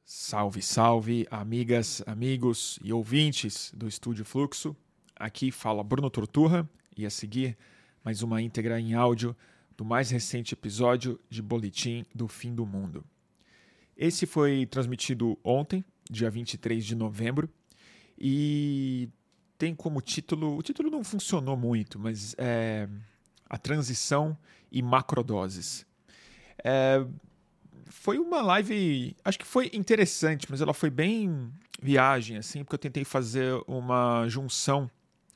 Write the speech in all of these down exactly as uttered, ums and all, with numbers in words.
Salve, salve, amigas, amigos e ouvintes do Estúdio Fluxo. Aqui fala Bruno Torturra e a seguir mais uma íntegra em áudio do mais recente episódio de Boletim do Fim do Mundo. Esse foi transmitido ontem, dia vinte e três de novembro, e tem como título... O título não funcionou muito, mas é A Transição e Macrodoses. É... Foi uma live, acho que foi interessante, mas ela foi bem viagem, assim, porque eu tentei fazer uma junção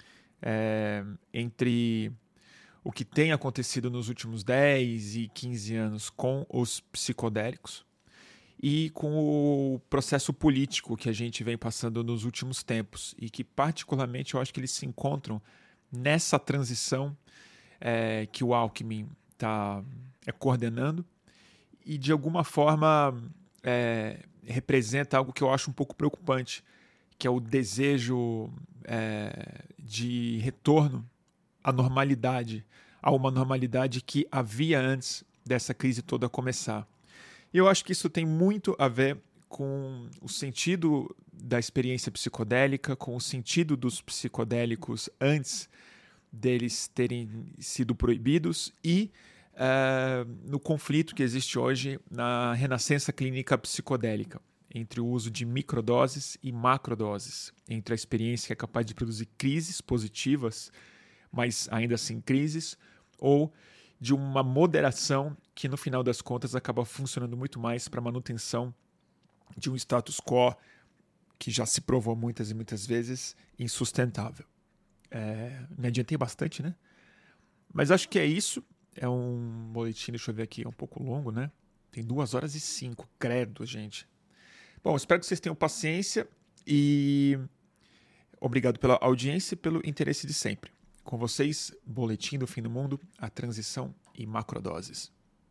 é, entre o que tem acontecido nos últimos dez e quinze anos com os psicodélicos e com o processo político que a gente vem passando nos últimos tempos e que, particularmente, eu acho que eles se encontram nessa transição é, que o Alckmin está é, coordenando. E, de alguma forma, é, representa algo que eu acho um pouco preocupante, que é o desejo é, de retorno à normalidade, a uma normalidade que havia antes dessa crise toda começar. E eu acho que isso tem muito a ver com o sentido da experiência psicodélica, com o sentido dos psicodélicos antes deles terem sido proibidos e Uh, no conflito que existe hoje na renascença clínica psicodélica, entre o uso de microdoses e macrodoses, entre a experiência que é capaz de produzir crises positivas, mas ainda assim crises, ou de uma moderação que no final das contas acaba funcionando muito mais para a manutenção de um status quo que já se provou muitas e muitas vezes insustentável. É, me adiantei bastante, né? Mas acho que é isso. É um boletim, deixa eu ver aqui, é um pouco longo, né? Tem duas horas e cinco, credo, gente. Bom, espero que vocês tenham paciência e obrigado pela audiência e pelo interesse de sempre. Com vocês, Boletim do Fim do Mundo, a transição e macrodoses.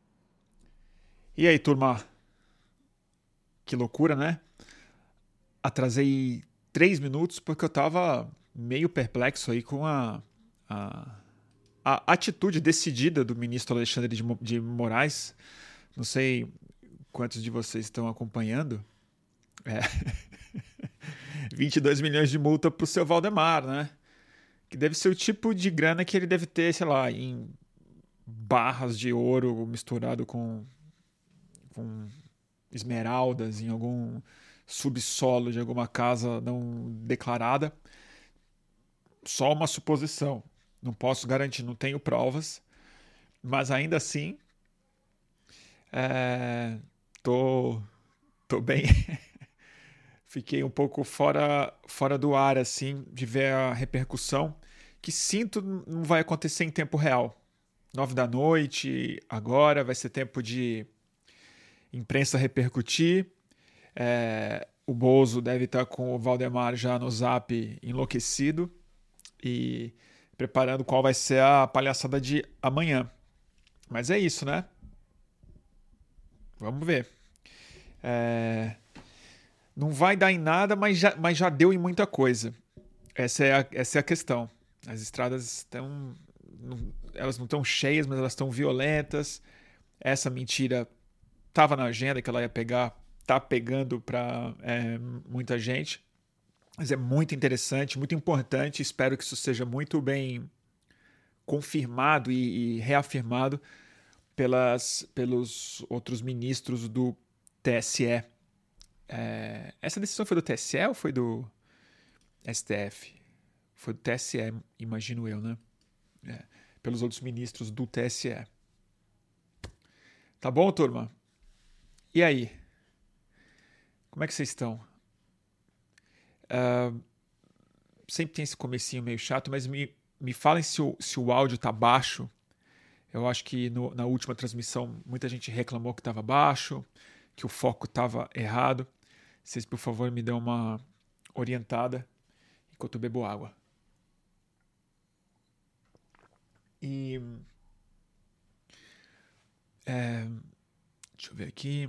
E aí, turma? Que loucura, né? Atrasei três minutos porque eu tava meio perplexo aí com a... a... a atitude decidida do ministro Alexandre de Moraes. Não sei quantos de vocês estão acompanhando. É. vinte e dois milhões de multa para o seu Valdemar, né? Que deve ser o tipo de grana que ele deve ter, sei lá, em barras de ouro misturado com, com esmeraldas em algum subsolo de alguma casa não declarada. Só uma suposição. Não posso garantir, não tenho provas, mas ainda assim é, tô, tô bem. Fiquei um pouco fora, fora do ar assim, de ver a repercussão, que sinto não vai acontecer em tempo real. Nove da noite, agora vai ser tempo de imprensa repercutir. É, o Bozo deve estar com o Valdemar já no zap enlouquecido e preparando qual vai ser a palhaçada de amanhã. Mas é isso, né? Vamos ver. É... Não vai dar em nada, mas já, mas já deu em muita coisa. Essa é a, essa é a questão. As estradas estão... Elas não estão cheias, mas elas estão violentas. Essa mentira estava na agenda que ela ia pegar, tá pegando para é, muita gente. Mas é muito interessante, muito importante. Espero que isso seja muito bem confirmado e, e reafirmado pelas, pelos outros ministros do T S E. É, essa decisão foi do T S E ou foi do S T F? Foi do T S E, imagino eu, né? É, pelos outros ministros do T S E. Tá bom, turma? E aí? Como é que vocês estão? Uh, sempre tem esse comecinho meio chato, mas me, me falem se o, se o áudio tá baixo. Eu acho que no, na última transmissão muita gente reclamou que estava baixo, que o foco estava errado. Vocês, por favor, me dão uma orientada enquanto eu bebo água. E... É, deixa eu ver aqui.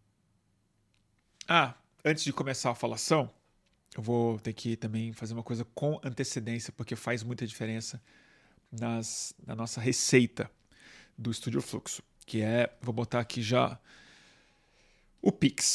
Ah, antes de começar a falação, eu vou ter que também fazer uma coisa com antecedência, porque faz muita diferença nas, na nossa receita do Estúdio Fluxo, que é, vou botar aqui já o Pix.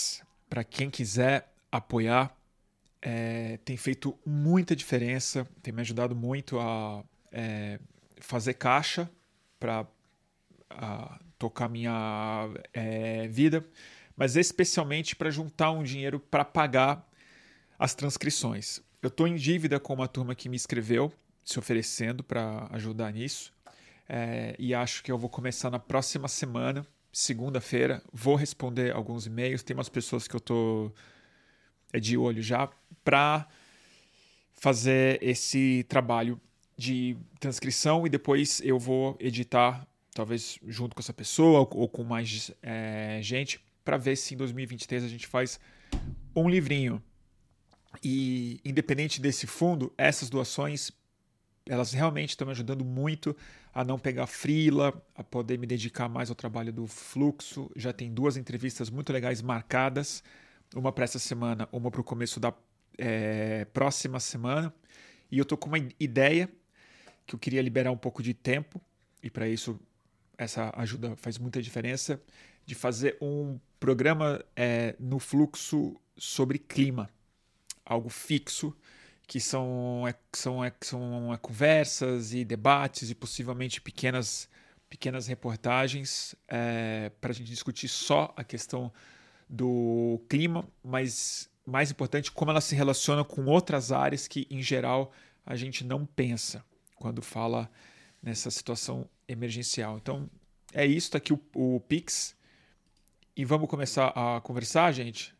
para quem quiser apoiar. É, tem feito muita diferença, tem me ajudado muito a é, fazer caixa para tocar minha é, vida, mas especialmente para juntar um dinheiro para pagar as transcrições. Eu estou em dívida com uma turma que me escreveu, se oferecendo para ajudar nisso, é, e acho que eu vou começar na próxima semana, segunda-feira. Vou responder alguns e-mails, tem umas pessoas que eu estou é, de olho já, para fazer esse trabalho de transcrição, e depois eu vou editar, talvez junto com essa pessoa ou, ou com mais é, gente, para ver se em dois mil e vinte e três a gente faz um livrinho. E independente desse fundo, essas doações, elas realmente estão me ajudando muito a não pegar freela, a poder me dedicar mais ao trabalho do Fluxo. Já tem duas entrevistas muito legais marcadas, uma para essa semana, uma para o começo da é, próxima semana. E eu estou com uma ideia que eu queria liberar um pouco de tempo, e para isso essa ajuda faz muita diferença, de fazer um programa é, no Fluxo sobre clima. Algo fixo, que são, é, são, é, são é, conversas e debates e possivelmente pequenas, pequenas reportagens é, para a gente discutir só a questão do clima, mas mais importante, como ela se relaciona com outras áreas que, em geral, a gente não pensa quando fala nessa situação emergencial. Então, é isso, está aqui o, o Pix, e vamos começar a conversar, gente?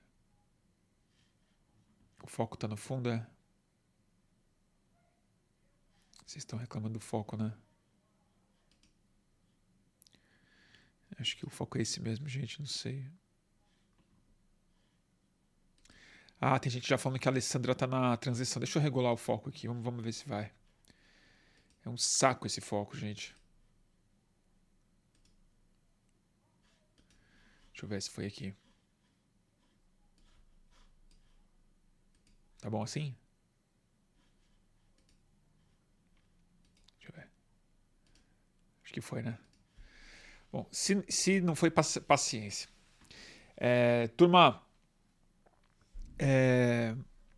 O foco está no fundo, é? Vocês estão reclamando do foco, né? Acho que o foco é esse mesmo, gente, não sei. Ah, tem gente já falando que a Alessandra está na transição. Deixa eu regular o foco aqui, vamos, vamos ver se vai. É um saco esse foco, gente. Deixa eu ver se foi aqui. Tá bom assim? Deixa eu ver. Acho que foi, né? Bom, se, se não foi, paciência. É, turma, é,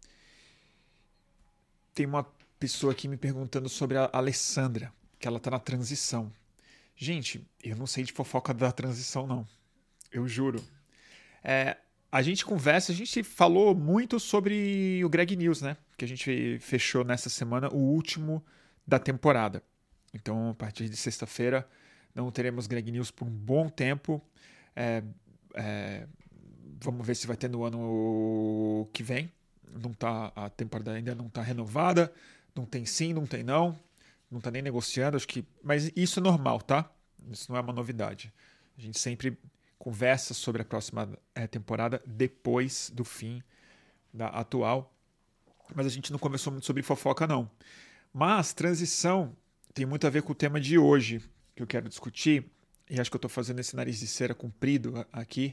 tem uma pessoa aqui me perguntando sobre a Alessandra, que ela tá na transição. Gente, eu não sei de fofoca da transição, não. Eu juro. É, a gente conversa, a gente falou muito sobre o Greg News, né? Que a gente fechou nessa semana, o último da temporada. Então, a partir de sexta-feira, não teremos Greg News por um bom tempo. É, é, vamos ver se vai ter no ano que vem. Não tá, a temporada ainda não está renovada. Não tem sim, não tem não. Não está nem negociando, acho que. Mas isso é normal, tá? Isso não é uma novidade. A gente sempre conversa sobre a próxima é, temporada depois do fim da atual. Mas a gente não conversou muito sobre fofoca, não. Mas transição tem muito a ver com o tema de hoje, que eu quero discutir, e acho que eu estou fazendo esse nariz de cera comprido aqui,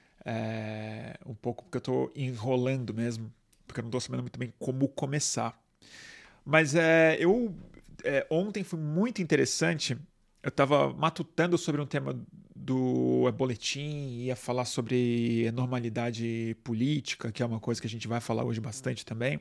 é, um pouco porque eu estou enrolando mesmo, porque eu não estou sabendo muito bem como começar. Mas é, eu é, ontem foi muito interessante, eu estava matutando sobre um tema do é, boletim, ia falar sobre normalidade política, que é uma coisa que a gente vai falar hoje bastante também,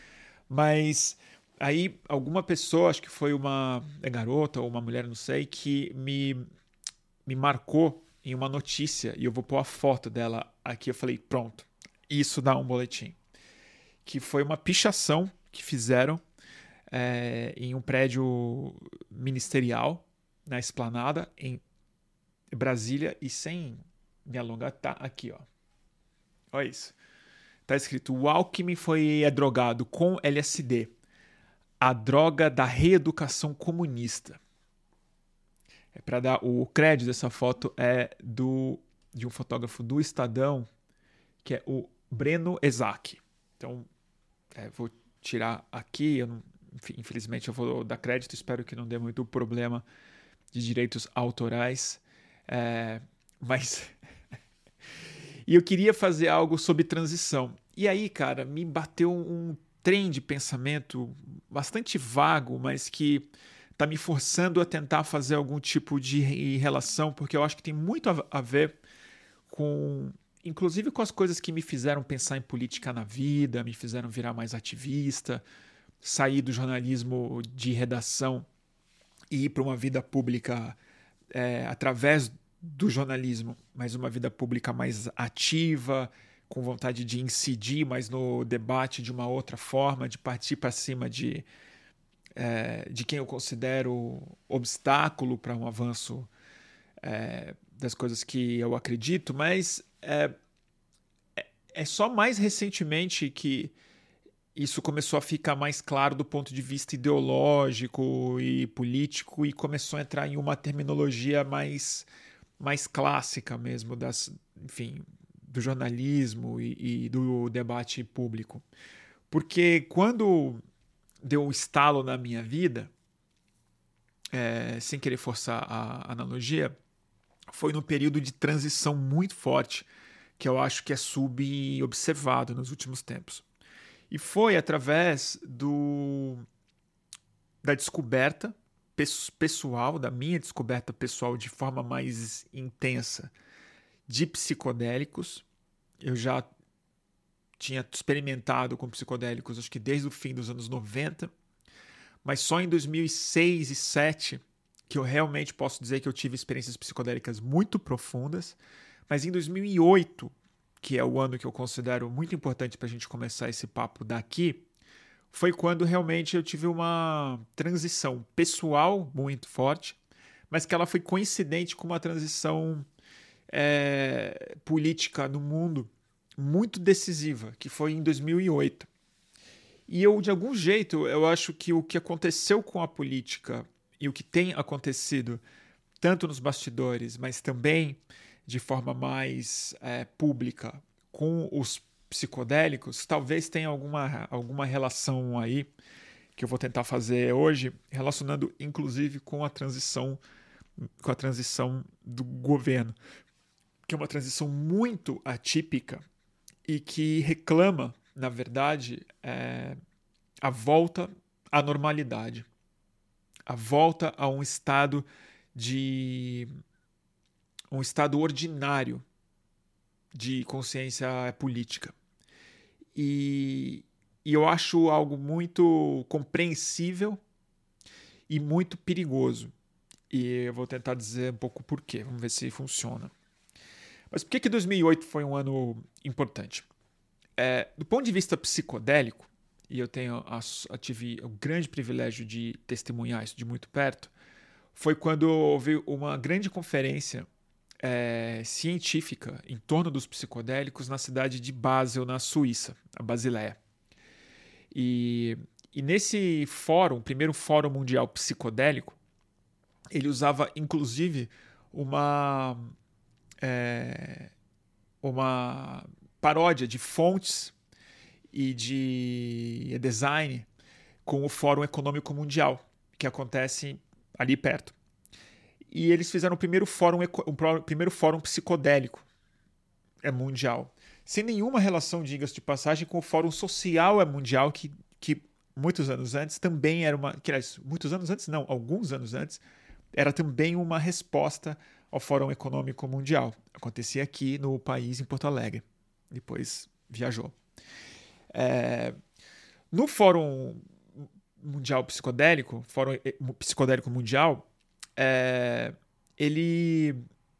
mas aí alguma pessoa, acho que foi uma garota ou uma mulher, não sei, que me, me marcou em uma notícia, e eu vou pôr a foto dela aqui. Eu falei, pronto, isso dá um boletim. Que foi uma pichação que fizeram é, em um prédio ministerial, na Esplanada, em Brasília, e sem me alongar, tá aqui, ó. Olha isso. Tá escrito, o Alckmin foi é, drogado com L S D. A droga da reeducação comunista. É para dar o crédito dessa foto é do de um fotógrafo do Estadão, que é o Breno Ezak. Então, é, vou tirar aqui, eu não, enfim, infelizmente eu vou dar crédito, espero que não dê muito problema de direitos autorais, é, mas e eu queria fazer algo sobre transição. E aí, cara, me bateu um trem de pensamento bastante vago, mas que está me forçando a tentar fazer algum tipo de relação, porque eu acho que tem muito a ver com inclusive com as coisas que me fizeram pensar em política na vida, me fizeram virar mais ativista, sair do jornalismo de redação e ir para uma vida pública é, através do jornalismo, mas uma vida pública mais ativa, com vontade de incidir mais no debate de uma outra forma, de partir para cima de, é, de quem eu considero obstáculo para um avanço é, das coisas que eu acredito, mas é, é, é só mais recentemente que isso começou a ficar mais claro do ponto de vista ideológico e político e começou a entrar em uma terminologia mais, mais clássica mesmo, das, enfim, do jornalismo e, e do debate público. Porque quando deu um estalo na minha vida, é, sem querer forçar a analogia, foi num período de transição muito forte, que eu acho que é subobservado nos últimos tempos. E foi através do, da descoberta pessoal, da minha descoberta pessoal de forma mais intensa de psicodélicos. Eu já tinha experimentado com psicodélicos, acho que desde o fim dos anos noventa, mas só em dois mil e seis e dois mil e sete que eu realmente posso dizer que eu tive experiências psicodélicas muito profundas, mas em dois mil e oito, que é o ano que eu considero muito importante para a gente começar esse papo daqui, foi quando realmente eu tive uma transição pessoal muito forte, mas que ela foi coincidente com uma transição é, política no mundo muito decisiva, que foi em dois mil e oito. E eu, de algum jeito, eu acho que o que aconteceu com a política e o que tem acontecido, tanto nos bastidores, mas também de forma mais é, pública com os psicodélicos, talvez tenha alguma, alguma relação aí que eu vou tentar fazer hoje, relacionando inclusive com a transição, com a transição do governo, que é uma transição muito atípica e que reclama, na verdade, é, a volta à normalidade, a volta a um estado de um estado ordinário de consciência política. E, e eu acho algo muito compreensível e muito perigoso. E eu vou tentar dizer um pouco por quê. Vamos ver se funciona. Mas por que que dois mil e oito foi um ano importante? É, do ponto de vista psicodélico, e eu tenho a, a, tive o grande privilégio de testemunhar isso de muito perto, foi quando houve uma grande conferência é, científica em torno dos psicodélicos na cidade de Basel, na Suíça, a Basileia. E, e nesse fórum, o primeiro fórum mundial psicodélico, ele usava inclusive uma, é, uma paródia de fontes e de design com o Fórum Econômico Mundial, que acontece ali perto. E eles fizeram o primeiro fórum, o primeiro fórum psicodélico é mundial, sem nenhuma relação, diga-se de passagem, com o Fórum Social é Mundial, que, que muitos anos antes também era uma... Que, muitos anos antes, não, alguns anos antes, era também uma resposta ao Fórum Econômico Mundial. Acontecia aqui no país, em Porto Alegre. Depois viajou. É, no Fórum Mundial Psicodélico, Fórum Psicodélico Mundial, é, ele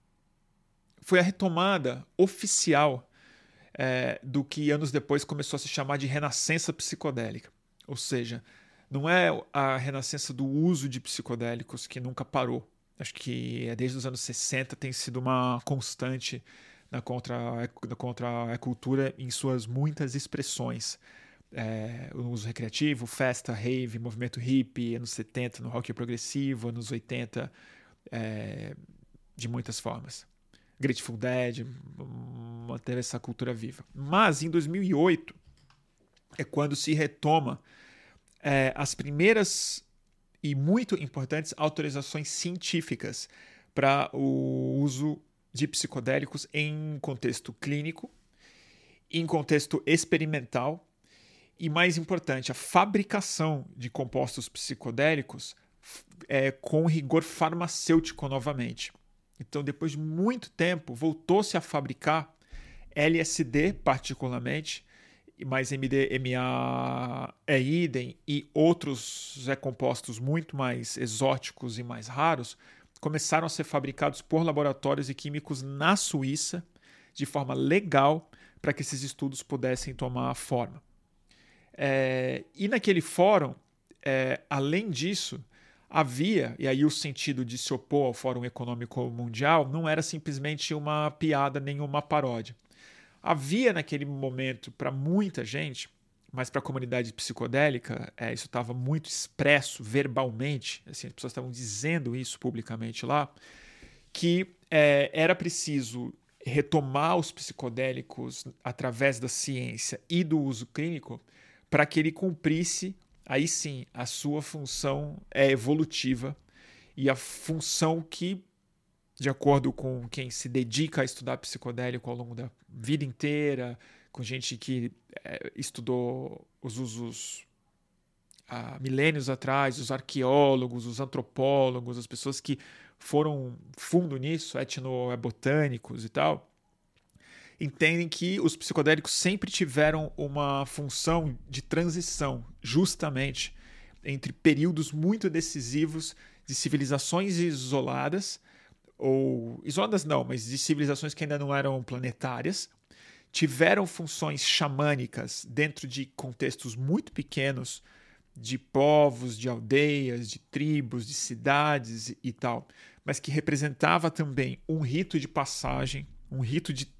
foi a retomada oficial é, do que anos depois começou a se chamar de renascença psicodélica. Ou seja, não é a renascença do uso de psicodélicos que nunca parou. Acho que é desde os anos sessenta tem sido uma constante na contra, na contra a cultura em suas muitas expressões. É, o uso recreativo, festa, rave, movimento hippie, anos setenta no rock progressivo, anos oitenta é, de muitas formas. Grateful Dead, manter essa cultura viva. Mas em dois mil e oito é quando se retoma é, as primeiras e muito importantes autorizações científicas para o uso de psicodélicos em contexto clínico, em contexto experimental e, mais importante, a fabricação de compostos psicodélicos é, com rigor farmacêutico novamente. Então, depois de muito tempo, voltou-se a fabricar L S D particularmente, mais M D M A é idem e outros é, compostos muito mais exóticos e mais raros, começaram a ser fabricados por laboratórios e químicos na Suíça de forma legal para que esses estudos pudessem tomar forma. É, e naquele fórum, é, além disso, havia, e aí o sentido de se opor ao Fórum Econômico Mundial não era simplesmente uma piada nem uma paródia. Havia naquele momento, para muita gente, mas para a comunidade psicodélica, é, isso estava muito expresso verbalmente, assim, as pessoas estavam dizendo isso publicamente lá, que é, era preciso retomar os psicodélicos através da ciência e do uso clínico para que ele cumprisse, aí sim, a sua função é, evolutiva e a função que, de acordo com quem se dedica a estudar psicodélico ao longo da vida inteira, com gente que é, estudou os usos há milênios atrás, os arqueólogos, os antropólogos, as pessoas que foram fundo nisso, etnobotânicos e tal, entendem que os psicodélicos sempre tiveram uma função de transição, justamente, entre períodos muito decisivos de civilizações isoladas, ou isoladas não, mas de civilizações que ainda não eram planetárias, tiveram funções xamânicas dentro de contextos muito pequenos, de povos, de aldeias, de tribos, de cidades e tal, mas que representava também um rito de passagem, um rito de,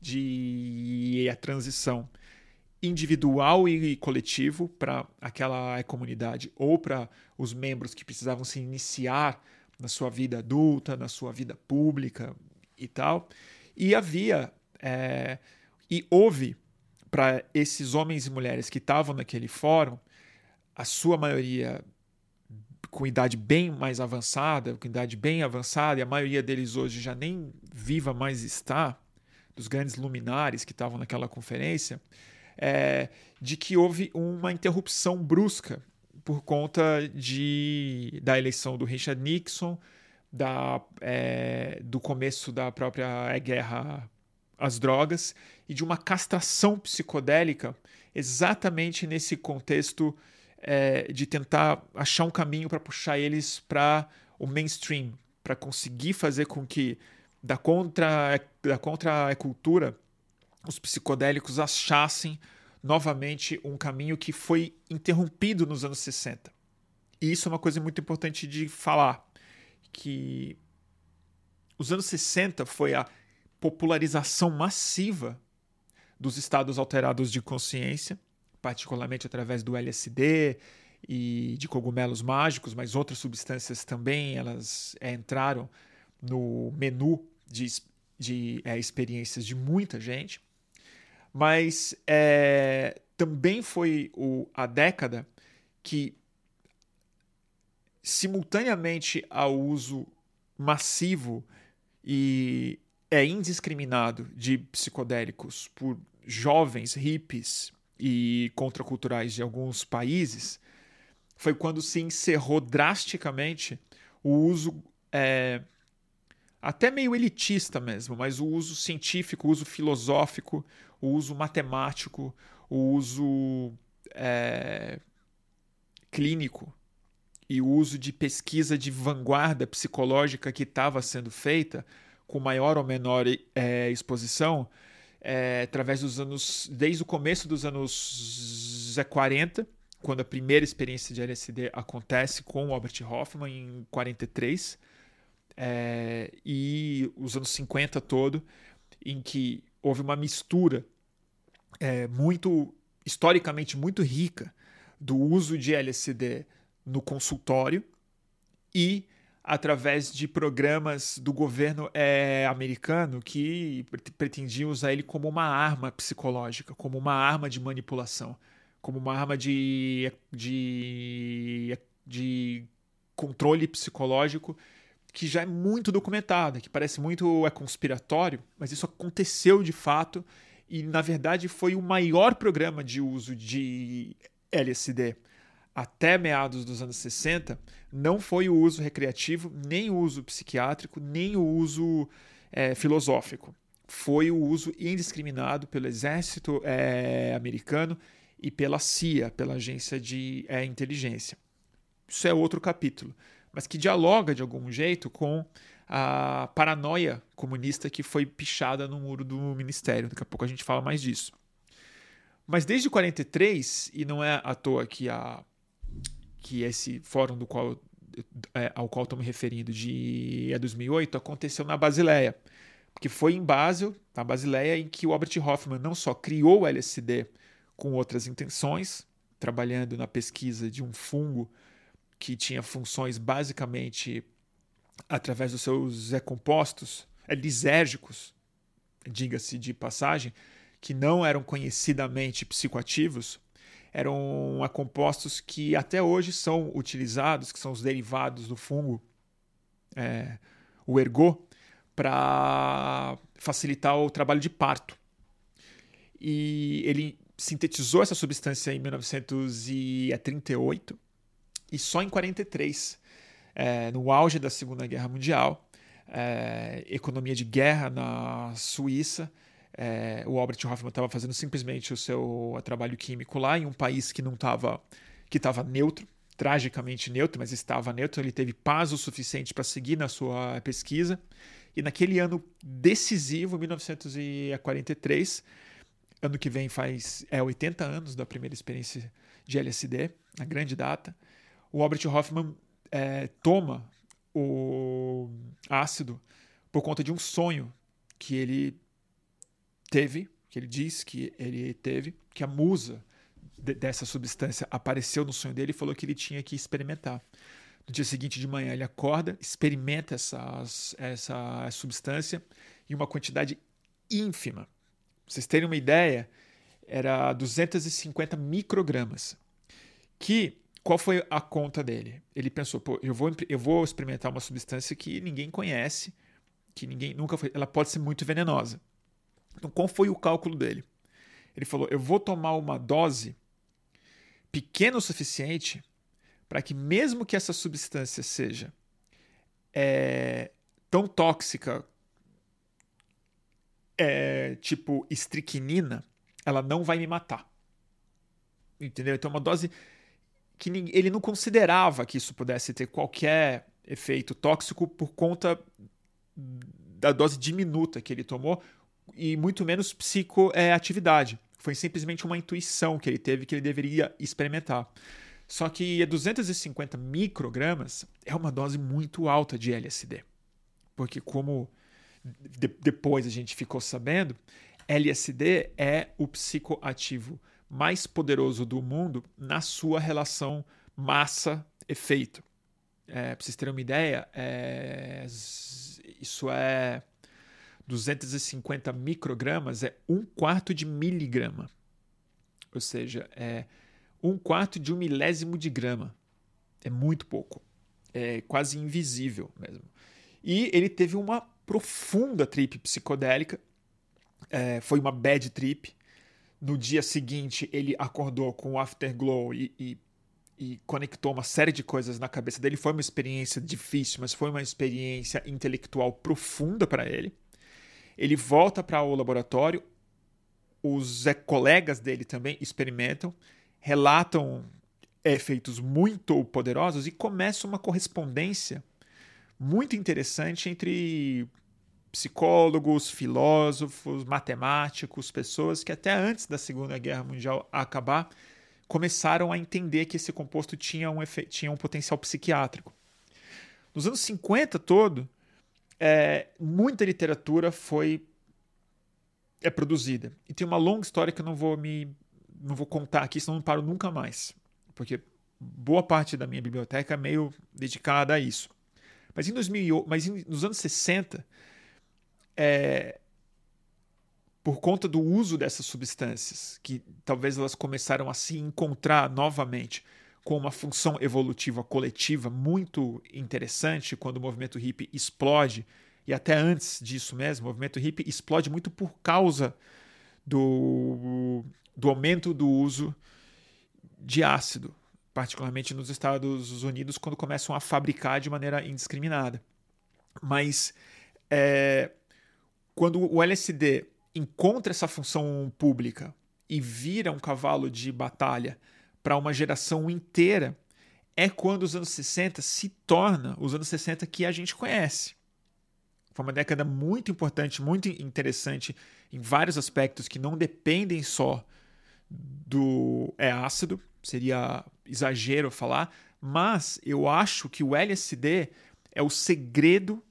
de a transição individual e coletivo para aquela comunidade ou para os membros que precisavam se iniciar na sua vida adulta, na sua vida pública e tal. E havia, é, e houve para esses homens e mulheres que estavam naquele fórum, a sua maioria com idade bem mais avançada, com idade bem avançada, e a maioria deles hoje já nem viva mais está, dos grandes luminares que estavam naquela conferência, é, de que houve uma interrupção brusca por conta de, da eleição do Richard Nixon, da, é, do começo da própria guerra às drogas e de uma castração psicodélica exatamente nesse contexto é, de tentar achar um caminho para puxar eles para o mainstream, para conseguir fazer com que da contra da contracultura os psicodélicos achassem novamente um caminho que foi interrompido nos anos sessenta. E isso é uma coisa muito importante de falar, que os anos sessenta foi a popularização massiva dos estados alterados de consciência, particularmente através do L S D e de cogumelos mágicos, mas outras substâncias também elas é, entraram no menu de, de é, experiências de muita gente. Mas é, também foi o, a década que, simultaneamente ao uso massivo e é indiscriminado de psicodélicos por jovens hippies e contraculturais de alguns países, foi quando se encerrou drasticamente o uso é, até meio elitista mesmo, mas o uso científico, o uso filosófico, o uso matemático, o uso é, clínico e o uso de pesquisa de vanguarda psicológica que estava sendo feita com maior ou menor é, exposição é, através dos anos, desde o começo dos anos quarenta, quando a primeira experiência de L S D acontece com Albert Hofmann em quarenta e três, é, e os anos cinquenta todo, em que houve uma mistura é, muito historicamente muito rica do uso de L S D no consultório e através de programas do governo é, americano que pretendiam usar ele como uma arma psicológica, como uma arma de manipulação, como uma arma de, de, de controle psicológico que já é muito documentada, que parece muito é, conspiratório, mas isso aconteceu de fato e, na verdade, foi o maior programa de uso de L S D até meados dos anos sessenta, não foi o uso recreativo, nem o uso psiquiátrico, nem o uso é, filosófico. foi o uso indiscriminado pelo exército é, americano e pela C I A, pela agência de é, inteligência. Isso é outro capítulo, mas que dialoga de algum jeito com a paranoia comunista que foi pichada no muro do ministério. Daqui a pouco a gente fala mais disso. Mas desde quarenta e três, e não é à toa que, a, que esse fórum do qual, é, ao qual estou me referindo de é dois mil e oito aconteceu na Basileia, porque foi em Basel, na Basileia, em que o Albert Hofmann não só criou o L S D com outras intenções, trabalhando na pesquisa de um fungo que tinha funções basicamente através dos seus é, compostos é, lisérgicos, diga-se de passagem, que não eram conhecidamente psicoativos, eram é, compostos que até hoje são utilizados, que são os derivados do fungo, é, o ergot, para facilitar o trabalho de parto. E ele sintetizou essa substância em mil novecentos e trinta e oito e só em quarenta e três, é, no auge da Segunda Guerra Mundial, é, economia de guerra na Suíça, é, o Albert Hofmann estava fazendo simplesmente o seu trabalho químico lá em um país que não estava que estava neutro, tragicamente neutro, mas estava neutro. Ele teve paz o suficiente para seguir na sua pesquisa. E naquele ano decisivo, mil novecentos e quarenta e três, ano que vem faz é, oitenta anos da primeira experiência de L S D, a grande data, o Albert Hofmann é, toma o ácido por conta de um sonho que ele teve, que ele diz que ele teve, que a musa de, dessa substância apareceu no sonho dele e falou que ele tinha que experimentar. No dia seguinte de manhã ele acorda, experimenta essas, essa substância em uma quantidade ínfima. Pra vocês terem uma ideia, era duzentos e cinquenta microgramas. Que, qual foi a conta dele? Ele pensou, pô, eu vou, eu vou experimentar uma substância que ninguém conhece, que ninguém nunca foi, ela pode ser muito venenosa. Então, qual foi o cálculo dele? Ele falou, eu vou tomar uma dose pequena o suficiente para que mesmo que essa substância seja é, tão tóxica, é, tipo estricnina, ela não vai me matar. Entendeu? Então é uma dose que ele não considerava que isso pudesse ter qualquer efeito tóxico por conta da dose diminuta que ele tomou e muito menos psicoatividade. Foi simplesmente uma intuição que ele teve que ele deveria experimentar. Só que duzentos e cinquenta microgramas é uma dose muito alta de L S D. Porque como de- depois a gente ficou sabendo, L S D é o psicoativo mais poderoso do mundo na sua relação massa-efeito. É, para vocês terem uma ideia, é, isso é duzentos e cinquenta microgramas, é um quarto de miligrama. Ou seja, é um quarto de um milésimo de grama. É muito pouco. É quase invisível mesmo. E ele teve uma profunda trip psicodélica. É, foi uma bad trip. No dia seguinte, ele acordou com o afterglow e, e, e conectou uma série de coisas na cabeça dele. Foi uma experiência difícil, mas foi uma experiência intelectual profunda para ele. Ele volta para o laboratório. Os é, colegas dele também experimentam, relatam efeitos muito poderosos e começa uma correspondência muito interessante entre psicólogos, filósofos, matemáticos, pessoas que até antes da Segunda Guerra Mundial acabar começaram a entender que esse composto tinha um, efe... tinha um potencial psiquiátrico. Nos anos cinquenta todo, é, muita literatura foi é produzida. E tem uma longa história que eu não vou me não vou contar aqui, senão não paro nunca mais. Porque boa parte da minha biblioteca é meio dedicada a isso. Mas, em dois mil e oito, mas em, nos anos sessenta, é, por conta do uso dessas substâncias, que talvez elas começaram a se encontrar novamente com uma função evolutiva coletiva muito interessante, quando o movimento hippie explode, e até antes disso mesmo, o movimento hippie explode muito por causa do, do aumento do uso de ácido, particularmente nos Estados Unidos, quando começam a fabricar de maneira indiscriminada. Mas é, quando o L S D encontra essa função pública e vira um cavalo de batalha para uma geração inteira, é quando os anos sessenta se torna os anos sessenta que a gente conhece. Foi uma década muito importante, muito interessante em vários aspectos que não dependem só do é ácido, seria exagero falar, mas eu acho que o L S D é o segredo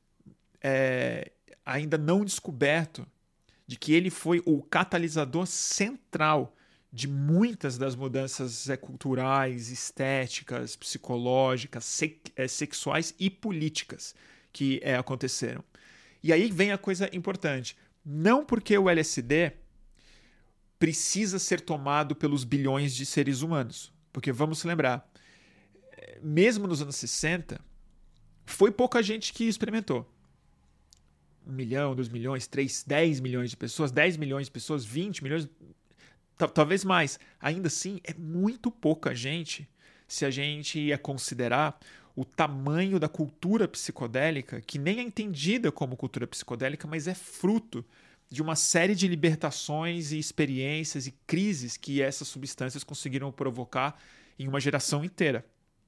é, ainda não descoberto de que ele foi o catalisador central de muitas das mudanças é, culturais, estéticas, psicológicas, se, é, sexuais e políticas que é, aconteceram. E aí vem a coisa importante. Não porque o L S D precisa ser tomado pelos bilhões de seres humanos. Porque vamos se lembrar, mesmo nos anos sessenta, foi pouca gente que experimentou. Um milhão, dois milhões, três, dez milhões de pessoas, dez milhões de pessoas, vinte milhões, talvez mais. Ainda assim, é muito pouca gente se a gente ia considerar o tamanho da cultura psicodélica, que nem é entendida como cultura psicodélica, mas é fruto de uma série de libertações e experiências e crises que essas substâncias conseguiram provocar em uma geração inteira.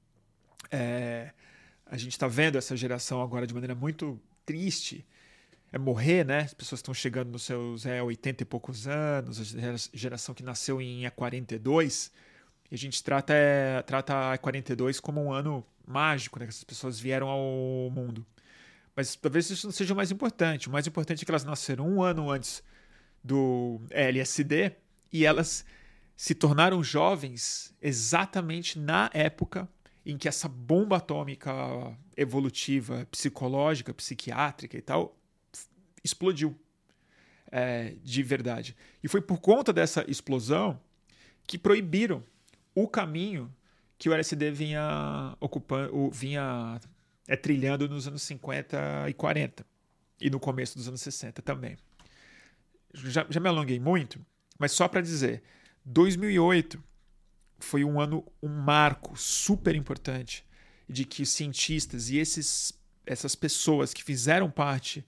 É, a gente está vendo essa geração agora de maneira muito triste, é morrer, né? As pessoas estão chegando nos seus é, oitenta e poucos anos, a geração que nasceu em quarenta e dois, e a gente trata, é, trata a quarenta e dois como um ano mágico, né? Que essas pessoas vieram ao mundo. Mas talvez isso não seja o mais importante. O mais importante é que elas nasceram um ano antes do L S D e elas se tornaram jovens exatamente na época em que essa bomba atômica evolutiva, psicológica, psiquiátrica e tal, explodiu é, de verdade. E foi por conta dessa explosão que proibiram o caminho que o L S D vinha ocupando, vinha é, trilhando nos anos cinquenta e quarenta e no começo dos anos sessenta também. Já, já me alonguei muito, mas só para dizer, dois mil e oito foi um ano, um marco super importante de que os cientistas e esses, essas pessoas que fizeram parte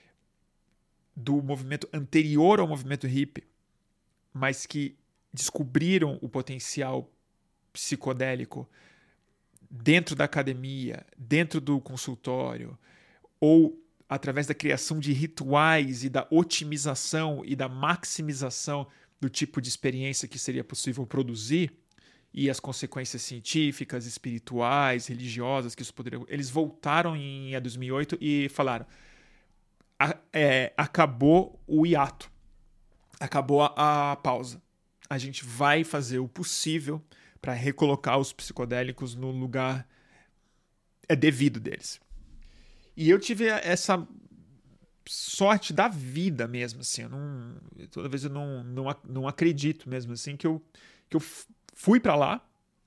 do movimento anterior ao movimento hippie, mas que descobriram o potencial psicodélico dentro da academia, dentro do consultório, ou através da criação de rituais e da otimização e da maximização do tipo de experiência que seria possível produzir e as consequências científicas, espirituais, religiosas que isso poderia... Eles voltaram em dois mil e oito e falaram: a, é, acabou o hiato, acabou a, a pausa. A gente vai fazer o possível para recolocar os psicodélicos no lugar é devido deles. E eu tive essa sorte da vida mesmo, assim. Eu não, toda vez eu não, não, não acredito mesmo, assim, que eu, que eu fui para lá,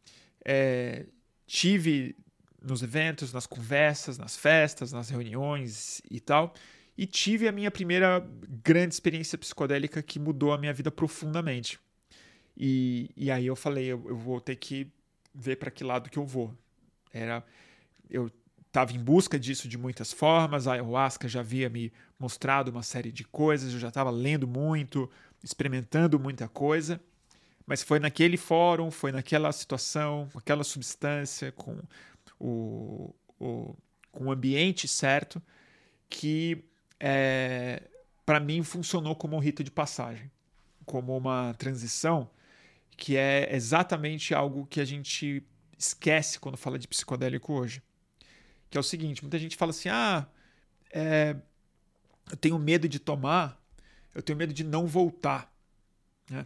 é, tive nos eventos, nas conversas, nas festas, nas reuniões e tal, e tive a minha primeira grande experiência psicodélica que mudou a minha vida profundamente. E, e aí eu falei, eu, eu vou ter que ver para que lado que eu vou. Era, eu estava em busca disso de muitas formas, a ayahuasca já havia me mostrado uma série de coisas, eu já estava lendo muito, experimentando muita coisa, mas foi naquele fórum, foi naquela situação, com aquela substância, com o, o, com o ambiente certo, que é, para mim funcionou como um rito de passagem, como uma transição, que é exatamente algo que a gente esquece quando fala de psicodélico hoje. Que é o seguinte, muita gente fala assim, ah, é, eu tenho medo de tomar, eu tenho medo de não voltar. Né?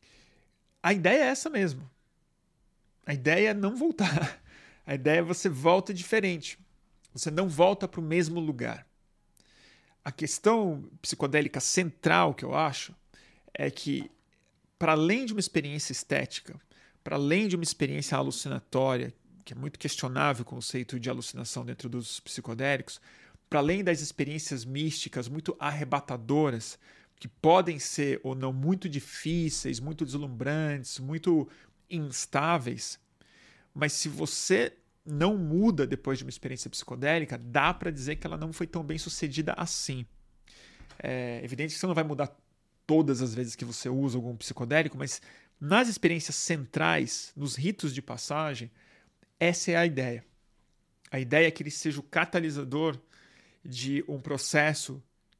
A ideia é essa mesmo. A ideia é não voltar. A ideia é você volta diferente. Você não volta para o mesmo lugar. A questão psicodélica central que eu acho é que, para além de uma experiência estética, para além de uma experiência alucinatória, que é muito questionável o conceito de alucinação dentro dos psicodélicos, para além das experiências místicas muito arrebatadoras, que podem ser ou não muito difíceis, muito deslumbrantes, muito instáveis, mas se você não muda depois de uma experiência psicodélica, dá para dizer que ela não foi tão bem sucedida assim. É evidente que você não vai mudar todas as vezes que você usa algum psicodélico, mas nas experiências centrais, nos ritos de passagem, essa é a ideia. A ideia é que ele seja o catalisador de um processo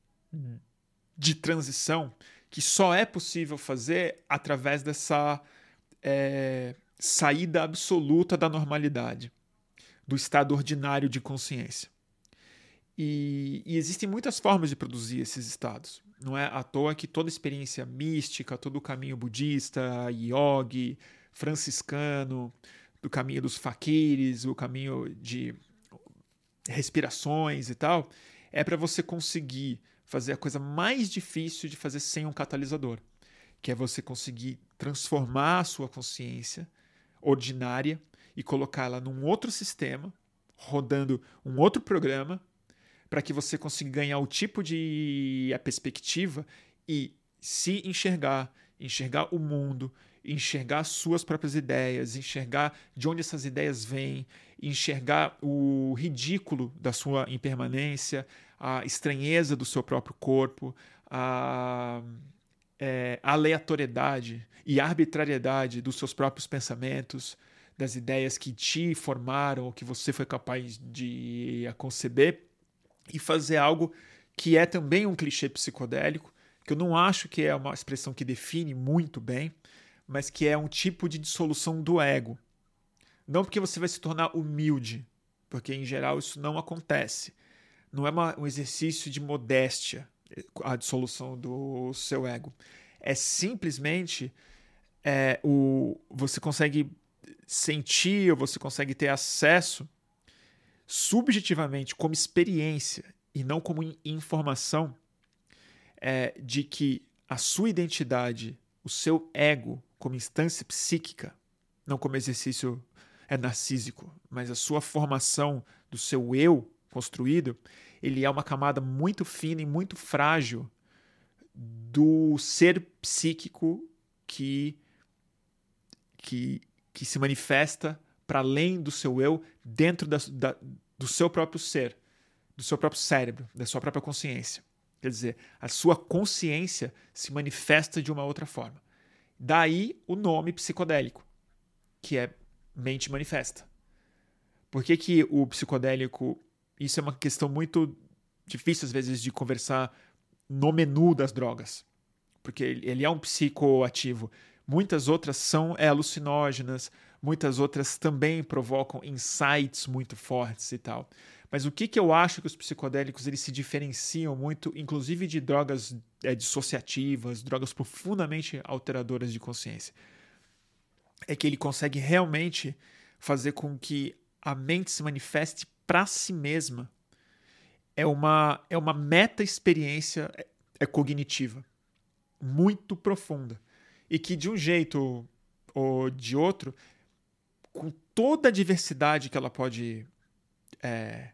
de transição que só é possível fazer através dessa é, saída absoluta da normalidade, do estado ordinário de consciência. E, e existem muitas formas de produzir esses estados. Não é à toa que toda experiência mística, todo o caminho budista, yogi, franciscano, do caminho dos faquires, o caminho de respirações e tal, é para você conseguir fazer a coisa mais difícil de fazer sem um catalisador, que é você conseguir transformar a sua consciência ordinária e colocá-la num outro sistema, rodando um outro programa, para que você consiga ganhar o tipo de a perspectiva e se enxergar, enxergar o mundo, enxergar suas próprias ideias, enxergar de onde essas ideias vêm, enxergar o ridículo da sua impermanência, a estranheza do seu próprio corpo, a, é, a aleatoriedade e arbitrariedade dos seus próprios pensamentos, das ideias que te formaram ou que você foi capaz de conceber, e fazer algo que é também um clichê psicodélico, que eu não acho que é uma expressão que define muito bem, mas que é um tipo de dissolução do ego. Não porque você vai se tornar humilde, porque em geral isso não acontece. Não é uma, um exercício de modéstia a dissolução do seu ego. É simplesmente é, o, você consegue sentir, ou você consegue ter acesso subjetivamente como experiência e não como informação é, de que a sua identidade, o seu ego como instância psíquica, não como exercício é narcísico, mas a sua formação do seu eu construído, ele é uma camada muito fina e muito frágil do ser psíquico que, que, que se manifesta para além do seu eu, dentro da, da, do seu próprio ser, do seu próprio cérebro, da sua própria consciência. Quer dizer, a sua consciência se manifesta de uma outra forma. Daí o nome psicodélico, que é mente manifesta. Por que que o psicodélico... Isso é uma questão muito difícil, às vezes, de conversar no menu das drogas. Porque ele é um psicoativo. Muitas outras são é, alucinógenas, muitas outras também provocam insights muito fortes e tal. Mas o que, que eu acho que os psicodélicos eles se diferenciam muito, inclusive de drogas é, dissociativas, drogas profundamente alteradoras de consciência, é que ele consegue realmente fazer com que a mente se manifeste para si mesma. É uma, é uma meta-experiência é, é cognitiva muito profunda. E que de um jeito ou de outro, com toda a diversidade que ela pode é,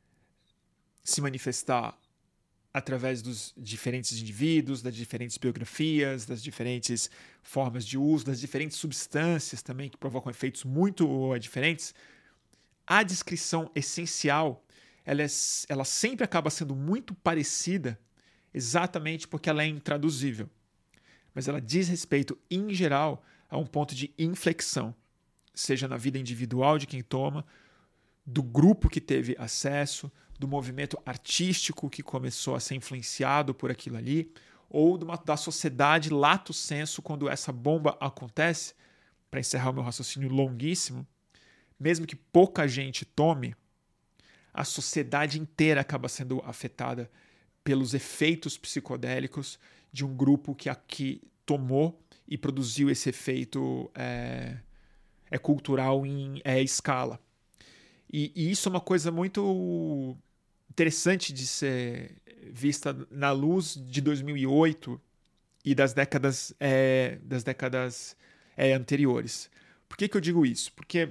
se manifestar através dos diferentes indivíduos, das diferentes biografias, das diferentes formas de uso, das diferentes substâncias também que provocam efeitos muito diferentes, a descrição essencial ela, é, ela sempre acaba sendo muito parecida exatamente porque ela é intraduzível. Mas ela diz respeito, em geral, a um ponto de inflexão, seja na vida individual de quem toma, do grupo que teve acesso, do movimento artístico que começou a ser influenciado por aquilo ali, ou de uma, da sociedade lato sensu quando essa bomba acontece. Para encerrar o meu raciocínio longuíssimo, mesmo que pouca gente tome, a sociedade inteira acaba sendo afetada pelos efeitos psicodélicos de um grupo que aqui tomou e produziu esse efeito é, é cultural em é, escala. E, e isso é uma coisa muito interessante de ser vista na luz de dois mil e oito e das décadas, é, das décadas é, anteriores. Por que, que eu digo isso? Porque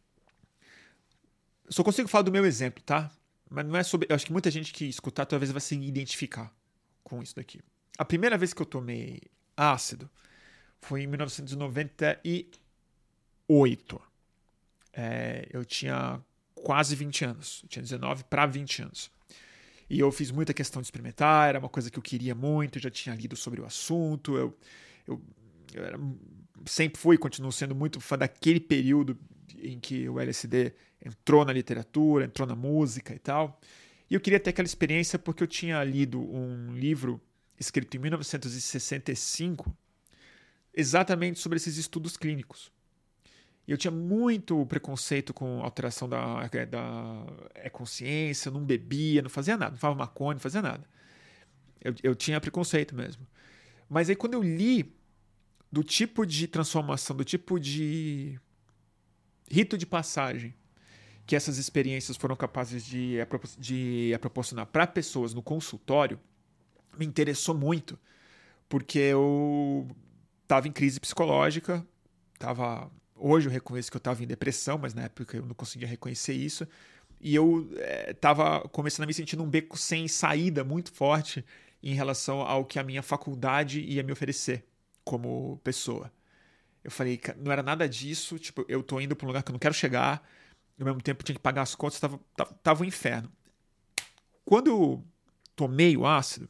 eu só consigo falar do meu exemplo, tá? Mas não é sobre... Eu acho que muita gente que escutar talvez vai se identificar com isso daqui. A primeira vez que eu tomei ácido foi em mil novecentos e noventa e oito. É, eu tinha quase vinte anos. Eu tinha dezenove para vinte anos. E eu fiz muita questão de experimentar, era uma coisa que eu queria muito, eu já tinha lido sobre o assunto, eu, eu, eu era, sempre fui e continuo sendo muito fã daquele período em que o L S D entrou na literatura, entrou na música e tal. E eu queria ter aquela experiência porque eu tinha lido um livro escrito em mil novecentos e sessenta e cinco exatamente sobre esses estudos clínicos. E eu tinha muito preconceito com alteração da, da é, consciência, eu não bebia, não fazia nada, não falava maconha, não fazia nada. Eu, eu tinha preconceito mesmo. Mas aí quando eu li do tipo de transformação, do tipo de rito de passagem que essas experiências foram capazes de, de proporcionar para pessoas no consultório, me interessou muito, porque eu estava em crise psicológica, estava... Hoje eu reconheço que eu estava em depressão, mas na época eu não conseguia reconhecer isso. E eu estava é, começando a me sentir num beco sem saída muito forte em relação ao que a minha faculdade ia me oferecer como pessoa. Eu falei, não era nada disso, tipo, eu tô indo para um lugar que eu não quero chegar, ao mesmo tempo eu tinha que pagar as contas, tava, tava, tava um inferno. Quando eu tomei o ácido,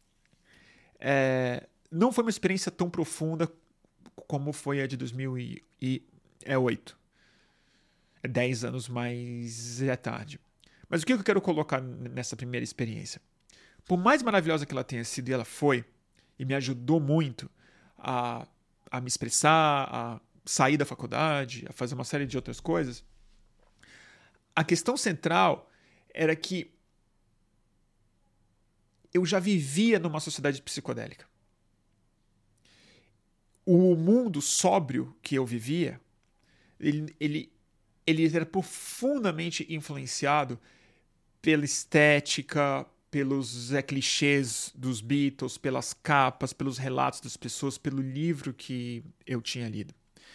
é, não foi uma experiência tão profunda como foi a de dois mil e oito. É dez anos mais é tarde. Mas o que eu quero colocar nessa primeira experiência? Por mais maravilhosa que ela tenha sido, e ela foi, e me ajudou muito a, a me expressar, a sair da faculdade, a fazer uma série de outras coisas, a questão central era que eu já vivia numa sociedade psicodélica. O mundo sóbrio que eu vivia, ele, ele, ele era profundamente influenciado pela estética, pelos é, clichês dos Beatles, pelas capas, pelos relatos das pessoas, pelo livro que eu tinha lido.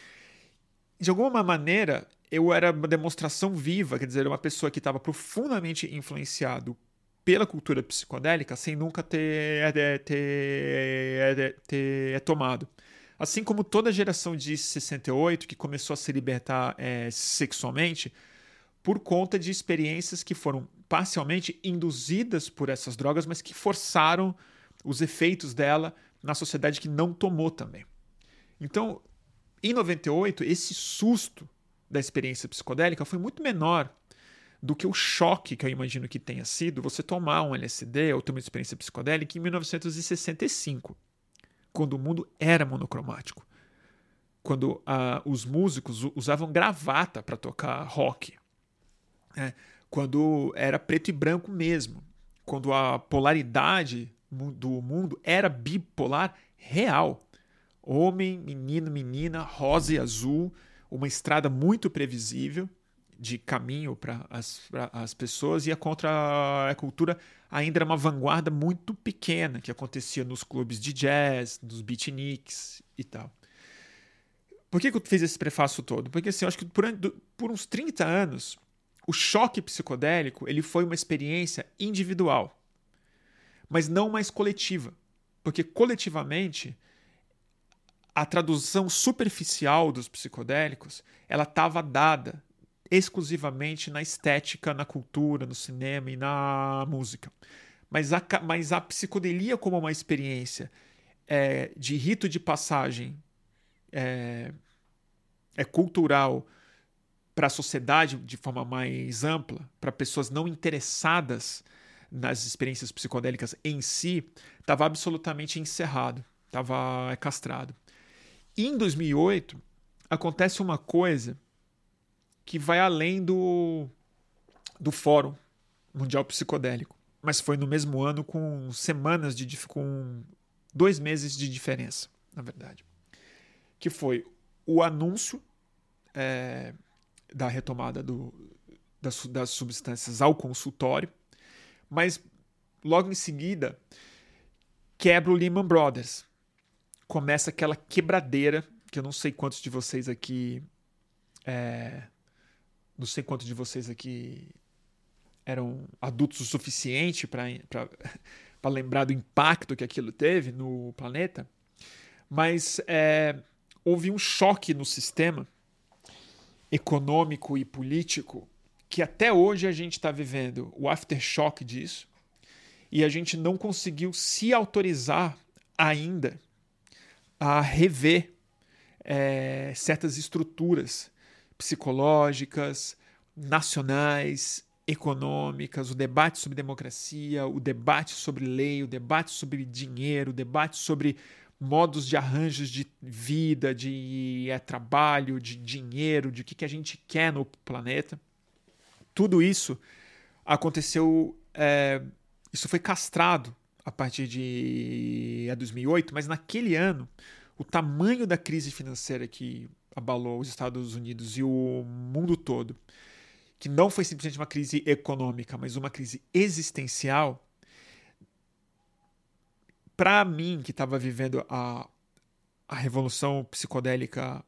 De alguma maneira, eu era uma demonstração viva, quer dizer, uma pessoa que estava profundamente influenciado pela cultura psicodélica sem nunca ter, ter, ter, ter, ter tomado. Assim como toda a geração de sessenta e oito que começou a se libertar é, sexualmente por conta de experiências que foram parcialmente induzidas por essas drogas, mas que forçaram os efeitos dela na sociedade que não tomou também. Então, em noventa e oito, esse susto da experiência psicodélica foi muito menor do que o choque que eu imagino que tenha sido você tomar um L S D ou ter uma experiência psicodélica em mil novecentos e sessenta e cinco, quando o mundo era monocromático, quando uh, os músicos usavam gravata para tocar rock, né? Quando era preto e branco mesmo, quando a polaridade do mundo era bipolar real. Homem, menino, menina, rosa e azul, uma estrada muito previsível de caminho para as, as pessoas, e a contracultura ainda era uma vanguarda muito pequena que acontecia nos clubes de jazz, nos beatniks e tal. Por que, que eu fiz esse prefácio todo? Porque assim, eu acho que por, por uns trinta anos o choque psicodélico ele foi uma experiência individual, mas não mais coletiva, porque coletivamente a tradução superficial dos psicodélicos ela estava dada exclusivamente na estética, na cultura, no cinema e na música. Mas a, mas a psicodelia como uma experiência é, de rito de passagem é, é cultural para a sociedade de forma mais ampla, para pessoas não interessadas nas experiências psicodélicas em si, estava absolutamente encerrado, estava castrado. E em dois mil e oito, acontece uma coisa que vai além do, do Fórum Mundial Psicodélico, mas foi no mesmo ano com semanas de com dois meses de diferença, na verdade, que foi o anúncio é, da retomada do, das, das substâncias ao consultório, mas logo em seguida quebra o Lehman Brothers, começa aquela quebradeira que eu não sei quantos de vocês aqui é, não sei quantos de vocês aqui eram adultos o suficiente para lembrar do impacto que aquilo teve no planeta, mas é, houve um choque no sistema econômico e político que até hoje a gente está vivendo o aftershock disso, e a gente não conseguiu se autorizar ainda a rever é, certas estruturas psicológicas, nacionais, econômicas, o debate sobre democracia, o debate sobre lei, o debate sobre dinheiro, o debate sobre modos de arranjos de vida, de é, trabalho, de dinheiro, de o que, que a gente quer no planeta. Tudo isso aconteceu, é, isso foi castrado a partir de dois mil e oito, mas naquele ano o tamanho da crise financeira que abalou os Estados Unidos e o mundo todo, que não foi simplesmente uma crise econômica, mas uma crise existencial, para mim, que estava vivendo a, a revolução psicodélica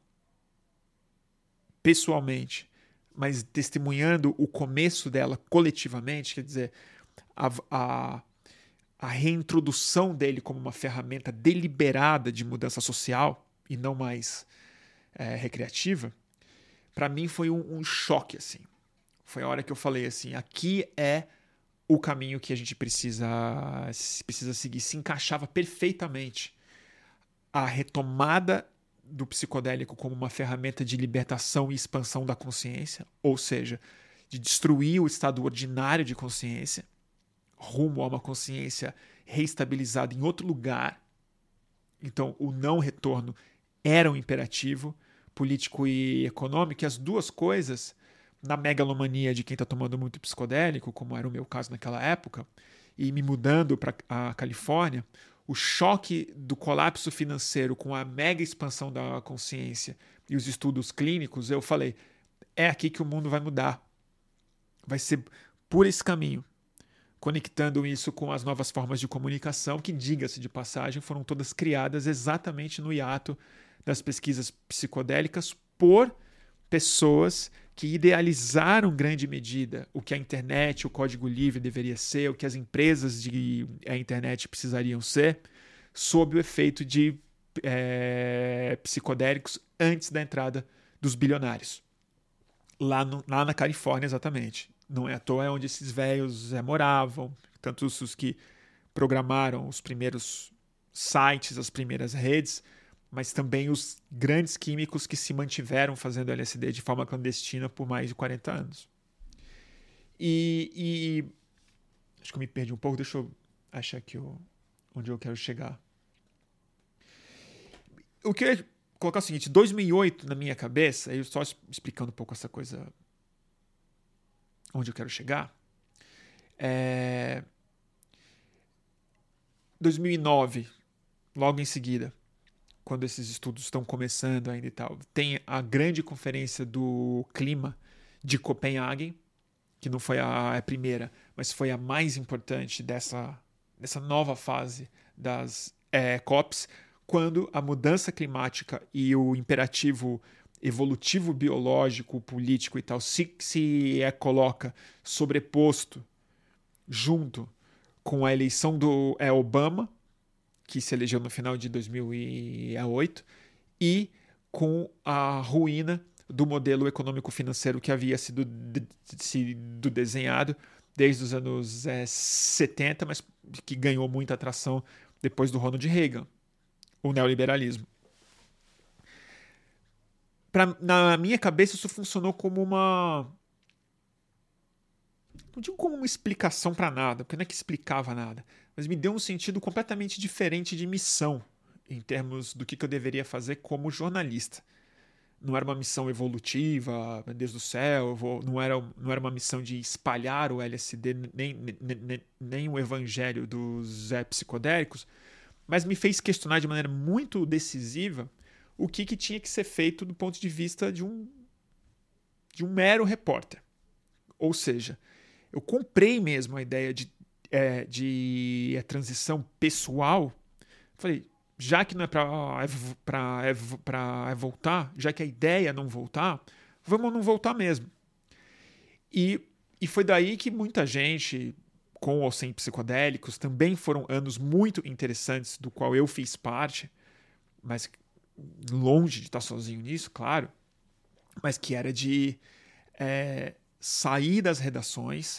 pessoalmente, mas testemunhando o começo dela coletivamente, quer dizer, a, a, a reintrodução dele como uma ferramenta deliberada de mudança social e não mais é, recreativa, para mim foi um, um choque, assim. Foi a hora que eu falei assim, aqui é o caminho que a gente precisa, precisa seguir. Se encaixava perfeitamente a retomada do psicodélico como uma ferramenta de libertação e expansão da consciência, ou seja, de destruir o estado ordinário de consciência, rumo a uma consciência reestabilizada em outro lugar. Então, o não retorno era um imperativo político e econômico, e as duas coisas, na megalomania de quem está tomando muito psicodélico, como era o meu caso naquela época, e me mudando para a Califórnia, o choque do colapso financeiro com a mega expansão da consciência e os estudos clínicos, eu falei, é aqui que o mundo vai mudar. Vai ser por esse caminho. Conectando isso com as novas formas de comunicação, que, diga-se de passagem, foram todas criadas exatamente no hiato das pesquisas psicodélicas por pessoas que idealizaram em grande medida o que a internet, o código livre deveria ser, o que as empresas de a internet precisariam ser, sob o efeito de é, psicodélicos antes da entrada dos bilionários. Lá, no, lá na Califórnia, exatamente. Não é à toa é onde esses velhos é, moravam, tanto os que programaram os primeiros sites, as primeiras redes, mas também os grandes químicos que se mantiveram fazendo L S D de forma clandestina por mais de quarenta anos. E, e acho que eu me perdi um pouco, deixa eu achar aqui o, onde eu quero chegar. O que eu ia colocar é o seguinte, dois mil e oito na minha cabeça, eu só explicando um pouco essa coisa, onde eu quero chegar, é... dois mil e nove, logo em seguida, quando esses estudos estão começando ainda e tal, tem a grande conferência do clima de Copenhague, que não foi a primeira, mas foi a mais importante dessa, dessa nova fase das é, COPs, quando a mudança climática e o imperativo evolutivo biológico, político e tal, se, se é, coloca sobreposto junto com a eleição do é, Obama, que se elegeu no final de dois mil e oito, e com a ruína do modelo econômico-financeiro que havia sido, de, sido desenhado desde os anos é, setenta, mas que ganhou muita atração depois do Ronald Reagan, o neoliberalismo. Pra, na minha cabeça, isso funcionou como uma... Não digo como uma explicação para nada, porque não é que explicava nada, mas me deu um sentido completamente diferente de missão, em termos do que eu deveria fazer como jornalista. Não era uma missão evolutiva, Deus do céu, vou, não, era, não era uma missão de espalhar o L S D, nem, nem, nem o evangelho dos é, psicodélicos, mas me fez questionar de maneira muito decisiva o que, que tinha que ser feito do ponto de vista de um, de um mero repórter. Ou seja, eu comprei mesmo a ideia de, é, de é, transição pessoal. Falei, já que não é para voltar, já que a ideia é não voltar, vamos não voltar mesmo. E, e foi daí que muita gente, com ou sem psicodélicos, também foram anos muito interessantes, do qual eu fiz parte, mas longe de estar sozinho nisso, claro, mas que era de é, sair das redações,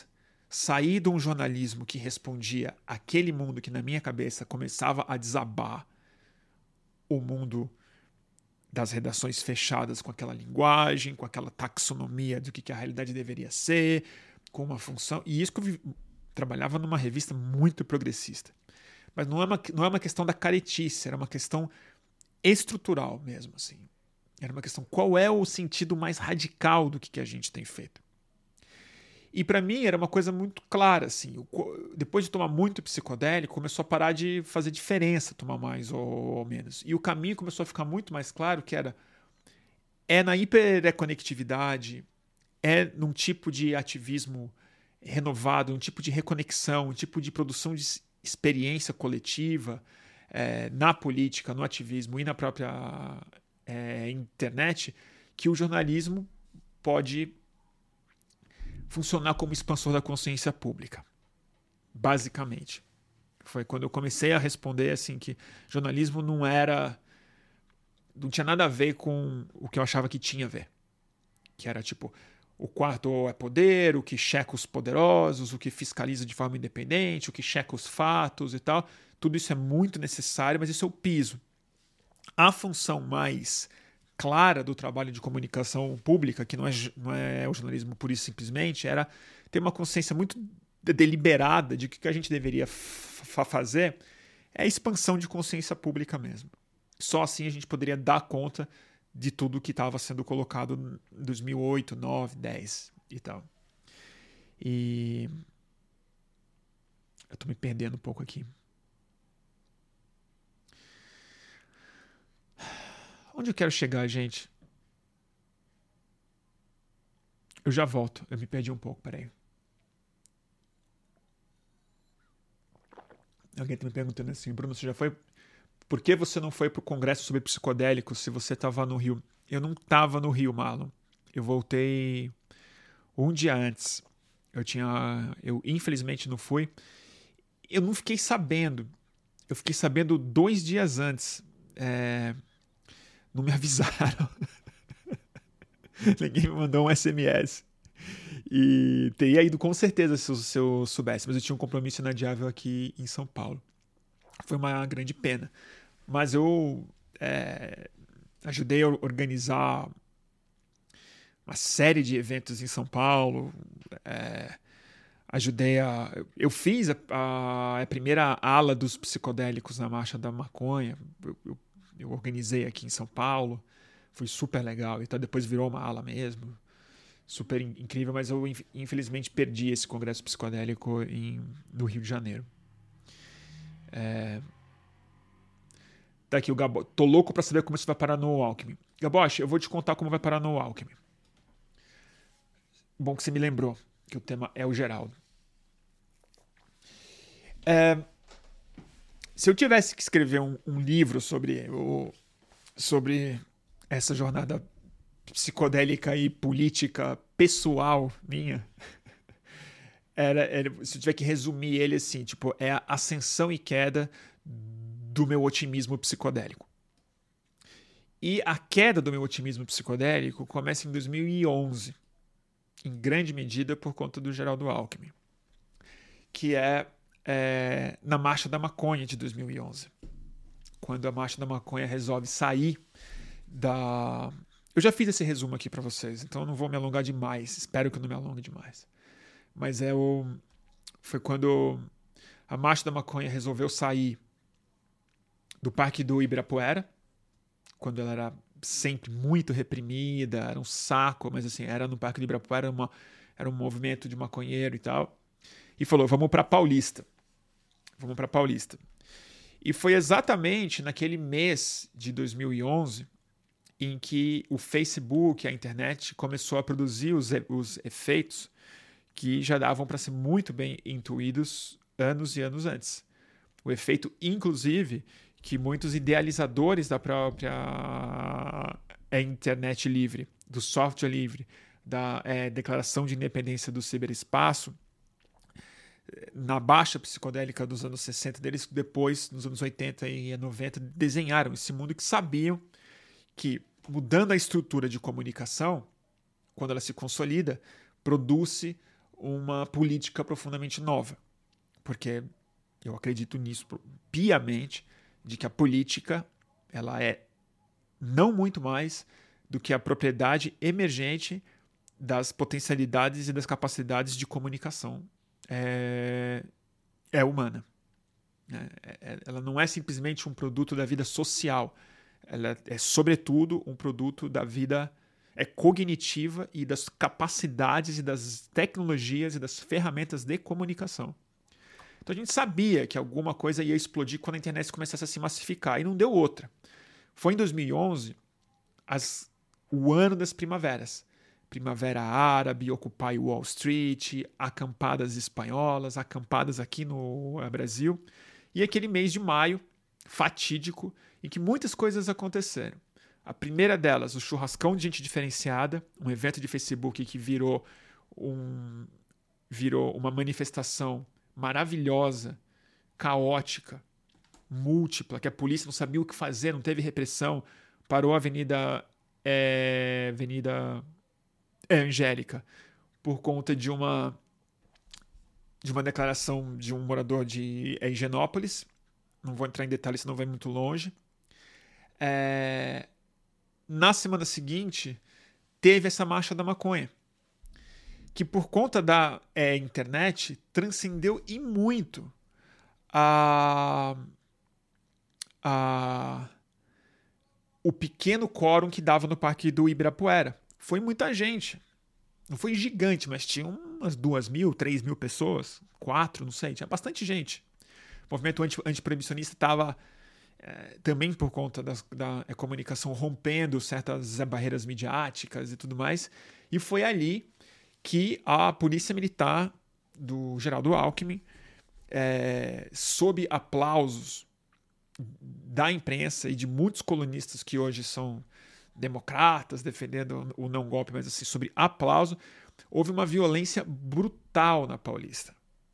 sair de um jornalismo que respondia àquele mundo que na minha cabeça começava a desabar, o mundo das redações fechadas com aquela linguagem, com aquela taxonomia do que a realidade deveria ser, com uma função. E isso que eu vi, trabalhava numa revista muito progressista. Mas não é uma, não é uma questão da caretice, era uma questão estrutural mesmo, assim. Era uma questão, qual é o sentido mais radical do que, que a gente tem feito? E para mim era uma coisa muito clara, assim. Depois de tomar muito psicodélico, começou a parar de fazer diferença tomar mais ou, ou menos. E o caminho começou a ficar muito mais claro, que era é na hiperconectividade, é num tipo de ativismo renovado, um tipo de reconexão, um tipo de produção de experiência coletiva é, na política, no ativismo e na própria é, internet, que o jornalismo pode funcionar como expansor da consciência pública, basicamente. Foi quando eu comecei a responder assim que jornalismo não era, não tinha nada a ver com o que eu achava que tinha a ver, que era tipo o quarto é poder, o que checa os poderosos, o que fiscaliza de forma independente, o que checa os fatos e tal. Tudo isso é muito necessário, mas isso é o piso. A função mais clara do trabalho de comunicação pública, que não é, não é o jornalismo pura e simplesmente, era ter uma consciência muito deliberada de que o que a gente deveria fazer é a expansão de consciência pública mesmo. Só assim a gente poderia dar conta de tudo que estava sendo colocado em dois mil e oito, dois mil e nove, dois mil e dez e tal. E eu estou me perdendo um pouco aqui. Onde eu quero chegar, gente? Eu já volto. Eu me perdi um pouco, peraí. Alguém está me perguntando assim, Bruno, você já foi... Por que você não foi para o congresso sobre psicodélicos se você estava no Rio? Eu não estava no Rio, Marlon. Eu voltei um dia antes. Eu tinha... Eu infelizmente não fui. Eu não fiquei sabendo. Eu fiquei sabendo dois dias antes. É... Não me avisaram. Ninguém me mandou um S M S. E teria ido com certeza se eu, se eu soubesse, mas eu tinha um compromisso inadiável aqui em São Paulo. Foi uma grande pena. Mas eu é, ajudei a organizar uma série de eventos em São Paulo. É, ajudei a... Eu fiz a, a, a primeira ala dos psicodélicos na Marcha da Maconha. Eu, eu, eu organizei aqui em São Paulo. Foi super legal. Então depois virou uma ala mesmo. Super incrível, mas eu infelizmente perdi esse congresso psicodélico em, no Rio de Janeiro. É... Tá aqui o Gabo. Tô louco pra saber como isso vai parar no Alckmin. Gabosh, eu vou te contar como vai parar no Alckmin. Bom que você me lembrou que o tema é o Geraldo. É... Se eu tivesse que escrever um, um livro sobre, o, sobre essa jornada psicodélica e política pessoal minha, era, era, se eu tiver que resumir ele assim, tipo, é a ascensão e queda do meu otimismo psicodélico. E a queda do meu otimismo psicodélico começa em dois mil e onze, em grande medida por conta do Geraldo Alckmin, que é, é na Marcha da Maconha de dois mil e onze, quando a Marcha da Maconha resolve sair da... Eu já fiz esse resumo aqui para vocês, então eu não vou me alongar demais. Espero que eu não me alongue demais. Mas é o... foi quando a Marcha da Maconha resolveu sair do Parque do Ibirapuera, quando ela era sempre muito reprimida, era um saco, mas assim, era no Parque do Ibirapuera, uma, era um movimento de maconheiro e tal. E falou, vamos para Paulista. Vamos para Paulista. E foi exatamente naquele mês de dois mil e onze... em que o Facebook, a internet, começou a produzir os, os efeitos que já davam para ser muito bem intuídos anos e anos antes. O efeito, inclusive, que muitos idealizadores da própria internet livre, do software livre, da é, declaração de independência do ciberespaço, na baixa psicodélica dos anos sessenta deles, depois, nos anos oitenta e noventa, desenharam esse mundo que sabiam que, mudando a estrutura de comunicação, quando ela se consolida, produz-se uma política profundamente nova, porque eu acredito nisso piamente, de que a política ela é não muito mais do que a propriedade emergente das potencialidades e das capacidades de comunicação é, é humana. É, ela não é simplesmente um produto da vida social, ela é, sobretudo, um produto da vida é, cognitiva e das capacidades e das tecnologias e das ferramentas de comunicação. Então a gente sabia que alguma coisa ia explodir quando a internet começasse a se massificar, e não deu outra. Foi em dois mil e onze as, o ano das primaveras. Primavera Árabe, Occupy Wall Street, acampadas espanholas, acampadas aqui no Brasil. E aquele mês de maio, fatídico, em que muitas coisas aconteceram. A primeira delas, o Churrascão de Gente Diferenciada, um evento de Facebook que virou, um, virou uma manifestação maravilhosa, caótica, múltipla, que a polícia não sabia o que fazer, não teve repressão, parou a Avenida, é, Avenida é, Angélica por conta de uma, de uma declaração de um morador de é, Higienópolis. Não vou entrar em detalhes, senão vai muito longe. É, na semana seguinte, teve essa marcha da maconha, que por conta da é, internet transcendeu e muito a, a, o pequeno quórum que dava no Parque do Ibirapuera. Foi muita gente. Não foi gigante, mas tinha umas duas mil, três mil pessoas, quatro, não sei, tinha bastante gente. O movimento anti, antiproibicionista estava é, também por conta das, da é, comunicação rompendo certas é, barreiras midiáticas e tudo mais. E foi ali que a polícia militar do Geraldo Alckmin, é, sob aplausos da imprensa e de muitos colunistas que hoje são democratas, defendendo o não golpe, mas assim, sobre aplauso, houve uma violência brutal na Paulista.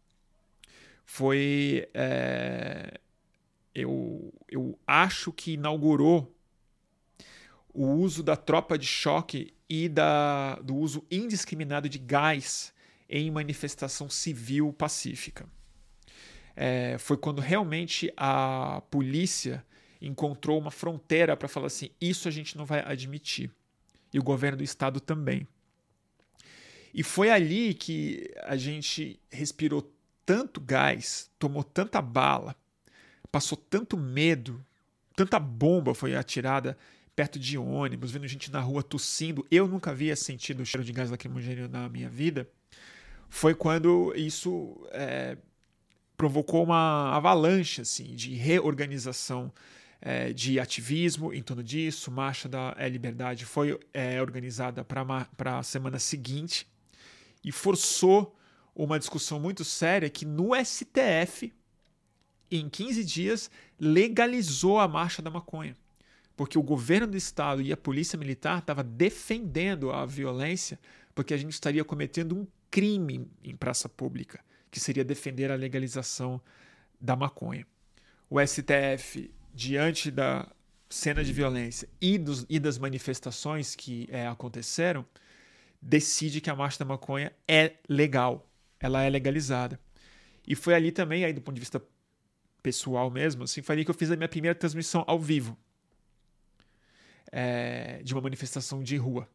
Foi... É, eu, eu acho que inaugurou o uso da tropa de choque e da, do uso indiscriminado de gás em manifestação civil pacífica. É, foi quando realmente a polícia encontrou uma fronteira para falar assim, isso a gente não vai admitir. E o governo do estado também. E foi ali que a gente respirou tanto gás, tomou tanta bala, passou tanto medo, tanta bomba foi atirada perto de ônibus, vendo gente na rua tossindo. Eu nunca havia sentido o cheiro de gás lacrimogêneo na minha vida. Foi quando isso é, provocou uma avalanche assim, de reorganização é, de ativismo em torno disso. Marcha da é, Liberdade foi é, organizada para a semana seguinte e forçou uma discussão muito séria que no S T F, em quinze dias, legalizou a marcha da maconha. Porque o governo do estado e a polícia militar estavam defendendo a violência, porque a gente estaria cometendo um crime em praça pública, que seria defender a legalização da maconha. O S T F, diante da cena de violência e, dos, e das manifestações que é, aconteceram, decide que a marcha da maconha é legal, ela é legalizada. E foi ali também, aí do ponto de vista pessoal mesmo, assim, foi ali que eu fiz a minha primeira transmissão ao vivo é, de uma manifestação de rua.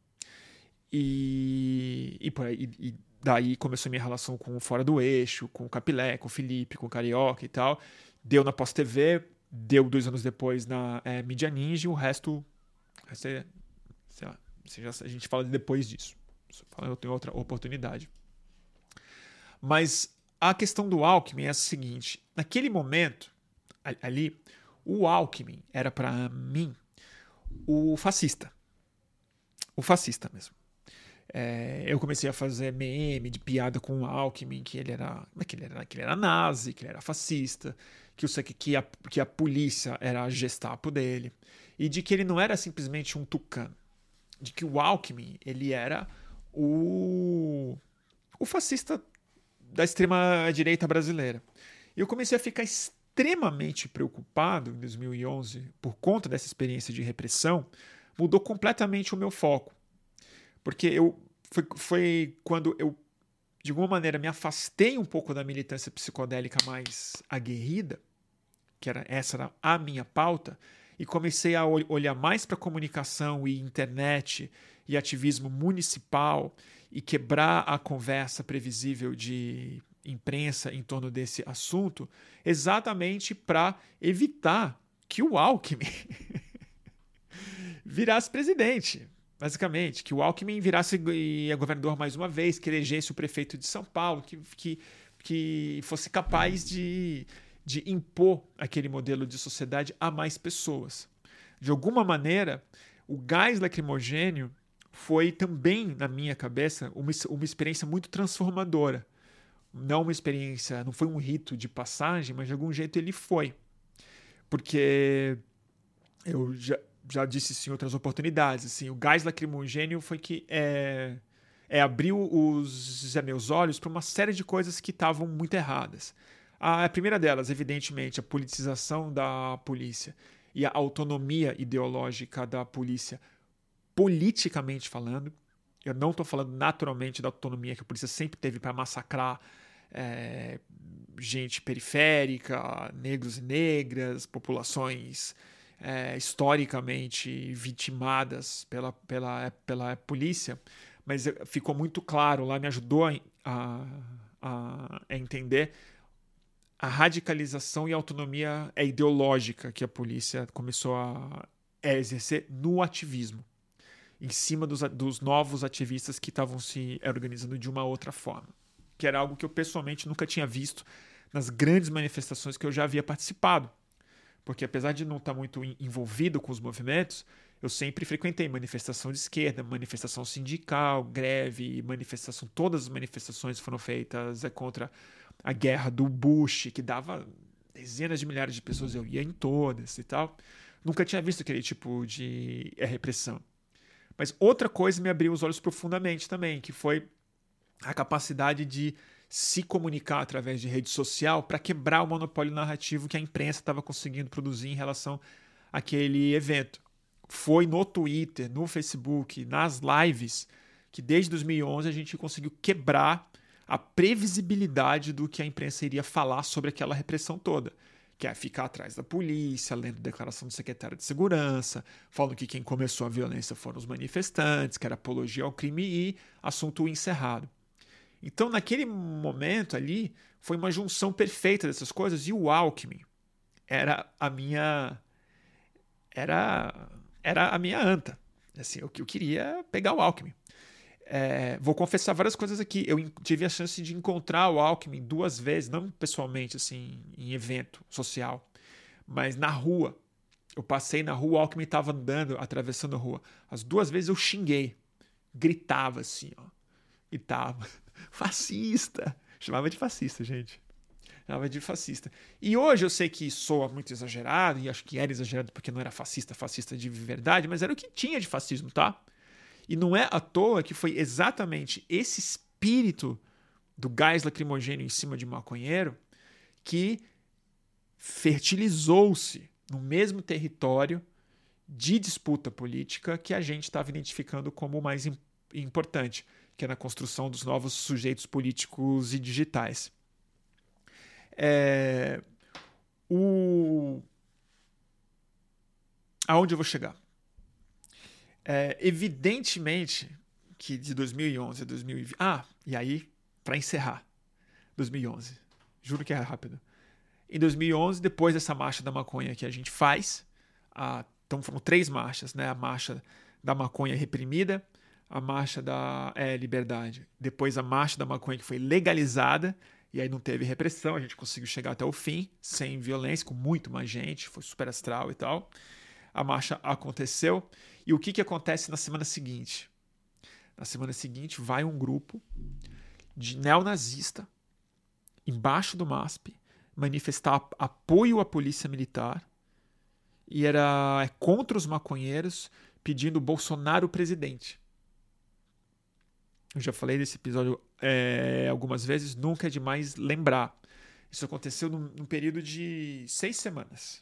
E, e, por aí, e daí começou a minha relação com o Fora do Eixo, com o Capilé, com o Felipe, com o Carioca e tal. Deu na Pós T V, deu dois anos depois na é, Mídia Ninja, e o resto, o resto é, sei lá, a gente fala depois disso. Eu tenho outra oportunidade. Mas a questão do Alckmin é a seguinte. Naquele momento, ali, o Alckmin era para mim o fascista. O fascista mesmo. É, eu comecei a fazer meme de piada com o Alckmin, que ele era, que ele era, que ele era nazi, que ele era fascista, que, o, que, a, que a polícia era a Gestapo dele, e de que ele não era simplesmente um tucano. De que o Alckmin, ele era o, o fascista da extrema-direita brasileira. E eu comecei a ficar extremamente preocupado em dois mil e onze, por conta dessa experiência de repressão, mudou completamente o meu foco. Porque eu, foi, foi quando eu de alguma maneira, me afastei um pouco da militância psicodélica mais aguerrida, que era, essa era a minha pauta, e comecei a olhar mais para comunicação e internet e ativismo municipal e quebrar a conversa previsível de imprensa em torno desse assunto, exatamente para evitar que o Alckmin virasse presidente, basicamente, que o Alckmin virasse governador mais uma vez, que elegesse o prefeito de São Paulo, que, que, que fosse capaz de... de impor aquele modelo de sociedade a mais pessoas. De alguma maneira, o gás lacrimogênio foi também, na minha cabeça, uma, uma experiência muito transformadora. Não uma experiência, não foi um rito de passagem, mas de algum jeito ele foi. Porque eu já, já disse isso em outras oportunidades, assim, o gás lacrimogênio foi que é, é, abriu os meus olhos para uma série de coisas que estavam muito erradas. A primeira delas, evidentemente, a politização da polícia e a autonomia ideológica da polícia, politicamente falando. Eu não estou falando naturalmente da autonomia que a polícia sempre teve para massacrar é, gente periférica, negros e negras, populações é, historicamente vitimadas pela, pela, pela polícia, mas ficou muito claro lá, me ajudou a, a, a entender a radicalização e a autonomia é ideológica que a polícia começou a exercer no ativismo, em cima dos, dos novos ativistas que estavam se organizando de uma outra forma, que era algo que eu pessoalmente nunca tinha visto nas grandes manifestações que eu já havia participado, porque apesar de não estar muito envolvido com os movimentos, eu sempre frequentei manifestação de esquerda, manifestação sindical, greve, manifestação, todas as manifestações foram feitas é, contra a guerra do Bush, que dava dezenas de milhares de pessoas, eu ia em todas e tal. Nunca tinha visto aquele tipo de é, repressão. Mas outra coisa me abriu os olhos profundamente também, que foi a capacidade de se comunicar através de rede social para quebrar o monopólio narrativo que a imprensa estava conseguindo produzir em relação àquele evento. Foi no Twitter, no Facebook, nas lives, que desde dois mil e onze a gente conseguiu quebrar a previsibilidade do que a imprensa iria falar sobre aquela repressão toda, que é ficar atrás da polícia, lendo declaração do secretário de segurança, falando que quem começou a violência foram os manifestantes, que era apologia ao crime e assunto encerrado. Então, naquele momento ali, foi uma junção perfeita dessas coisas, e o Alckmin era a minha era, era a minha anta. Assim, eu, eu queria pegar o Alckmin. É, vou confessar várias coisas aqui. Eu tive a chance de encontrar o Alckmin duas vezes, não pessoalmente, assim, em evento social, mas na rua. Eu passei na rua, o Alckmin estava andando, atravessando a rua. As duas vezes eu xinguei, gritava assim, ó, e tava fascista. Chamava de fascista, gente. Chamava de fascista. E hoje eu sei que soa muito exagerado, e acho que era exagerado porque não era fascista, fascista de verdade, mas era o que tinha de fascismo, tá? E não é à toa que foi exatamente esse espírito do gás lacrimogênio em cima de maconheiro que fertilizou-se no mesmo território de disputa política que a gente estava identificando como o mais importante, que é na construção dos novos sujeitos políticos e digitais. É... O... Aonde eu vou chegar? É, evidentemente que de dois mil e onze a dois mil e vinte... Ah, e aí, para encerrar, dois mil e onze. Juro que é rápido. Em dois mil e onze, depois dessa marcha da maconha que a gente faz, a, então foram três marchas, né? A marcha da maconha reprimida, a marcha da é, liberdade, depois a marcha da maconha que foi legalizada, e aí não teve repressão, a gente conseguiu chegar até o fim, sem violência, com muito mais gente, foi super astral e tal. A marcha aconteceu. E o que, que acontece na semana seguinte? Na semana seguinte vai um grupo de neonazista embaixo do M A S P manifestar apoio à polícia militar e era é contra os maconheiros, pedindo Bolsonaro presidente. Eu já falei desse episódio é, algumas vezes, nunca é demais lembrar. Isso aconteceu num, num período de seis semanas.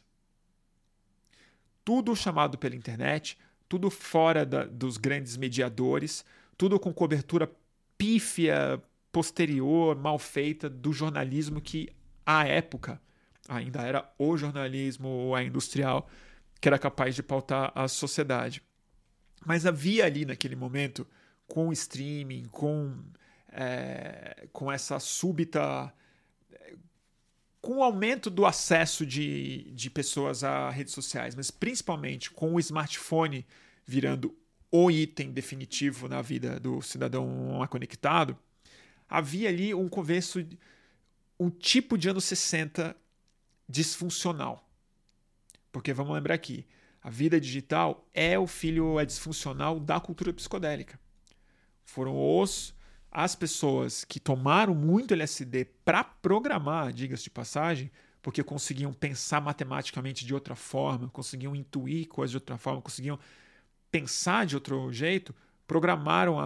Tudo chamado pela internet, tudo fora da, dos grandes mediadores, tudo com cobertura pífia, posterior, mal feita do jornalismo que, à época, ainda era o jornalismo industrial que era capaz de pautar a sociedade. Mas havia ali, naquele momento, com o streaming, com, é, com essa súbita... com o aumento do acesso de, de pessoas a redes sociais, mas principalmente com o smartphone virando o item definitivo na vida do cidadão conectado, havia ali um começo, um tipo de anos sessenta disfuncional. Porque vamos lembrar aqui, a vida digital é o filho é disfuncional da cultura psicodélica. Foram os, as pessoas que tomaram muito L S D para programar, diga-se de passagem, porque conseguiam pensar matematicamente de outra forma, conseguiam intuir coisas de outra forma, conseguiam pensar de outro jeito, programaram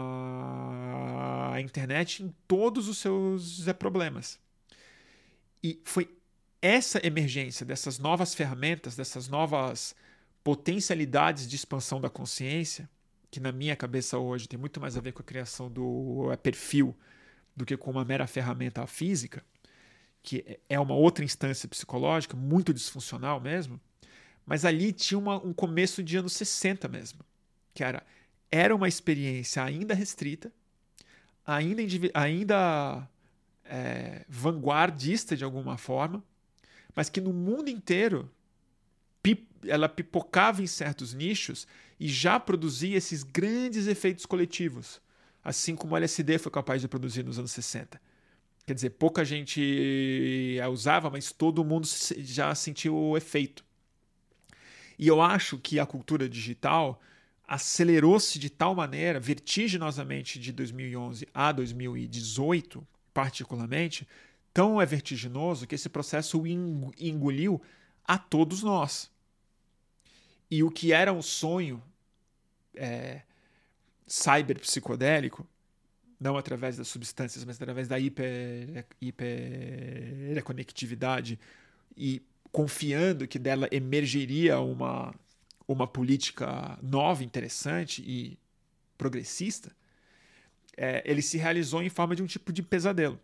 a, a internet em todos os seus problemas. E foi essa emergência dessas novas ferramentas, dessas novas potencialidades de expansão da consciência, que na minha cabeça hoje tem muito mais a ver com a criação do perfil do que com uma mera ferramenta física, que é uma outra instância psicológica, muito disfuncional mesmo, mas ali tinha uma, um começo de anos sessenta mesmo, que era, era uma experiência ainda restrita, ainda, ainda é, vanguardista de alguma forma, mas que no mundo inteiro ela pipocava em certos nichos e já produzia esses grandes efeitos coletivos, assim como o L S D foi capaz de produzir nos anos sessenta. Quer dizer, pouca gente a usava, mas todo mundo já sentiu o efeito. E eu acho que a cultura digital acelerou-se de tal maneira, vertiginosamente, de dois mil e onze a dois mil e dezoito, particularmente, tão é vertiginoso que esse processo engoliu a todos nós. E o que era um sonho é, cyberpsicodélico, não através das substâncias, mas através da hiper, hiperconectividade e confiando que dela emergiria uma, uma política nova, interessante e progressista, é, ele se realizou em forma de um tipo de pesadelo.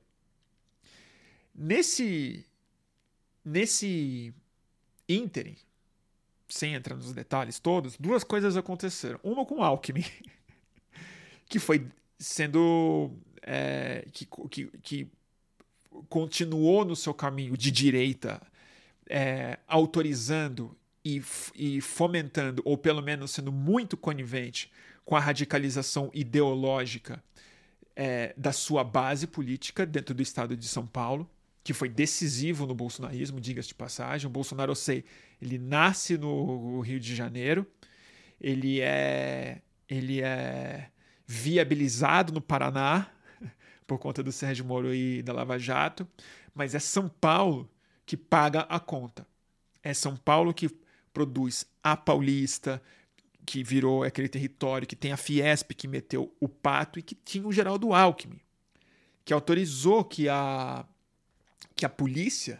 Nesse, nesse ínterim, sem entrar nos detalhes todos, duas coisas aconteceram. Uma com Alckmin, que foi sendo... É, que, que, que continuou no seu caminho de direita, é, autorizando e, e fomentando, ou pelo menos sendo muito conivente com a radicalização ideológica é, da sua base política dentro do estado de São Paulo, que foi decisivo no bolsonarismo, diga-se de passagem. O Bolsonaro, eu sei, ele nasce no Rio de Janeiro, ele é, ele é viabilizado no Paraná por conta do Sérgio Moro e da Lava Jato, mas é São Paulo que paga a conta. É São Paulo que produz a Paulista, que virou aquele território, que tem a Fiesp, que meteu o pato, e que tinha o Geraldo Alckmin, que autorizou que a que a polícia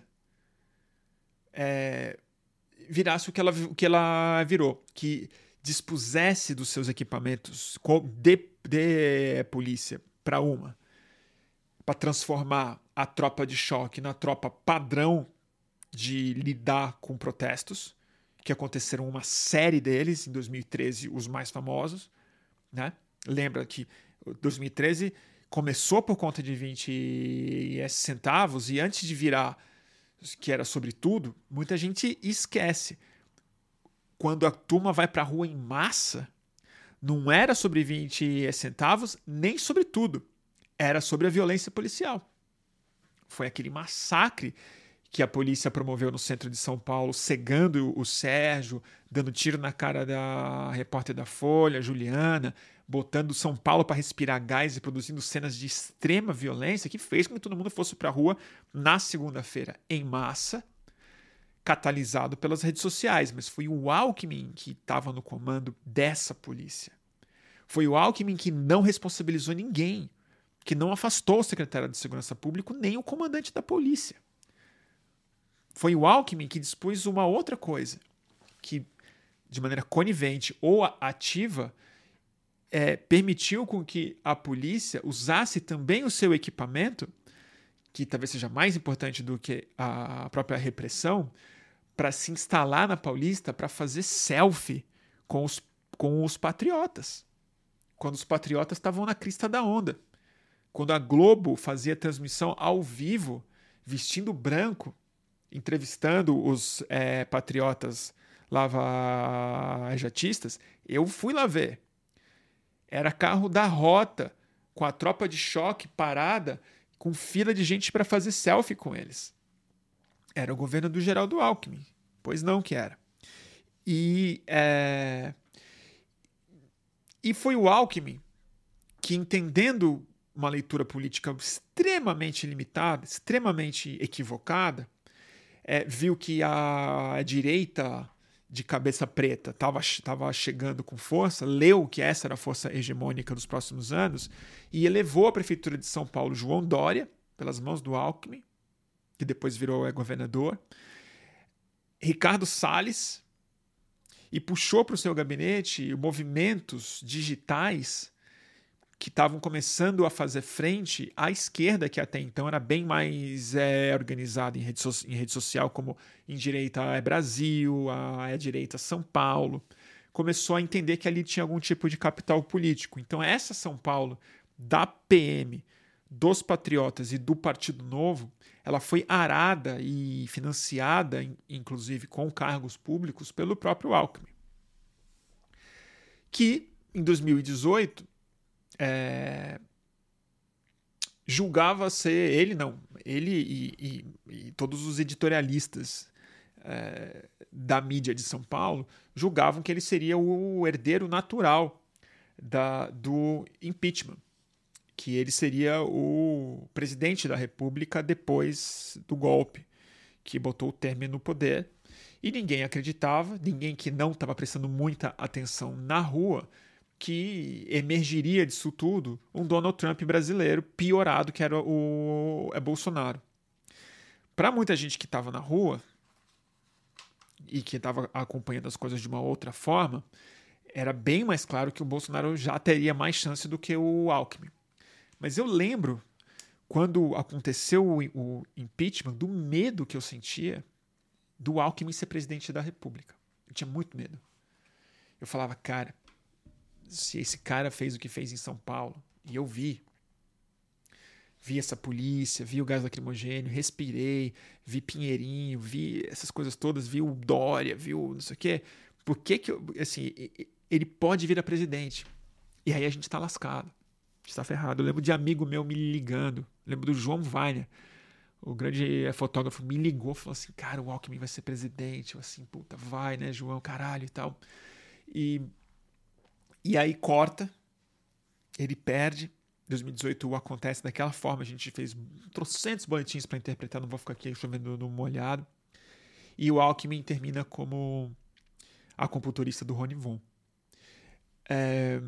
é, virasse o que, ela, o que ela virou, que dispusesse dos seus equipamentos de, de polícia para uma, para transformar a tropa de choque na tropa padrão de lidar com protestos, que aconteceram uma série deles em dois mil e treze, os mais famosos, né? Lembra que dois mil e treze começou por conta de vinte centavos e antes de virar, que era sobre tudo, muita gente esquece. Quando a turma vai para a rua em massa, não era sobre vinte centavos nem sobre tudo. Era sobre a violência policial. Foi aquele massacre que a polícia promoveu no centro de São Paulo, cegando o Sérgio, dando tiro na cara da repórter da Folha, Juliana, botando São Paulo para respirar gás e produzindo cenas de extrema violência, que fez com que todo mundo fosse para a rua na segunda-feira em massa, catalisado pelas redes sociais. Mas foi o Alckmin que estava no comando dessa polícia. Foi o Alckmin que não responsabilizou ninguém, que não afastou o secretário de Segurança Pública nem o comandante da polícia. Foi o Alckmin que dispôs uma outra coisa, que de maneira conivente ou ativa é, permitiu com que a polícia usasse também o seu equipamento, que talvez seja mais importante do que a própria repressão, para se instalar na Paulista para fazer selfie com os, com os patriotas. Quando os patriotas estavam na crista da onda. Quando a Globo fazia transmissão ao vivo, vestindo branco, entrevistando os é, patriotas lava-jatistas, eu fui lá ver. Era carro da rota, com a tropa de choque parada, com fila de gente para fazer selfie com eles. Era o governo do Geraldo Alckmin. Pois não que era. E, é... e foi o Alckmin que, entendendo uma leitura política extremamente limitada, extremamente equivocada, é, viu que a direita de cabeça preta estava chegando com força, leu que essa era a força hegemônica dos próximos anos e elevou a prefeitura de São Paulo, João Dória, pelas mãos do Alckmin, que depois virou é, governador, Ricardo Salles, e puxou para o seu gabinete movimentos digitais que estavam começando a fazer frente à esquerda, que até então era bem mais é, organizada em rede, so em rede social, como em direita é Brasil, a é direita São Paulo. Começou a entender que ali tinha algum tipo de capital político. Então essa São Paulo da P M, dos Patriotas e do Partido Novo, ela foi arada e financiada, inclusive com cargos públicos, pelo próprio Alckmin. Que, em dois mil e dezoito, É, julgava ser ele não ele e, e, e todos os editorialistas é, da mídia de São Paulo julgavam que ele seria o herdeiro natural da, do impeachment, que ele seria o presidente da República depois do golpe que botou o Temer no poder, e ninguém acreditava, ninguém que não estava prestando muita atenção na rua, que emergiria disso tudo um Donald Trump brasileiro piorado, que era o é Bolsonaro. Para muita gente que estava na rua e que estava acompanhando as coisas de uma outra forma, era bem mais claro que o Bolsonaro já teria mais chance do que o Alckmin. Mas eu lembro, quando aconteceu o, o impeachment, do medo que eu sentia do Alckmin ser presidente da República. Eu tinha muito medo. Eu falava, cara, se esse cara fez o que fez em São Paulo, e eu vi, vi essa polícia, vi o gás lacrimogênio, respirei, vi Pinheirinho, vi essas coisas todas, vi o Dória, vi o não sei o quê, por que que, eu, assim, ele pode vir a presidente? E aí a gente tá lascado, a gente tá ferrado. Eu lembro de amigo meu me ligando, lembro do João Wagner, o grande fotógrafo, me ligou, falou assim, cara, o Alckmin vai ser presidente. Eu assim, puta, vai, né, João, caralho e tal. E E aí corta, ele perde. dois mil e dezoito acontece daquela forma, a gente fez trocentos boletins para interpretar, não vou ficar aqui chovendo no molhado. E o Alckmin termina como acupunturista do Rony Von. É...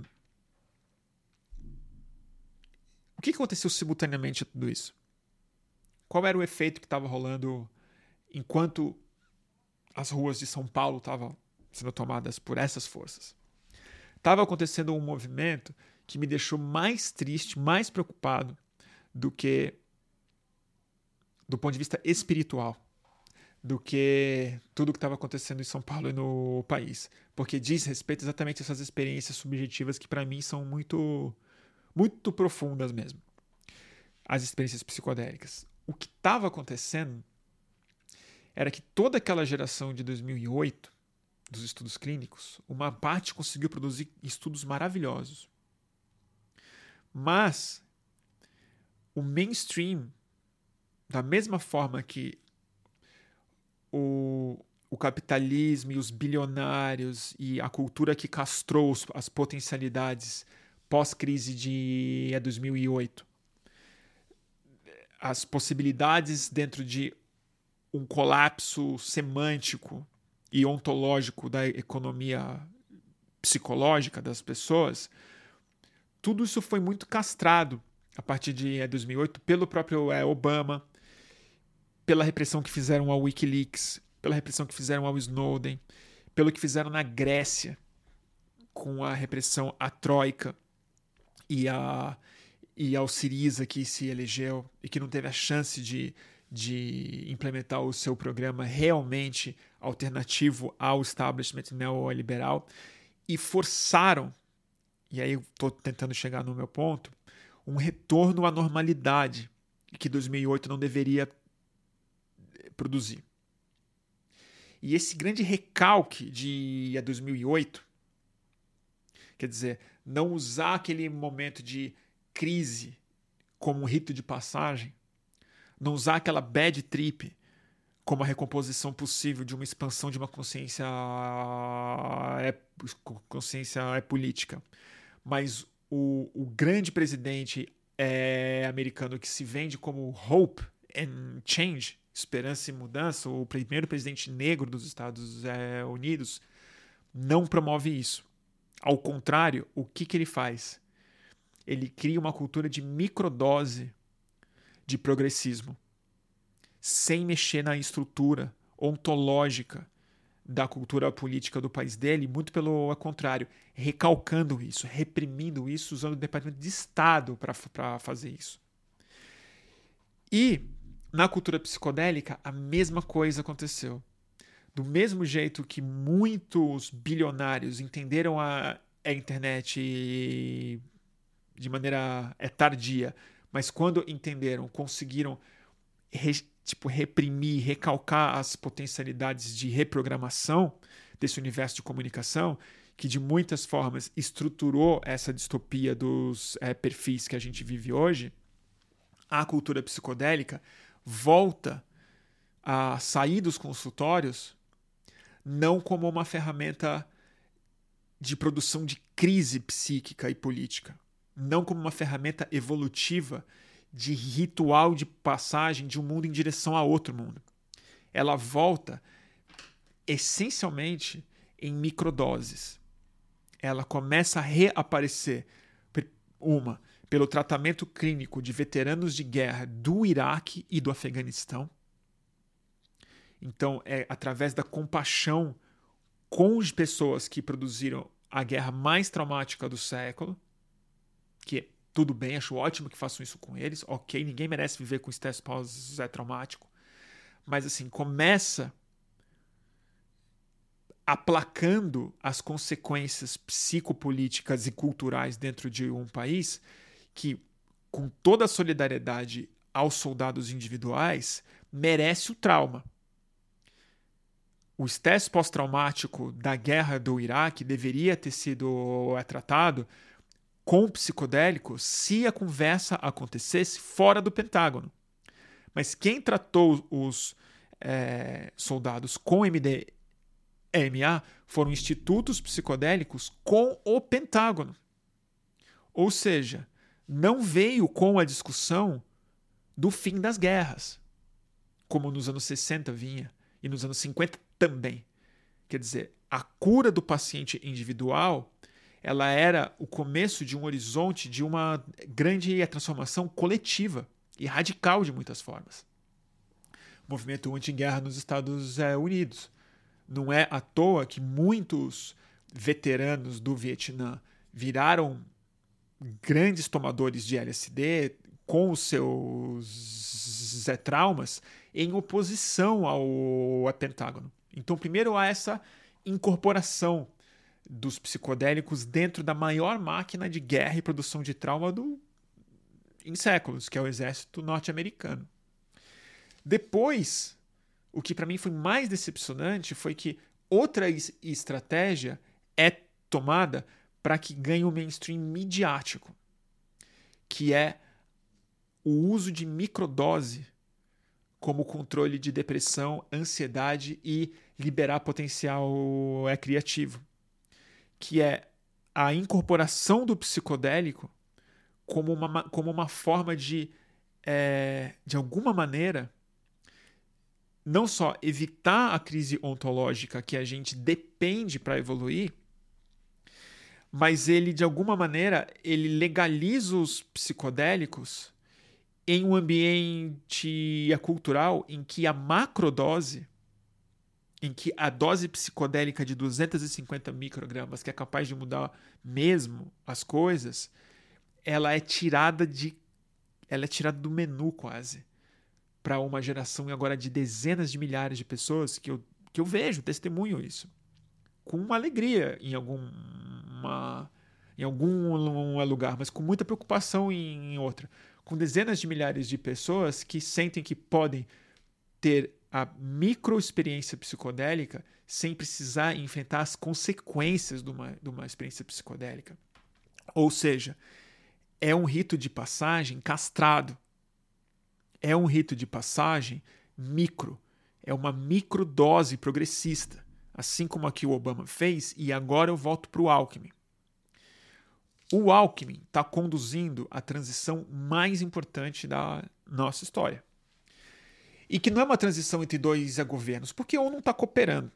O que aconteceu simultaneamente a tudo isso? Qual era o efeito que estava rolando enquanto as ruas de São Paulo estavam sendo tomadas por essas forças? Estava acontecendo um movimento que me deixou mais triste, mais preocupado do que do ponto de vista espiritual, do que tudo que estava acontecendo em São Paulo e no país, porque diz respeito exatamente a essas experiências subjetivas que para mim são muito, muito profundas mesmo, as experiências psicodélicas. O que estava acontecendo era que toda aquela geração de dois mil e oito dos estudos clínicos, uma parte conseguiu produzir estudos maravilhosos. Mas o mainstream, da mesma forma que o, o capitalismo e os bilionários e a cultura que castrou os, as potencialidades pós-crise de é, dois mil e oito, as possibilidades dentro de um colapso semântico e ontológico da economia psicológica das pessoas, tudo isso foi muito castrado a partir de é, dois mil e oito pelo próprio é, Obama, pela repressão que fizeram ao Wikileaks, pela repressão que fizeram ao Snowden, pelo que fizeram na Grécia com a repressão à Troika e, a, e ao Syriza, que se elegeu e que não teve a chance de, de implementar o seu programa realmente alternativo ao establishment neoliberal, e forçaram, e aí eu estou tentando chegar no meu ponto, um retorno à normalidade que dois mil e oito não deveria produzir. E esse grande recalque de dois mil e oito, quer dizer, não usar aquele momento de crise como um rito de passagem, não usar aquela bad trip como a recomposição possível de uma expansão de uma consciência é, consciência é política. Mas o, o grande presidente é, americano que se vende como hope and change, esperança e mudança, o primeiro presidente negro dos Estados é, Unidos, não promove isso. Ao contrário, o que, que ele faz? Ele cria uma cultura de microdose de progressismo, sem mexer na estrutura ontológica da cultura política do país dele, muito pelo contrário, recalcando isso, reprimindo isso, usando o Departamento de Estado para fazer isso. E na cultura psicodélica, a mesma coisa aconteceu. Do mesmo jeito que muitos bilionários entenderam a, a internet de maneira é, tardia, mas quando entenderam, conseguiram re, tipo, reprimir, recalcar as potencialidades de reprogramação desse universo de comunicação, que de muitas formas estruturou essa distopia dos é, perfis que a gente vive hoje, a cultura psicodélica volta a sair dos consultórios não como uma ferramenta de produção de crise psíquica e política, não como uma ferramenta evolutiva de ritual de passagem de um mundo em direção a outro mundo. Ela volta essencialmente em microdoses. Ela começa a reaparecer, uma, pelo tratamento clínico de veteranos de guerra do Iraque e do Afeganistão. Então, é através da compaixão com as pessoas que produziram a guerra mais traumática do século, que tudo bem, acho ótimo que façam isso com eles, ok, ninguém merece viver com estresse pós-traumático, mas assim, começa aplacando as consequências psicopolíticas e culturais dentro de um país que, com toda a solidariedade aos soldados individuais, merece o trauma. O estresse pós-traumático da guerra do Iraque deveria ter sido é, tratado com psicodélico se a conversa acontecesse fora do Pentágono. Mas quem tratou os é, soldados com M D M A foram institutos psicodélicos com o Pentágono. Ou seja, não veio com a discussão do fim das guerras, como nos anos sessenta vinha, e nos anos cinquenta também. Quer dizer, a cura do paciente individual, ela era o começo de um horizonte de uma grande transformação coletiva e radical de muitas formas. Movimento anti-guerra nos Estados Unidos. Não é à toa que muitos veteranos do Vietnã viraram grandes tomadores de L S D com os seus traumas em oposição ao Pentágono. Então, primeiro há essa incorporação dos psicodélicos dentro da maior máquina de guerra e produção de trauma do, em séculos, que é o exército norte-americano. Depois, o que para mim foi mais decepcionante foi que outra estratégia é tomada para que ganhe o mainstream midiático, que é o uso de microdose como controle de depressão, ansiedade e liberar potencial é, criativo, que é a incorporação do psicodélico como uma, como uma forma de, é, de alguma maneira, não só evitar a crise ontológica que a gente depende para evoluir, mas ele, de alguma maneira, ele legaliza os psicodélicos em um ambiente cultural em que a macrodose em que a dose psicodélica de duzentos e cinquenta microgramas, que é capaz de mudar mesmo as coisas, ela é tirada de, ela é tirada do menu quase, para uma geração agora de dezenas de milhares de pessoas que eu, que eu vejo, testemunho isso, com uma alegria em alguma, em algum lugar, mas com muita preocupação em, em outra. Com dezenas de milhares de pessoas que sentem que podem ter a microexperiência psicodélica sem precisar enfrentar as consequências de uma, de uma experiência psicodélica. Ou seja, é um rito de passagem castrado. É um rito de passagem micro. É uma microdose progressista. Assim como aqui o Obama fez, e agora eu volto para o Alckmin. O Alckmin está conduzindo a transição mais importante da nossa história. E que não é uma transição entre dois governos, porque um não está cooperando.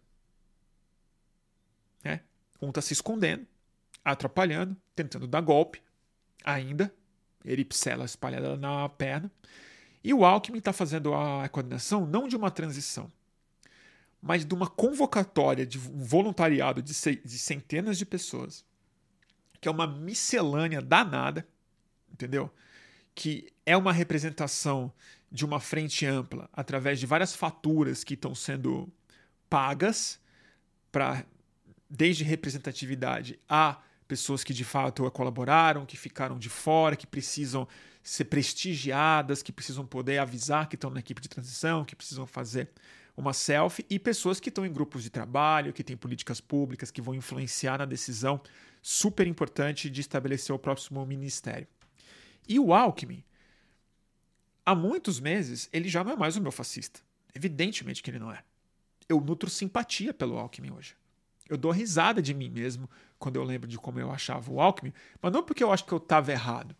Né? Um está se escondendo, atrapalhando, tentando dar golpe, ainda, eripsela espalhada na perna. E o Alckmin está fazendo a coordenação não de uma transição, mas de uma convocatória de um voluntariado de centenas de pessoas, que é uma miscelânea danada, entendeu? Que é uma representação de uma frente ampla através de várias faturas que estão sendo pagas para desde representatividade a pessoas que de fato colaboraram, que ficaram de fora, que precisam ser prestigiadas, que precisam poder avisar que estão na equipe de transição, que precisam fazer uma selfie, e pessoas que estão em grupos de trabalho, que têm políticas públicas, que vão influenciar na decisão super importante de estabelecer o próximo ministério. E o Alckmin, há muitos meses, ele já não é mais o meu fascista. Evidentemente que ele não é. Eu nutro simpatia pelo Alckmin hoje. Eu dou risada de mim mesmo quando eu lembro de como eu achava o Alckmin, mas não porque eu acho que eu estava errado,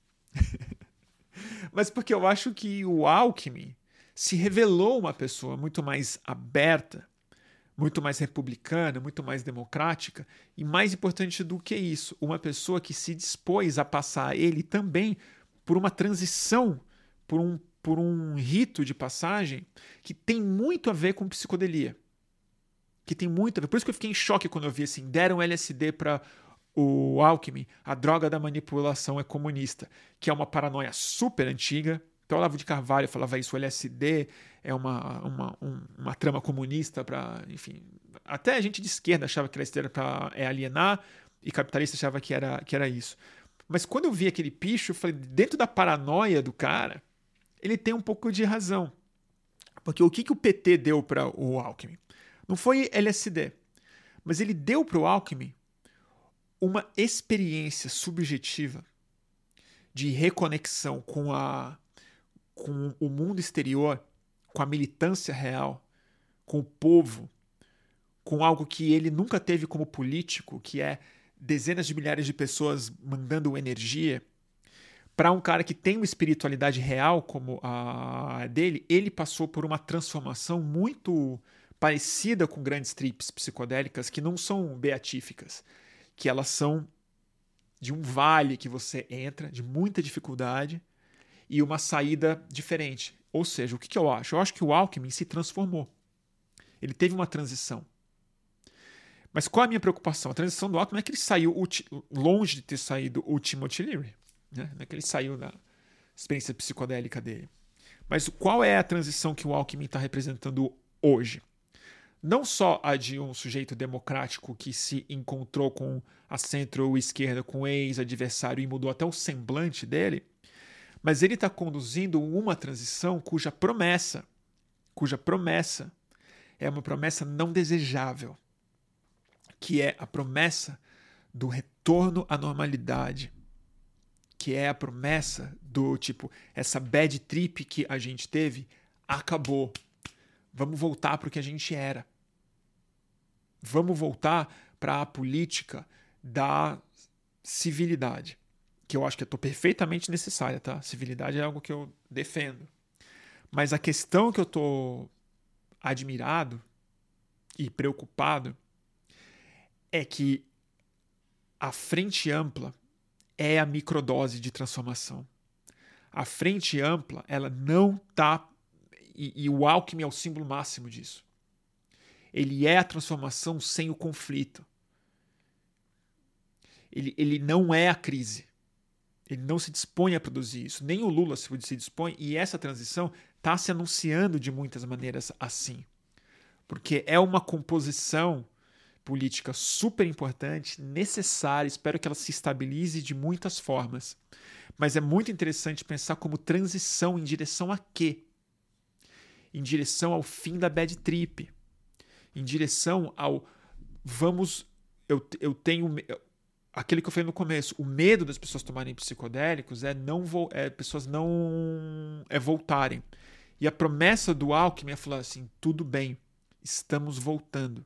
mas porque eu acho que o Alckmin se revelou uma pessoa muito mais aberta, muito mais republicana, muito mais democrática, e mais importante do que isso, uma pessoa que se dispôs a passar ele também por uma transição, por um, por um rito de passagem que tem muito a ver com psicodelia. Que tem muito a ver. Por isso que eu fiquei em choque quando eu vi assim, deram L S D para o Alckmin, a droga da manipulação é comunista, que é uma paranoia super antiga. Então, o Olavo de Carvalho falava isso, o L S D é uma, uma, um, uma trama comunista para, enfim, até a gente de esquerda achava que L S D era para é, alienar, e capitalista achava que era, que era isso. Mas quando eu vi aquele picho, eu falei, dentro da paranoia do cara, ele tem um pouco de razão. Porque o que, que o P T deu para o Alckmin? Não foi L S D, mas ele deu para o Alckmin uma experiência subjetiva de reconexão com a com o mundo exterior, com a militância real, com o povo, com algo que ele nunca teve como político, que é dezenas de milhares de pessoas mandando energia, para um cara que tem uma espiritualidade real como a dele, ele passou por uma transformação muito parecida com grandes trips psicodélicas que não são beatíficas, que elas são de um vale que você entra, de muita dificuldade, e uma saída diferente. Ou seja, o que, que eu acho? Eu acho que o Alckmin se transformou. Ele teve uma transição. Mas qual é a minha preocupação? A transição do Alckmin não é que ele saiu longe de ter saído o Timothy Leary. Né? Não é que ele saiu da experiência psicodélica dele. Mas qual é a transição que o Alckmin está representando hoje? Não só a de um sujeito democrático que se encontrou com a centro-esquerda, com o ex-adversário e mudou até o semblante dele, mas ele está conduzindo uma transição cuja promessa, cuja promessa é uma promessa não desejável, que é a promessa do retorno à normalidade, que é a promessa do tipo, essa bad trip que a gente teve acabou. Vamos voltar para o que a gente era. Vamos voltar para a política da civilidade, que eu acho que estou perfeitamente necessária, tá? Civilidade é algo que eu defendo. Mas a questão que eu estou admirado e preocupado é que a frente ampla é a microdose de transformação. A frente ampla, ela não está... E, e o Alckmin é o símbolo máximo disso. ele é a transformação sem o conflito. Ele, ele não é a crise. Ele não se dispõe a produzir isso. Nem o Lula se, se dispõe. E essa transição está se anunciando de muitas maneiras assim. Porque é uma composição política super importante, necessária. Espero que ela se estabilize de muitas formas. Mas é muito interessante pensar como transição em direção a quê? Em direção ao fim da bad trip. Em direção ao vamos... Eu, eu tenho... Aquele que eu falei no começo, o medo das pessoas tomarem psicodélicos é, não vo, é pessoas não é voltarem. E a promessa do Alckmin é falar assim, tudo bem, estamos voltando.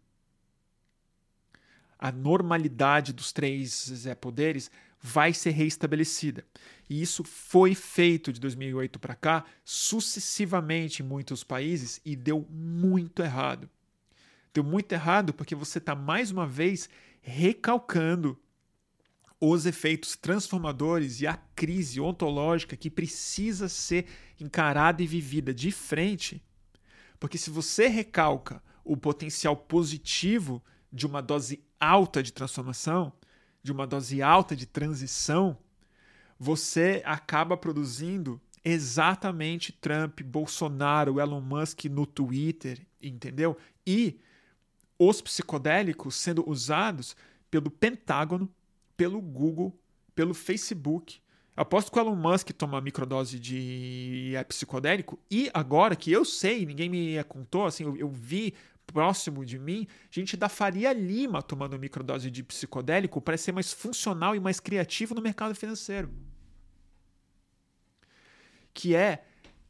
A normalidade dos três é, poderes vai ser reestabelecida. E isso foi feito de dois mil e oito para cá, sucessivamente em muitos países, e deu muito errado. Deu muito errado porque você está, mais uma vez, recalcando os efeitos transformadores e a crise ontológica que precisa ser encarada e vivida de frente, porque se você recalca o potencial positivo de uma dose alta de transformação, de uma dose alta de transição, você acaba produzindo exatamente Trump, Bolsonaro, Elon Musk no Twitter, entendeu? E os psicodélicos sendo usados pelo Pentágono, pelo Google, pelo Facebook. Eu aposto que o Elon Musk toma microdose de psicodélico e agora que eu sei, ninguém me contou, assim, eu, eu vi próximo de mim, gente da Faria Lima tomando microdose de psicodélico para ser mais funcional e mais criativo no mercado financeiro. Que é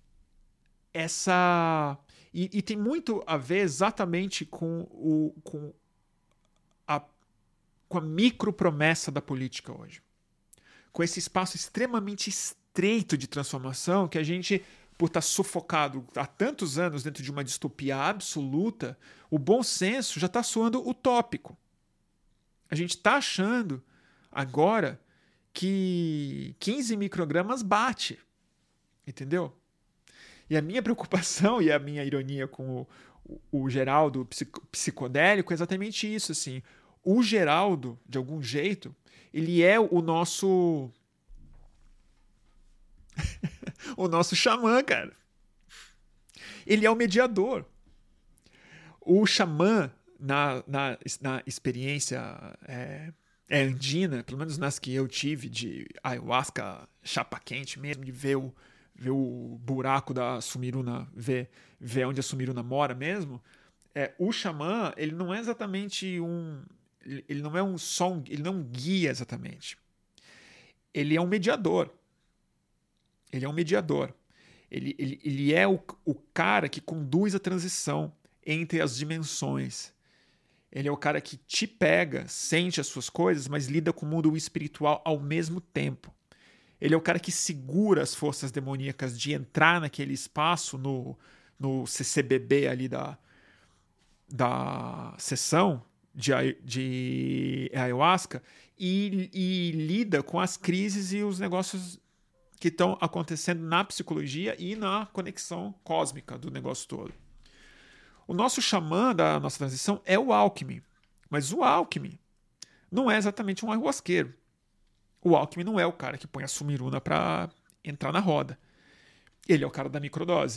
essa... E, e tem muito a ver exatamente com, o, com a com a micropromessa da política hoje. Com esse espaço extremamente estreito de transformação que a gente, por estar sufocado há tantos anos dentro de uma distopia absoluta, o bom senso já está soando utópico. A gente está achando agora que quinze microgramas bate. Entendeu? E a minha preocupação e a minha ironia com o, o, o Geraldo psicodélico é exatamente isso, assim. O Geraldo, de algum jeito, ele é o nosso... o nosso xamã, cara. Ele é o mediador. O xamã, na, na, na experiência é, é andina, pelo menos nas que eu tive, de ayahuasca, chapa quente mesmo, de ver o, ver o buraco da Sumiruna, ver, ver onde a Sumiruna mora mesmo, é, o xamã, ele não é exatamente um... Ele não é um só um, ele não é um guia exatamente. Ele é um mediador. Ele é um mediador. Ele, ele, ele é o, o cara que conduz a transição entre as dimensões. Ele é o cara que te pega, sente as suas coisas, mas lida com o mundo espiritual ao mesmo tempo. Ele é o cara que segura as forças demoníacas de entrar naquele espaço no, no C C B B ali da, da sessão de, de ayahuasca e, e lida com as crises e os negócios que estão acontecendo na psicologia e na conexão cósmica do negócio todo. O nosso xamã da nossa transição é o Alckmin, mas o Alckmin não é exatamente um ayahuasqueiro. O Alckmin não é o cara que põe a Sumiruna para entrar na roda. Ele é o cara da microdose.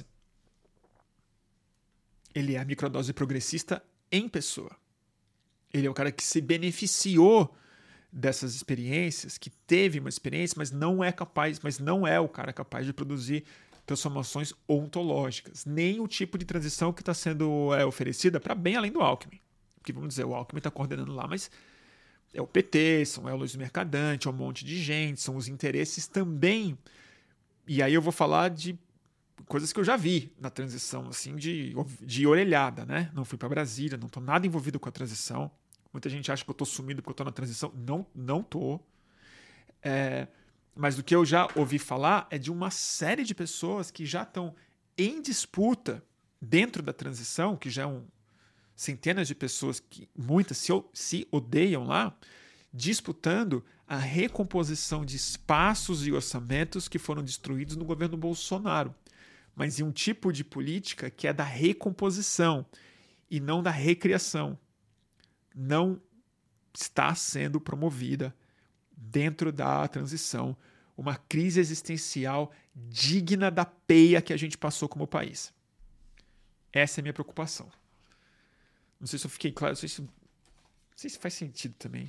Ele é a microdose progressista em pessoa. Ele é o cara que se beneficiou dessas experiências, que teve uma experiência, mas não é capaz, mas não é o cara capaz de produzir transformações ontológicas, nem o tipo de transição que está sendo é, oferecida para bem além do Alckmin. Porque, vamos dizer, o Alckmin está coordenando lá, mas é o P T, são é o Luiz Mercadante, é um monte de gente, são os interesses também. E aí eu vou falar de coisas que eu já vi na transição, assim, de, de orelhada, né? Não fui para Brasília, não estou nada envolvido com a transição. Muita gente acha que eu estou sumido porque eu estou na transição. Não, não estou. É, mas do que eu já ouvi falar é de uma série de pessoas que já estão em disputa dentro da transição, que já é um, centenas de pessoas, que muitas se, se odeiam lá, disputando a recomposição de espaços e orçamentos que foram destruídos no governo Bolsonaro. Mas em um tipo de política que é da recomposição. e não da recriação. Não está sendo promovida dentro da transição uma crise existencial digna da peia que a gente passou como país. Essa é a minha preocupação. Não sei se eu fiquei claro, não sei se, não sei se faz sentido também.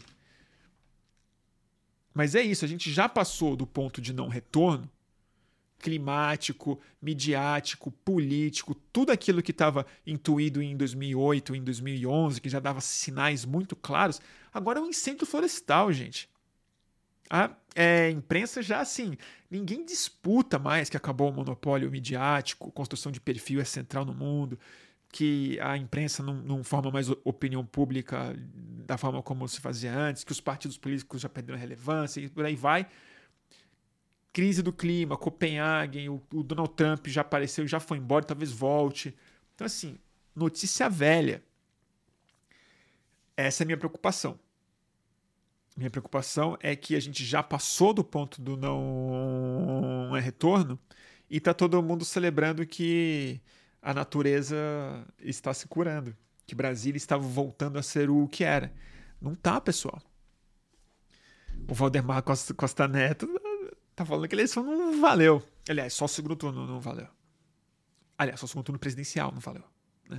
Mas é isso, a gente já passou do ponto de não retorno climático, midiático, político, tudo aquilo que estava intuído em dois mil e oito, em dois mil e onze, que já dava sinais muito claros. Agora é um incêndio florestal, gente. A é, imprensa já assim, ninguém disputa mais que acabou o monopólio midiático, construção de perfil é central no mundo, que a imprensa não, não forma mais opinião pública da forma como se fazia antes, que os partidos políticos já perderam relevância e por aí vai. Crise do clima, Copenhague, o, o Donald Trump já apareceu e já foi embora, talvez volte. Então, assim, notícia velha. Essa é a minha preocupação. Minha preocupação é que a gente já passou do ponto do não é retorno e está todo mundo celebrando que a natureza está se curando, que Brasília estava voltando a ser o que era. Não tá, pessoal. O Valdemar Costa, Costa Neto tá falando que a eleição não valeu. Aliás, só o segundo turno não valeu. Aliás, só o segundo turno presidencial não valeu. Né?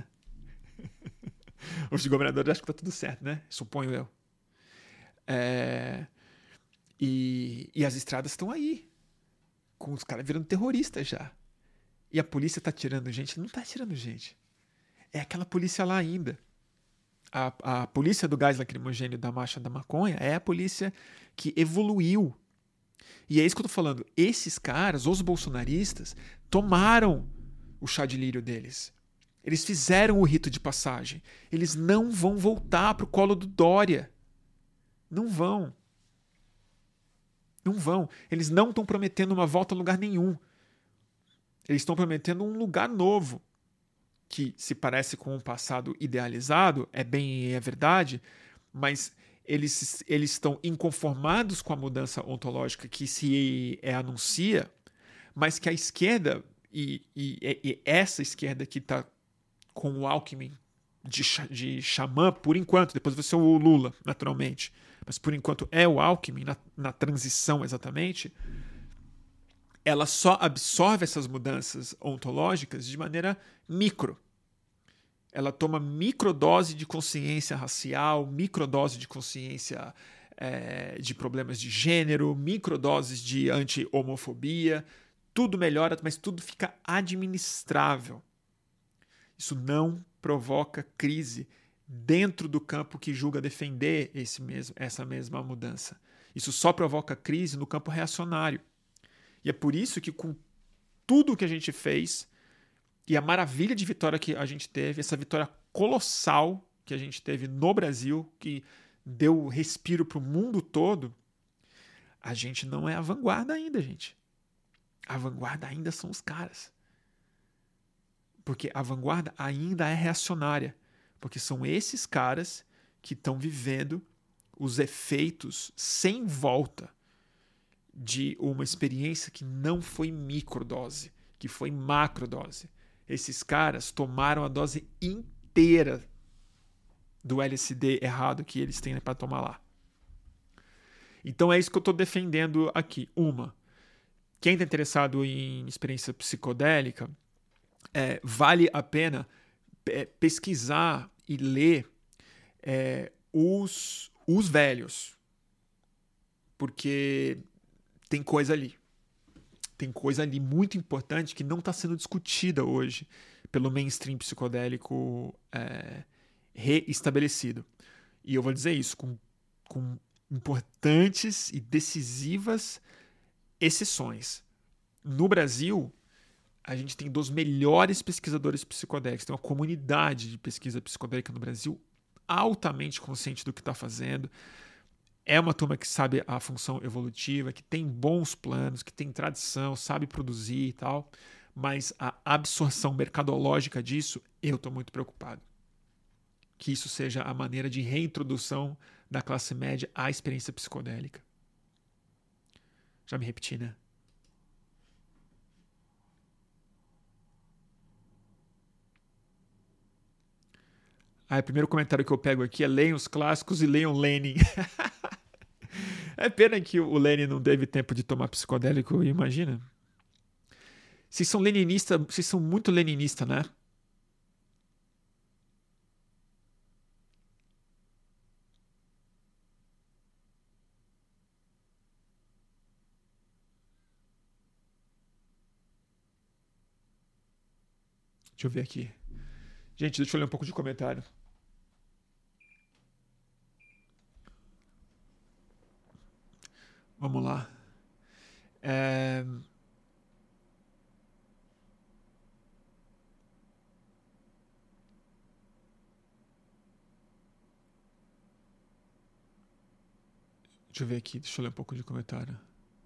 Os de governador acham que tá tudo certo, né? Suponho eu. É... E, e as estradas estão aí. Com os caras virando terroristas já. E a polícia tá tirando gente? Não tá tirando gente. É aquela polícia lá ainda. A, a polícia do gás lacrimogêneo da marcha da maconha é a polícia que evoluiu. E é isso que eu tô falando. Esses caras, os bolsonaristas, tomaram o chá de lírio deles. Eles fizeram o rito de passagem. Eles não vão voltar pro colo do Dória. Não vão. Não vão. Eles não estão prometendo uma volta a lugar nenhum. Eles estão prometendo um lugar novo, que se parece com um passado idealizado, é bem é verdade, mas eles, eles estão inconformados com a mudança ontológica que se é, anuncia, mas que a esquerda, e, e, e essa esquerda que está com o Alckmin de, de xamã, por enquanto, depois vai ser o Lula, naturalmente, mas por enquanto é o Alckmin, na, na transição exatamente, ela só absorve essas mudanças ontológicas de maneira micro. Ela toma microdose de consciência racial, microdose de consciência é, de problemas de gênero, microdoses de anti-homofobia. Tudo melhora, mas tudo fica administrável. Isso não provoca crise dentro do campo que julga defender esse mesmo, essa mesma mudança. Isso só provoca crise no campo reacionário. E é por isso que, com tudo que a gente fez e a maravilha de vitória que a gente teve, essa vitória colossal que a gente teve no Brasil, que deu respiro para o mundo todo, a gente não é a vanguarda ainda, gente. A vanguarda ainda são os caras. Porque a vanguarda ainda é reacionária. Porque são esses caras que estão vivendo os efeitos sem volta de uma experiência que não foi microdose, que foi macrodose. Esses caras tomaram a dose inteira do L S D errado que eles têm para tomar lá. Então é isso que eu estou defendendo aqui. Uma, quem está interessado em experiência psicodélica, é, vale a pena é, pesquisar e ler é, os, os velhos, porque tem coisa ali. Tem coisa ali muito importante que não está sendo discutida hoje pelo mainstream psicodélico é, reestabelecido. E eu vou dizer isso com, com importantes e decisivas exceções. No Brasil, a gente tem dos melhores pesquisadores psicodélicos. Tem uma comunidade de pesquisa psicodélica no Brasil altamente consciente do que está fazendo. É uma turma que sabe a função evolutiva, que tem bons planos, que tem tradição, sabe produzir e tal, mas a absorção mercadológica disso, eu estou muito preocupado. Que isso seja a maneira de reintrodução da classe média à experiência psicodélica. Já me repeti, né? Ah, o primeiro comentário que eu pego aqui é: leiam os clássicos e leiam Lenin. É pena que o Lenin não teve tempo de tomar psicodélico, imagina. Vocês são leninistas, vocês são muito leninistas, né? Deixa eu ver aqui. Gente, deixa eu ler um pouco de comentário. Vamos lá. É... Deixa eu ver aqui, deixa eu ler um pouco de comentário.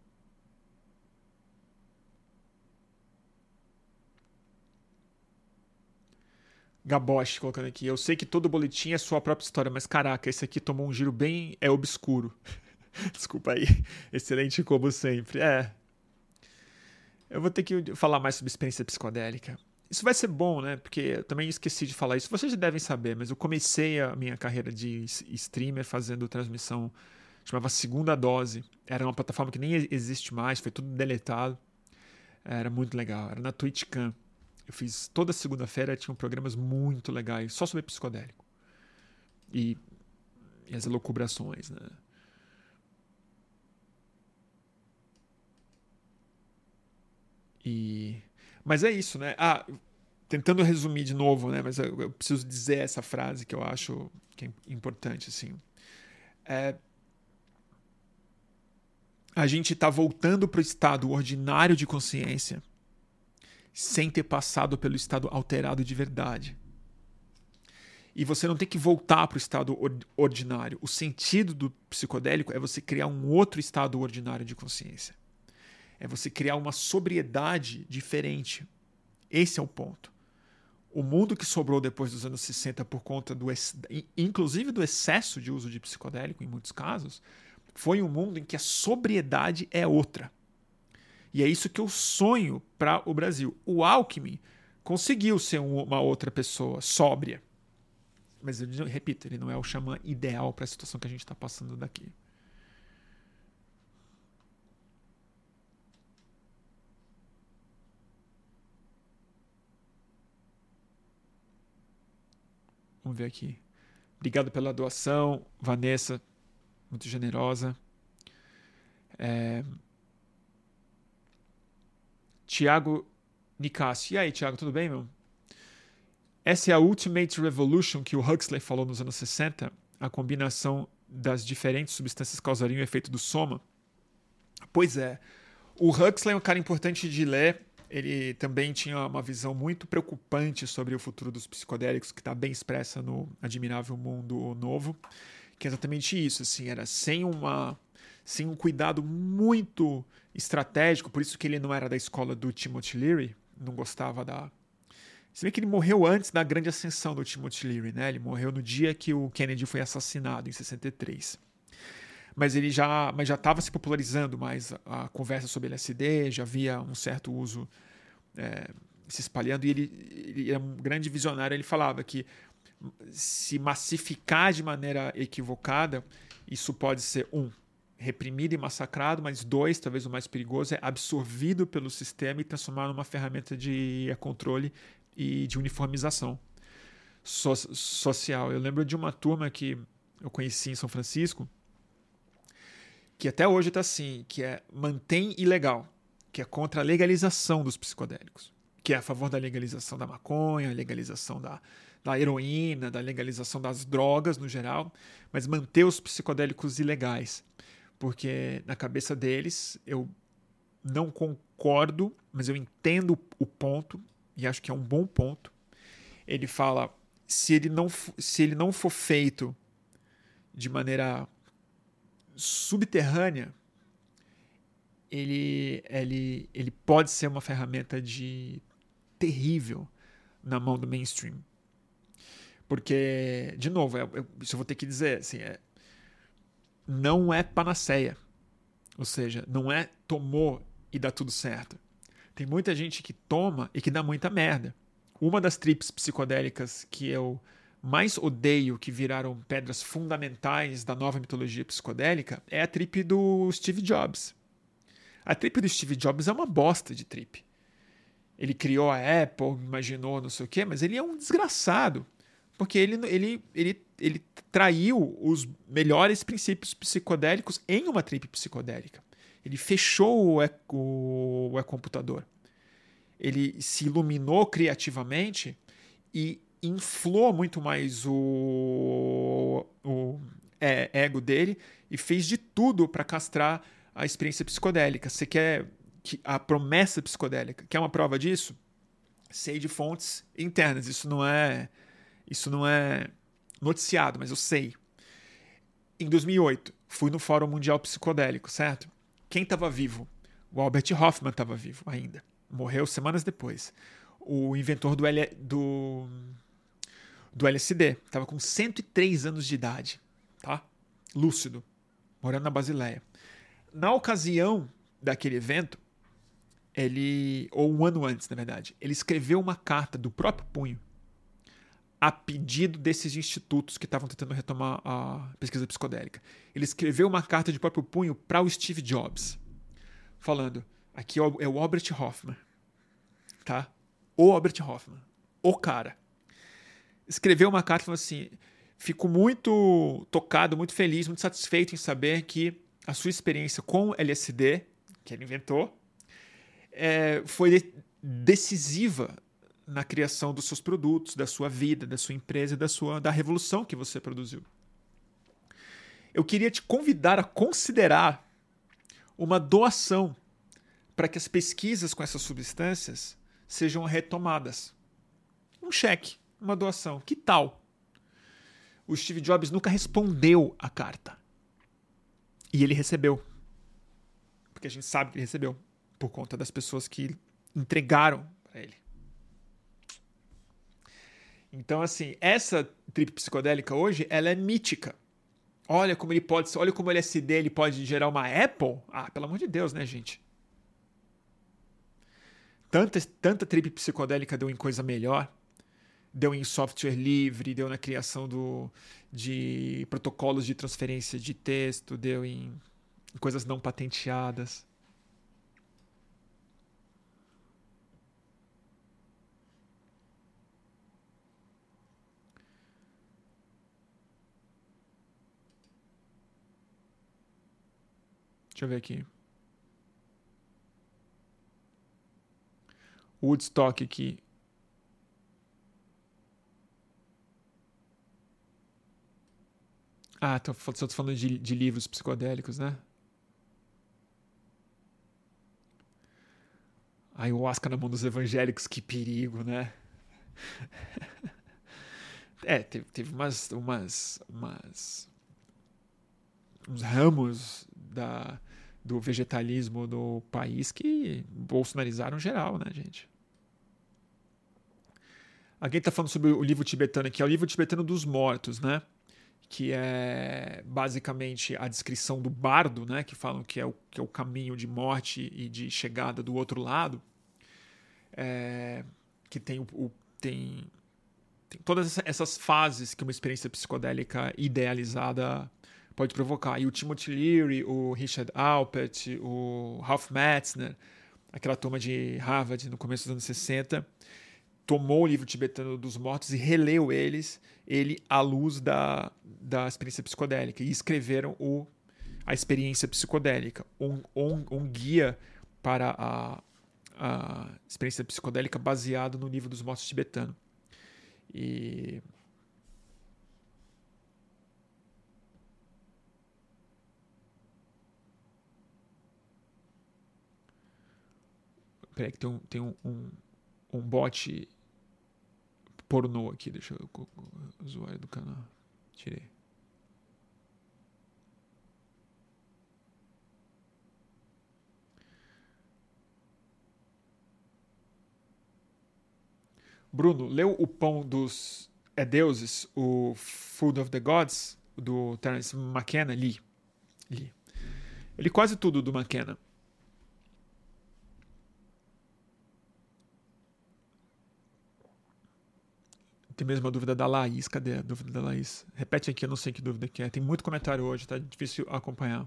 Gabosh colocando aqui. Eu sei que todo boletim é sua própria história, mas caraca, esse aqui tomou um giro bem... é obscuro. Desculpa aí. Excelente como sempre. É. Eu vou ter que falar mais sobre experiência psicodélica. Isso vai ser bom, né? Porque eu também esqueci de falar isso. Vocês já devem saber, mas eu comecei a minha carreira de streamer fazendo transmissão, chamava Segunda Dose. Era uma plataforma que nem existe mais, foi tudo deletado. Era muito legal. Era na TwitchCam. Eu fiz toda segunda-feira, tinham programas muito legais, só sobre psicodélico. E, e as elucubrações, né? E... Mas é isso, né? Ah, tentando resumir de novo, né? Mas eu, eu preciso dizer essa frase que eu acho que é importante, assim. É... A gente está voltando para o estado ordinário de consciência sem ter passado pelo estado alterado de verdade. E você não tem que voltar para o estado ordinário. O sentido do psicodélico é você criar um outro estado ordinário de consciência. É você criar uma sobriedade diferente. Esse é o ponto. O mundo que sobrou depois dos anos sessenta por conta do, inclusive do excesso de uso de psicodélico, em muitos casos, foi um mundo em que a sobriedade é outra. E é isso que eu sonho para o Brasil. O Alckmin conseguiu ser uma outra pessoa sóbria. Mas eu repito, ele não é o xamã ideal para a situação que a gente está passando daqui. Vamos ver aqui. Obrigado pela doação, Vanessa, muito generosa. É... Tiago Nicásio. E aí, Tiago, tudo bem, meu? Essa é a Ultimate Revolution que o Huxley falou nos anos sessenta, a combinação das diferentes substâncias causaria o efeito do soma. Pois é, o Huxley é um cara importante de ler. Ele também tinha uma visão muito preocupante sobre o futuro dos psicodélicos, que está bem expressa no Admirável Mundo Novo, que é exatamente isso, assim, era sem, uma, sem um cuidado muito estratégico, por isso que ele não era da escola do Timothy Leary, não gostava da... Se bem que ele morreu antes da grande ascensão do Timothy Leary, né? Ele morreu no dia que o Kennedy foi assassinado, em sessenta e três. Mas ele já mas já estava se popularizando mais a, a conversa sobre L S D, já havia um certo uso é, se espalhando, e ele, ele é um grande visionário. Ele falava que se massificar de maneira equivocada, isso pode ser, um, reprimido e massacrado, mas dois, talvez o mais perigoso, é absorvido pelo sistema e transformado numa ferramenta de controle e de uniformização so- social. Eu lembro de uma turma que eu conheci em São Francisco, que até hoje está assim, que é mantém ilegal, que é contra a legalização dos psicodélicos, que é a favor da legalização da maconha, a legalização da, da heroína, da legalização das drogas no geral, mas manter os psicodélicos ilegais, porque na cabeça deles eu não concordo, mas eu entendo o ponto, e acho que é um bom ponto. Ele fala, se ele não, se ele não for feito de maneira subterrânea, ele, ele, ele pode ser uma ferramenta de terrível na mão do mainstream. Porque, de novo, eu, eu, isso eu vou ter que dizer, assim, é, não é panaceia. Ou seja, não é tomou e dá tudo certo. Tem muita gente que toma e que dá muita merda. Uma das trips psicodélicas que eu mais odeio, que viraram pedras fundamentais da nova mitologia psicodélica, é a trip do Steve Jobs. A trip do Steve Jobs é uma bosta de trip. Ele criou a Apple, imaginou não sei o quê, mas ele é um desgraçado. Porque ele, ele, ele, ele traiu os melhores princípios psicodélicos em uma trip psicodélica. Ele fechou o, e, o, o e-computador. Ele se iluminou criativamente e inflou muito mais o, o é, ego dele e fez de tudo para castrar a experiência psicodélica. Você quer que a promessa psicodélica, quer uma prova disso? Sei de fontes internas, isso não é isso não é noticiado, mas eu sei. Em dois mil e oito, fui no Fórum Mundial Psicodélico, certo? Quem estava vivo? O Albert Hoffman estava vivo ainda. Morreu semanas depois. O inventor do, L... do... do L S D. Estava com cento e três anos de idade. Tá? Lúcido. Morando na Basileia. Na ocasião daquele evento, ele... ou um ano antes, na verdade, ele escreveu uma carta do próprio punho a pedido desses institutos que estavam tentando retomar a pesquisa psicodélica. Ele escreveu uma carta de próprio punho para o Steve Jobs, falando, aqui é o Albert Hoffman, tá? O Albert Hoffman, o cara. Escreveu uma carta falando assim, fico muito tocado, muito feliz, muito satisfeito em saber que a sua experiência com L S D, que ele inventou, é, foi decisiva na criação dos seus produtos, da sua vida, da sua empresa, da sua da revolução que você produziu. Eu queria te convidar a considerar uma doação para que as pesquisas com essas substâncias sejam retomadas. Um cheque, uma doação. Que tal? O Steve Jobs nunca respondeu a carta. E ele recebeu. Porque a gente sabe que ele recebeu. Por conta das pessoas que entregaram para ele. Então, assim, essa trip psicodélica hoje, ela é mítica. Olha como ele pode, olha como o L S D ele pode gerar uma Apple. Ah, pelo amor de Deus, né, gente? Tanta, tanta trip psicodélica deu em coisa melhor. Deu em software livre, deu na criação do, de protocolos de transferência de texto, deu em, em coisas não patenteadas. Deixa eu ver aqui. Woodstock aqui. Ah, tô, tô falando de, de livros psicodélicos, né? Ayahuasca na mão dos evangélicos, que perigo, né? É, teve, teve umas, umas, umas uns ramos da, do vegetalismo no país que bolsonarizaram geral, né, gente? Alguém está falando sobre o livro tibetano aqui, é o livro tibetano dos mortos, né? Que é basicamente a descrição do bardo, né? Que falam que é o, que é o caminho de morte e de chegada do outro lado. É, que tem, o, o, tem, tem todas essas fases que uma experiência psicodélica idealizada pode provocar. E o Timothy Leary, o Richard Alpert, o Ralph Metzner, aquela turma de Harvard no começo dos anos sessenta, tomou o livro tibetano dos mortos e releu eles, ele à luz da, da experiência psicodélica, e escreveram o, a experiência psicodélica, um, um, um guia para a, a experiência psicodélica baseado no livro dos mortos tibetano. E... Peraí que tem um, tem um, um, um bot pornô aqui. Deixa eu... O usuário do canal. Tirei. Bruno, leu O Pão dos é Deuses, o Food of the Gods, do Terence McKenna? Li. Li. Eu li quase tudo do McKenna. Tem mesmo a dúvida da Laís. Cadê a dúvida da Laís? Repete aqui, eu não sei que dúvida que é. Tem muito comentário hoje, tá difícil acompanhar.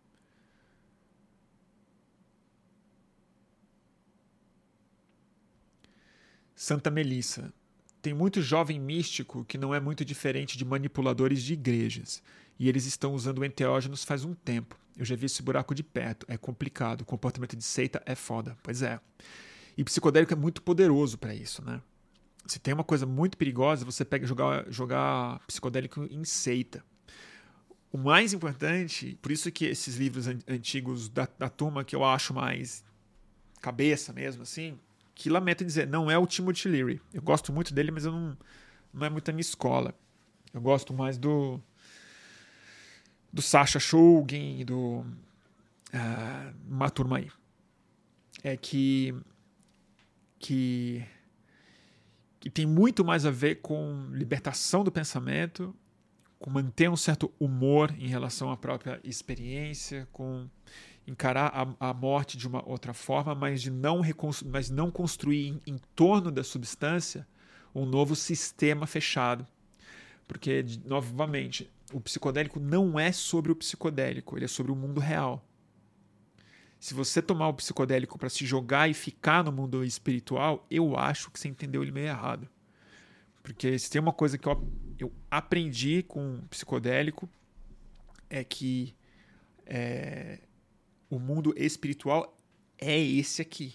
Santa Melissa. Tem muito jovem místico que não é muito diferente de manipuladores de igrejas. E eles estão usando enteógenos faz um tempo. Eu já vi esse buraco de perto. É complicado. O comportamento de seita é foda. Pois é. E psicodélico é muito poderoso para isso, né? Se tem uma coisa muito perigosa, você pega jogar, jogar psicodélico em seita. O mais importante, por isso que esses livros an- antigos da, da turma que eu acho mais cabeça mesmo, assim, que lamento dizer, não é o Timothy Leary. Eu gosto muito dele, mas eu não, não é muito a minha escola. Eu gosto mais do do Sasha Shulgin, do uh, uma turma aí. É que que que tem muito mais a ver com libertação do pensamento, com manter um certo humor em relação à própria experiência, com encarar a, a morte de uma outra forma, mas, de não, mas não construir em, em torno da substância um novo sistema fechado. Porque, novamente, o psicodélico não é sobre o psicodélico, ele é sobre o mundo real. Se você tomar o psicodélico para se jogar e ficar no mundo espiritual, eu acho que você entendeu ele meio errado. Porque se tem uma coisa que eu, eu aprendi com o psicodélico é que é, o mundo espiritual é esse aqui.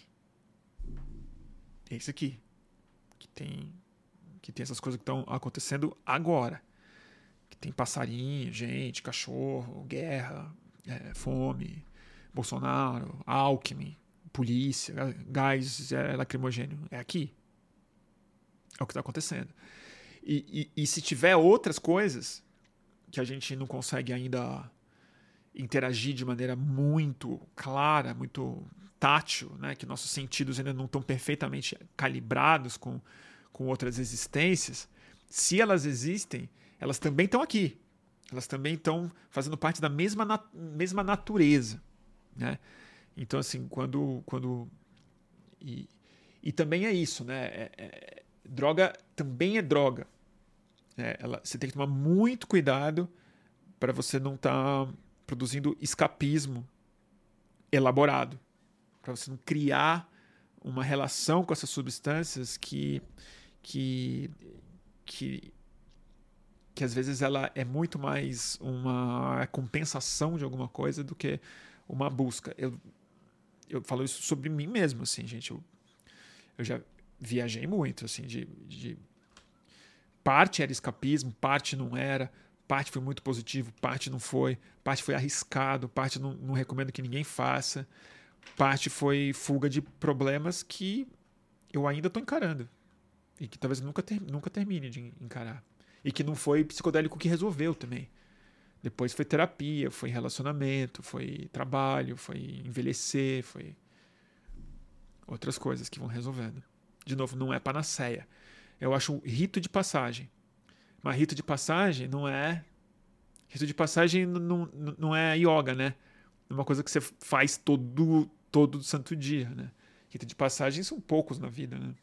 Esse aqui. Que tem, que tem essas coisas que estão acontecendo agora. Que tem passarinho, gente, cachorro, guerra, é, fome, Bolsonaro, Alckmin, polícia, gás é, lacrimogênio. É aqui. É o que está acontecendo. E, e, e se tiver outras coisas que a gente não consegue ainda interagir de maneira muito clara, muito tátil, né? Que nossos sentidos ainda não estão perfeitamente calibrados com, com outras existências, se elas existem, elas também estão aqui. Elas também estão fazendo parte da mesma, nat mesma natureza. Né? Então, assim, quando... quando e, e também é isso, né? É, é, droga também é droga. É, ela, você tem que tomar muito cuidado para você não estar... Tá produzindo escapismo elaborado, para você não criar uma relação com essas substâncias que, que, que, que às vezes ela é muito mais uma compensação de alguma coisa do que uma busca. Eu, eu falo isso sobre mim mesmo, assim, gente. Eu, eu já viajei muito, assim, de, de parte era escapismo, parte não era. Parte foi muito positivo, parte não foi, parte foi arriscado, parte não, não recomendo que ninguém faça, parte foi fuga de problemas que eu ainda estou encarando e que talvez nunca, ter, nunca termine de encarar. E que não foi psicodélico que resolveu também. Depois foi terapia, foi relacionamento, foi trabalho, foi envelhecer, foi outras coisas que vão resolvendo. De novo, não é panaceia. Eu acho um rito de passagem. Mas rito de passagem não é... Rito de passagem não, não, não é yoga, né? É uma coisa que você faz todo, todo santo dia, né? Rito de passagem são poucos na vida, né?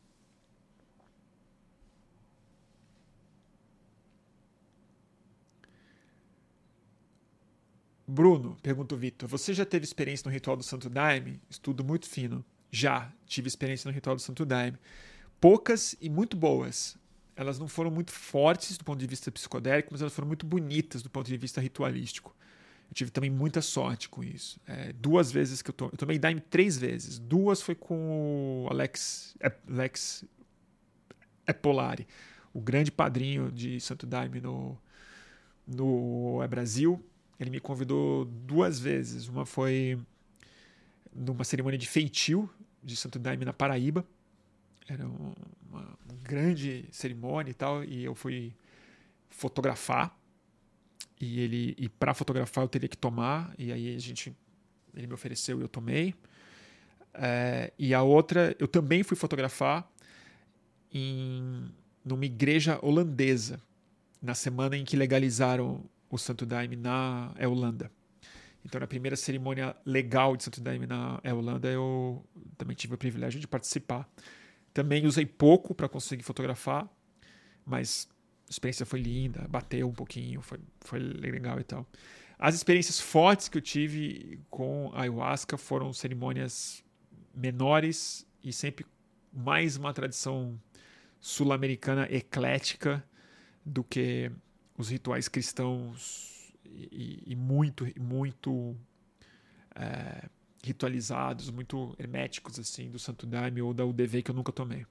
Bruno, pergunta o Vitor, você já teve experiência no ritual do Santo Daime? Estudo muito fino. Já tive experiência no ritual do Santo Daime. Poucas e muito boas. Elas não foram muito fortes do ponto de vista psicodélico, mas elas foram muito bonitas do ponto de vista ritualístico. Eu tive também muita sorte com isso. É, duas vezes que eu, to... eu tomei Daime três vezes. Duas foi com o Alex, Alex Epolari, o grande padrinho de Santo Daime no, no Brasil. Ele me convidou duas vezes. Uma foi numa cerimônia de feitio de Santo Daime na Paraíba. Era uma, uma grande cerimônia e tal, e eu fui fotografar. E ele e para fotografar eu teria que tomar, e aí a gente ele me ofereceu e eu tomei. É, e a outra eu também fui fotografar em numa igreja holandesa na semana em que legalizaram o Santo Daime na Holanda. Então, na primeira cerimônia legal de Santo Daime na Holanda, eu também tive o privilégio de participar. Também usei pouco para conseguir fotografar, mas a experiência foi linda, bateu um pouquinho, foi, foi legal e tal. As experiências fortes que eu tive com a ayahuasca foram cerimônias menores e sempre mais uma tradição sul-americana eclética do que os rituais cristãos e, e muito, muito é, ritualizados, muito herméticos assim, do Santo Daime ou da U D V que eu nunca tomei.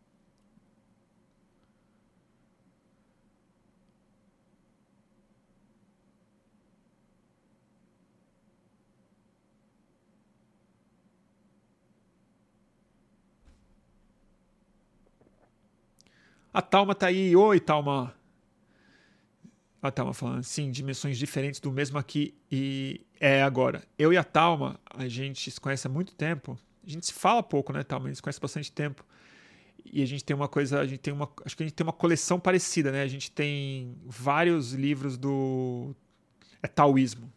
A Thalma tá aí. Oi, Thalma. A Thalma falando, sim, dimensões diferentes do mesmo aqui e é agora. Eu e a Thalma, a gente se conhece há muito tempo. A gente se fala pouco, né, Thalma? A gente se conhece há bastante tempo. E a gente tem uma coisa, a gente tem uma, acho que a gente tem uma coleção parecida, né? A gente tem vários livros do é taoísmo.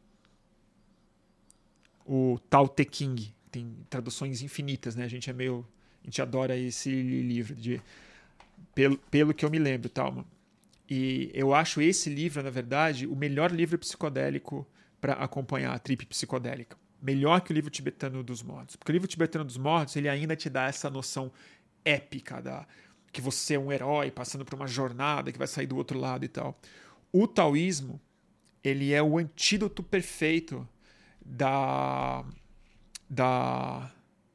O Tao Te Ching, tem traduções infinitas, né? A gente é meio, a gente adora esse livro de pelo, pelo que eu me lembro, Thalma. E eu acho esse livro, na verdade, o melhor livro psicodélico para acompanhar a trip psicodélica. Melhor que o livro tibetano dos mortos. Porque o livro tibetano dos mortos, ele ainda te dá essa noção épica da que você é um herói passando por uma jornada que vai sair do outro lado e tal. O taoísmo, ele é o antídoto perfeito da da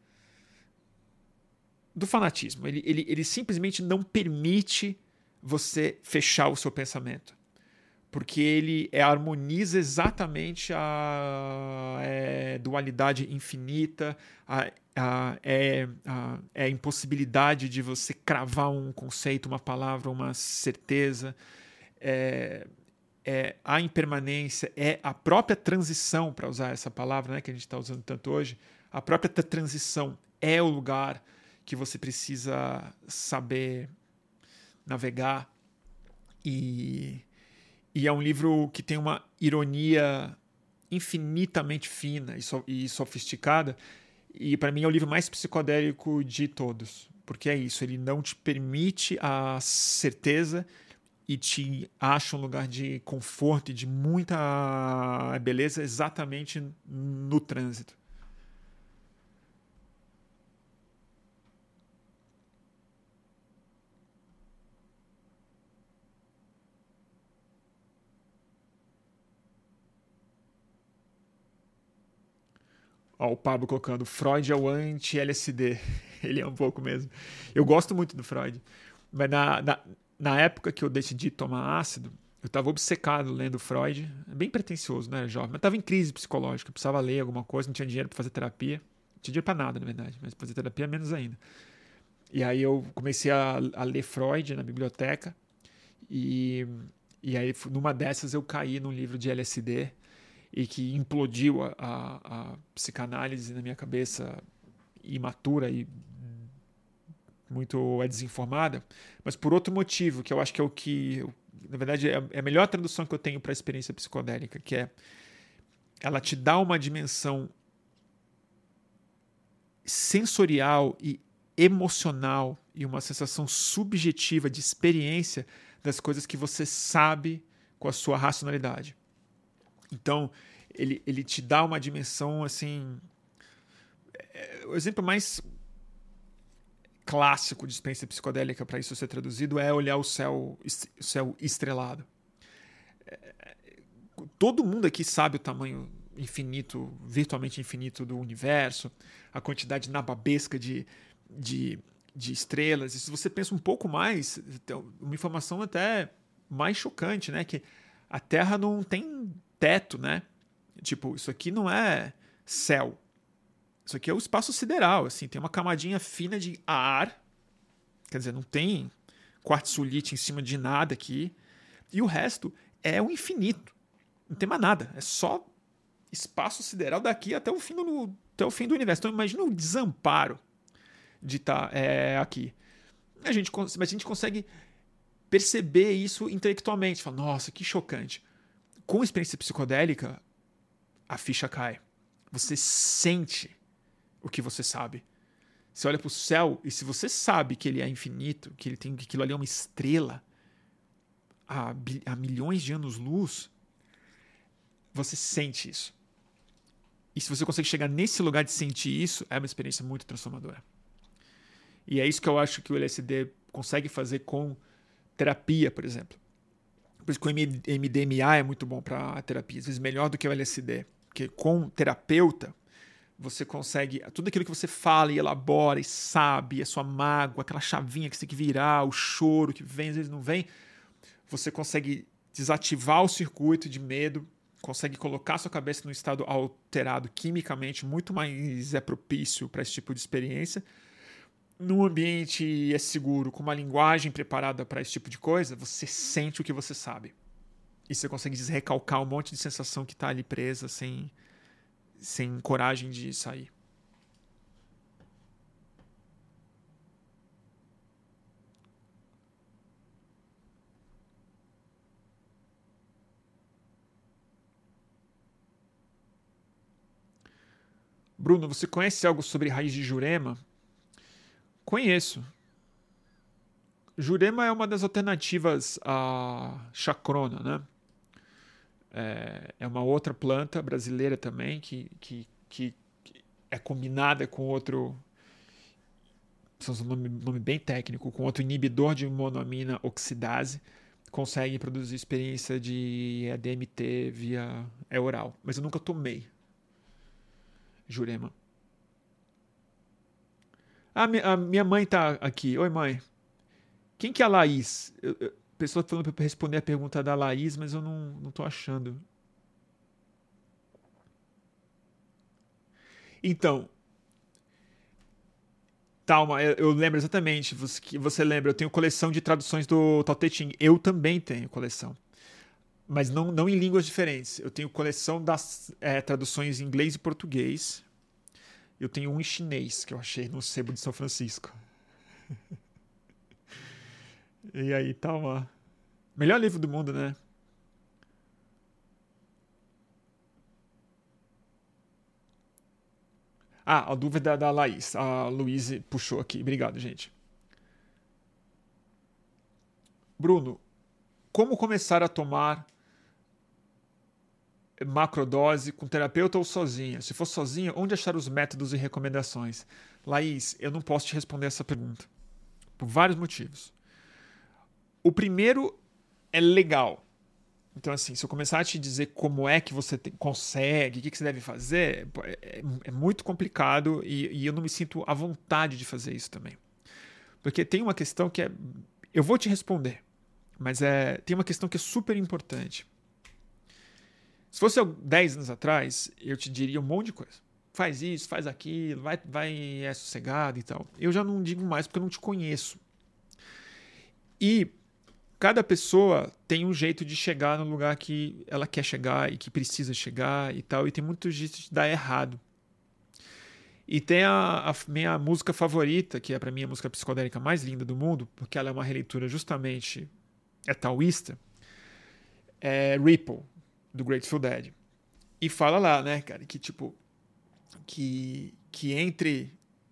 do fanatismo. Ele, ele, ele simplesmente não permite você fechar o seu pensamento. Porque ele é, harmoniza exatamente a é, dualidade infinita, a, a, é, a, é a impossibilidade de você cravar um conceito, uma palavra, uma certeza. É, é a impermanência, é a própria transição, para usar essa palavra, né, que a gente está usando tanto hoje, a própria transição é o lugar que você precisa saber navegar. E, e é um livro que tem uma ironia infinitamente fina e, so, e sofisticada. E para mim é o livro mais psicodélico de todos. Porque é isso, ele não te permite a certeza e te acha um lugar de conforto e de muita beleza exatamente no trânsito. Ó, o Pablo colocando, Freud é o anti-L S D. Ele é um pouco mesmo. Eu gosto muito do Freud. Mas na, na, na época que eu decidi tomar ácido, eu estava obcecado lendo Freud. É bem pretencioso, né, jovem? Mas estava em crise psicológica. Eu precisava ler alguma coisa, não tinha dinheiro para fazer terapia. Não tinha dinheiro para nada, na verdade. Mas fazer terapia, menos ainda. E aí eu comecei a, a ler Freud na biblioteca. E, e aí, numa dessas, eu caí num livro de L S D e que implodiu a, a, a psicanálise na minha cabeça imatura e muito desinformada, mas por outro motivo, que eu acho que é o que, na verdade, é a melhor tradução que eu tenho para a experiência psicodélica, que é ela te dá uma dimensão sensorial e emocional e uma sensação subjetiva de experiência das coisas que você sabe com a sua racionalidade. Então, ele, ele te dá uma dimensão, assim... É, o exemplo mais clássico de experiência psicodélica para isso ser traduzido é olhar o céu, o céu estrelado. É, todo mundo aqui sabe o tamanho infinito, virtualmente infinito do universo, a quantidade nababesca de, de, de estrelas. E se você pensa um pouco mais, uma informação até mais chocante, né? Que a Terra não tem teto, né? Tipo, isso aqui não é céu. Isso aqui é o espaço sideral, assim, tem uma camadinha fina de ar, quer dizer, não tem quartzolite em cima de nada aqui, e o resto é o infinito. Não tem mais nada, é só espaço sideral daqui até o fim do, até o fim do universo. Então imagina o desamparo de estar tá, é, aqui. A gente, mas a gente consegue perceber isso intelectualmente. Fala, nossa, que chocante. Com a experiência psicodélica, a ficha cai. Você sente o que você sabe. Você olha para o céu e se você sabe que ele é infinito, que ele tem que aquilo ali é uma estrela há, há milhões de anos-luz, você sente isso. E se você consegue chegar nesse lugar de sentir isso, é uma experiência muito transformadora. E é isso que eu acho que o L S D consegue fazer com terapia, por exemplo. Por isso que o M D M A é muito bom para terapia, às vezes melhor do que o L S D. Porque com terapeuta, você consegue... Tudo aquilo que você fala e elabora e sabe, a sua mágoa, aquela chavinha que você tem que virar, o choro que vem, às vezes não vem, você consegue desativar o circuito de medo, consegue colocar a sua cabeça num estado alterado quimicamente, muito mais é propício para esse tipo de experiência. Num ambiente é seguro, com uma linguagem preparada para esse tipo de coisa, você sente o que você sabe. E você consegue desrecalcar um monte de sensação que está ali presa, sem, sem coragem de sair. Bruno, você conhece algo sobre raiz de Jurema? Conheço. Jurema é uma das alternativas à chacrona, né? É, é uma outra planta brasileira também que, que, que é combinada com outro, são um nome, nome bem técnico, com outro inibidor de monoamina oxidase, consegue produzir experiência de E D M T via é oral. Mas eu nunca tomei Jurema. Ah, a minha mãe tá aqui. Oi, mãe. Quem que é a Laís? Eu, eu, a pessoa falando para responder a pergunta da Laís, mas eu não, não tô achando. Então, Talma, eu, eu lembro exatamente. Você, que você lembra, eu tenho coleção de traduções do Tao Te Ching. Eu também tenho coleção. Mas não, não em línguas diferentes. Eu tenho coleção das é, traduções em inglês e português. Eu tenho um em chinês, que eu achei no sebo de São Francisco. E aí, Talma. Melhor livro do mundo, né? Ah, a dúvida da Laís. A Luíse puxou aqui. Obrigado, gente. Bruno, como começar a tomar macrodose com terapeuta ou sozinha? Se for sozinha, onde achar os métodos e recomendações? Laís, eu não posso te responder essa pergunta. Por vários motivos. O primeiro é legal. Então, assim, se eu começar a te dizer como é que você te, consegue, o que, que você deve fazer, é, é, é muito complicado e, e eu não me sinto à vontade de fazer isso também. Porque tem uma questão que é... Eu vou te responder, mas é, tem uma questão que é super importante. Se fosse dez anos atrás, eu te diria um monte de coisa. Faz isso, faz aquilo, vai, vai é sossegado e tal. Eu já não digo mais porque eu não te conheço. E cada pessoa tem um jeito de chegar no lugar que ela quer chegar e que precisa chegar e tal, e tem muito jeito de dar errado. E tem a, a minha música favorita, que é para mim a música psicodélica mais linda do mundo, porque ela é uma releitura justamente é taoísta, é Ripple, do Grateful Dead. E fala lá, né, cara, que tipo, que, que entre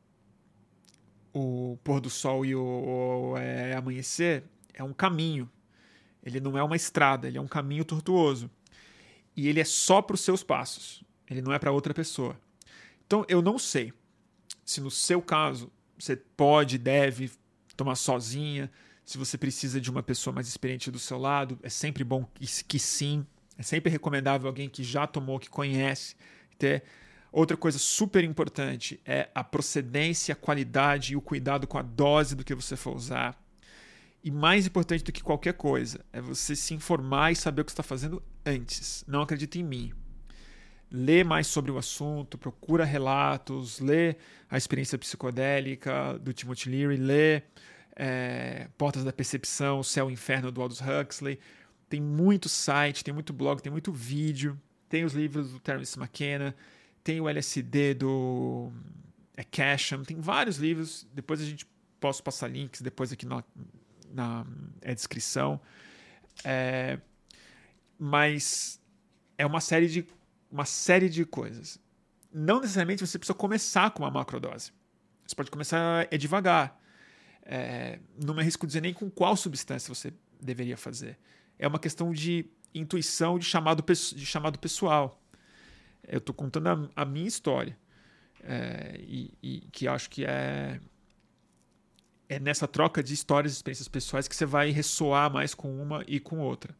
o pôr do sol e o, o é, amanhecer é um caminho. Ele não é uma estrada, ele é um caminho tortuoso. E ele é só para os seus passos. Ele não é para outra pessoa. Então, eu não sei se no seu caso você pode, deve tomar sozinha, se você precisa de uma pessoa mais experiente do seu lado. É sempre bom que sim. É sempre recomendável alguém que já tomou, que conhece. Ter. Outra coisa super importante é a procedência, a qualidade e o cuidado com a dose do que você for usar. E mais importante do que qualquer coisa é você se informar e saber o que você está fazendo antes. Não acredite em mim. Lê mais sobre o assunto, procura relatos, lê a experiência psicodélica do Timothy Leary, lê é, Portas da Percepção, O Céu e o Inferno do Aldous Huxley. Tem muito site, tem muito blog, tem muito vídeo, tem os livros do Terence McKenna, tem o L S D do é, Casham, tem vários livros. Depois a gente posso passar links depois aqui na na é, descrição, é, mas é uma série de uma série de coisas. Não necessariamente você precisa começar com uma macrodose. Você pode começar é devagar. É, não me arrisco dizer nem com qual substância você deveria fazer. É uma questão de intuição, de chamado, de chamado pessoal. Eu estou contando a, a minha história. É, e, e que acho que é, é nessa troca de histórias e experiências pessoais que você vai ressoar mais com uma e com outra.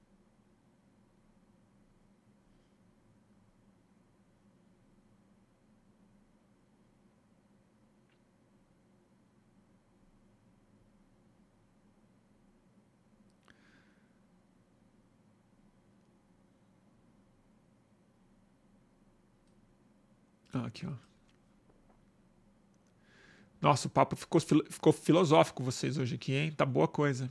Ah, aqui, ó. Nossa, o papo ficou, ficou filosófico vocês hoje aqui, hein? Tá boa coisa.